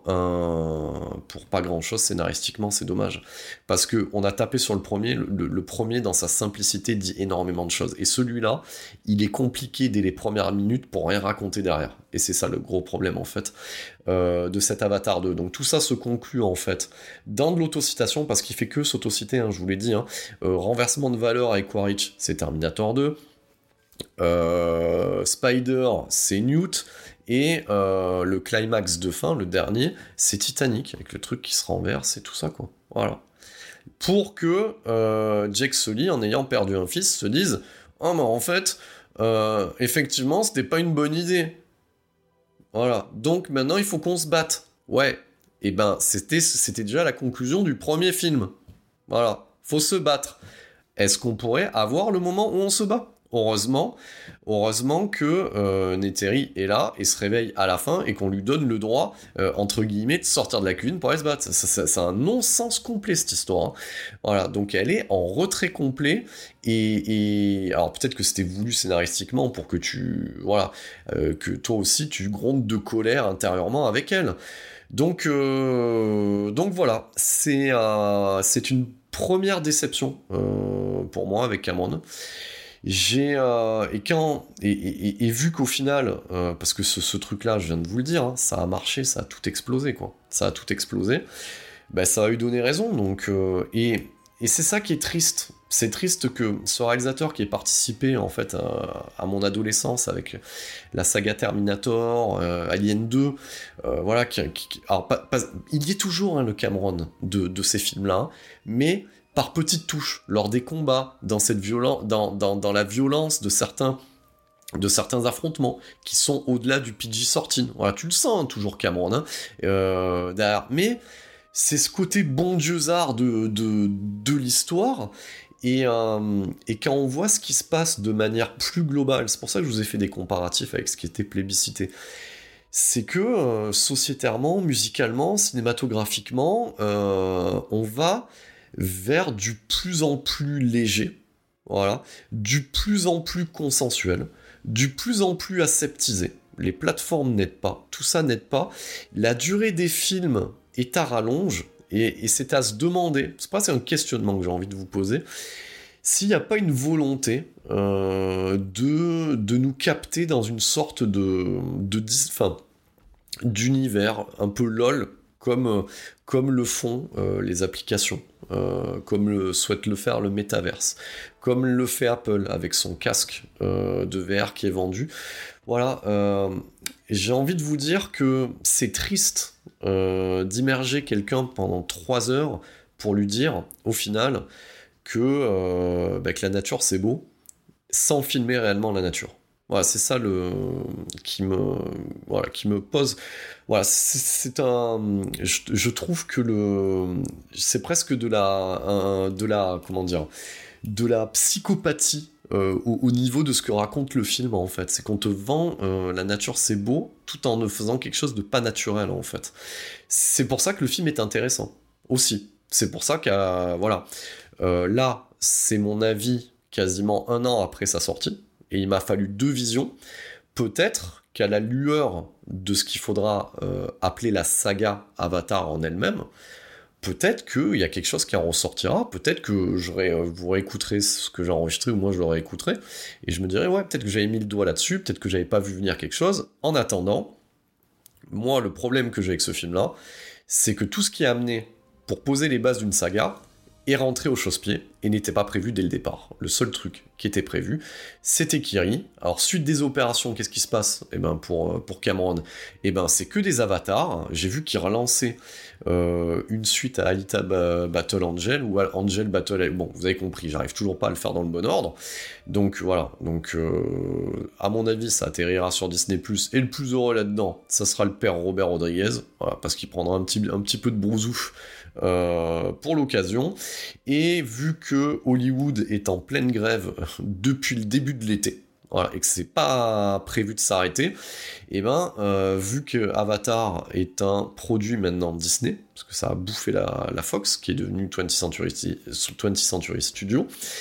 pas grand chose scénaristiquement, c'est dommage, parce que on a tapé sur le premier. Le premier dans sa simplicité dit énormément de choses, et celui-là il est compliqué dès les premières minutes pour rien raconter derrière, et c'est ça le gros problème en fait de cet Avatar 2. Donc tout ça se conclut en fait dans de l'autocitation, parce qu'il fait que s'autociter, hein, je vous l'ai dit, hein. Renversement de valeur avec Quaritch, c'est Terminator 2, Spider c'est Newt, et le climax de fin, le dernier, c'est Titanic, avec le truc qui se renverse et tout ça, quoi. Voilà. Pour que Jake Sully, en ayant perdu un fils, se dise « Oh, mais en fait, effectivement, c'était pas une bonne idée. » Voilà. Donc, maintenant, il faut qu'on se batte. Ouais. Et ben, c'était déjà la conclusion du premier film. Voilà. Faut se battre. Est-ce qu'on pourrait avoir le moment où on se bat ? Heureusement que Neytiri est là et se réveille à la fin, et qu'on lui donne le droit, entre guillemets, de sortir de la cuisine pour aller se battre. C'est un non-sens complet, cette histoire. Hein. Voilà, donc elle est en retrait complet, et alors peut-être que c'était voulu scénaristiquement pour que que toi aussi tu grondes de colère intérieurement avec elle. Donc voilà, c'est une première déception pour moi avec Cameron. Et vu qu'au final, parce que ce truc-là, je viens de vous le dire, hein, ça a marché, ça a tout explosé, quoi. Ça a tout explosé. Ça a eu donné raison. Donc, et c'est ça qui est triste. C'est triste que ce réalisateur qui ait participé en fait à mon adolescence avec la saga Terminator, Alien 2, voilà, alors il y est toujours, hein, le Cameron de ces films-là, mais par petites touches, lors des combats, dans la violence de certains affrontements qui sont au-delà du PG-13. Voilà, tu le sens, hein, toujours Cameron, hein, derrière. Mais c'est ce côté bon Dieu-zard de l'histoire. Et quand on voit ce qui se passe de manière plus globale, c'est pour ça que je vous ai fait des comparatifs avec ce qui était plébiscité. c'est que sociétairement, musicalement, cinématographiquement, on va vers du plus en plus léger, voilà, du plus en plus consensuel, du plus en plus aseptisé. Les plateformes n'aident pas, tout ça n'aide pas. La durée des films est à rallonge, et c'est à se demander, c'est un questionnement que j'ai envie de vous poser, s'il n'y a pas une volonté de nous capter dans une sorte d'univers un peu LOL, comme le font les applications, comme souhaite le faire le métaverse, comme le fait Apple avec son casque de VR qui est vendu. Voilà, j'ai envie de vous dire que c'est triste d'immerger quelqu'un pendant 3 heures pour lui dire, au final, que la nature c'est beau, sans filmer réellement la nature. Voilà, c'est ça qui me pose. Voilà, je trouve que c'est presque de la psychopathie au niveau de ce que raconte le film, en fait. C'est qu'on te vend la nature c'est beau tout en ne faisant quelque chose de pas naturel, en fait. C'est pour ça que le film est intéressant aussi. C'est pour ça là, c'est mon avis quasiment 1 an après sa sortie, et il m'a fallu 2 visions. Peut-être qu'à la lueur de ce qu'il faudra appeler la saga Avatar en elle-même, peut-être qu'il y a quelque chose qui en ressortira, peut-être que vous réécouterez ce que j'ai enregistré, ou moi je le réécouterai, et je me dirais, ouais, peut-être que j'avais mis le doigt là-dessus, peut-être que j'avais pas vu venir quelque chose. En attendant, moi, le problème que j'ai avec ce film-là, c'est que tout ce qui est amené pour poser les bases d'une saga est rentré au chausse-pied et n'était pas prévu dès le départ. Le seul truc qui était prévu, c'était Kiri. Alors, suite des opérations, qu'est-ce qui se passe ? Pour Cameron, c'est que des avatars. J'ai vu qu'il relançait une suite à Alita Battle Angel, ou Angel Battle... Bon, vous avez compris, j'arrive toujours pas à le faire dans le bon ordre. Donc, voilà. À mon avis, ça atterrira sur Disney+, et le plus heureux là-dedans, ça sera le père Robert Rodriguez, voilà, parce qu'il prendra un petit peu de brousouf pour l'occasion, et vu que Hollywood est en pleine grève depuis le début de l'été, voilà, et que c'est pas prévu de s'arrêter, vu que Avatar est un produit maintenant Disney, parce que ça a bouffé la Fox, qui est devenue 20th Century Studio,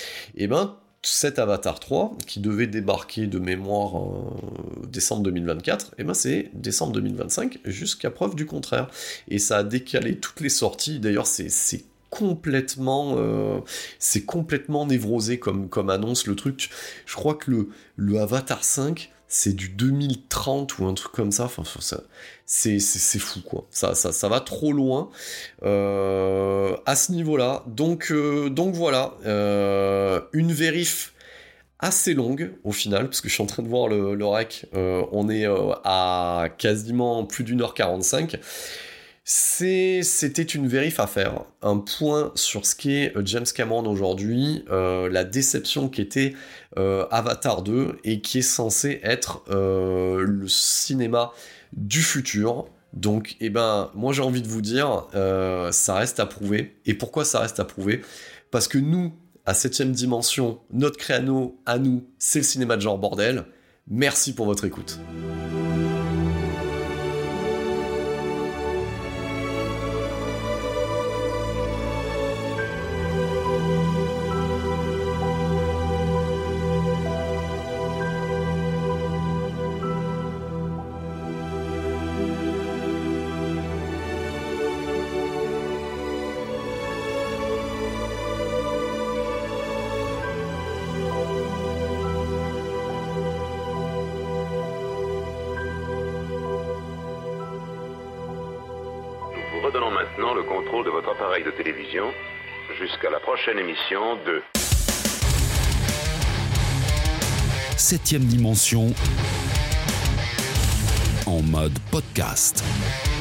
cet Avatar 3, qui devait débarquer de mémoire décembre 2024, c'est décembre 2025, jusqu'à preuve du contraire. Et ça a décalé toutes les sorties. D'ailleurs, c'est complètement névrosé comme annonce, le truc. Je crois que le Avatar 5, c'est du 2030 ou un truc comme ça. Enfin, c'est fou, quoi. Ça va trop loin à ce niveau-là. Donc voilà, une vérif assez longue au final, parce que je suis en train de voir le rec. On est à quasiment plus d'1h45. C'était une vérif à faire. Un point sur ce qu'est James Cameron aujourd'hui, la déception qu'était Avatar 2, et qui est censé être le cinéma du futur. Donc, moi j'ai envie de vous dire, ça reste à prouver. Et pourquoi ça reste à prouver ? Parce que nous, à 7ème dimension, notre créneau à nous, c'est le cinéma de genre bordel. Merci pour votre écoute. Redonnons maintenant le contrôle de votre appareil de télévision jusqu'à la prochaine émission de 7ème dimension en mode podcast.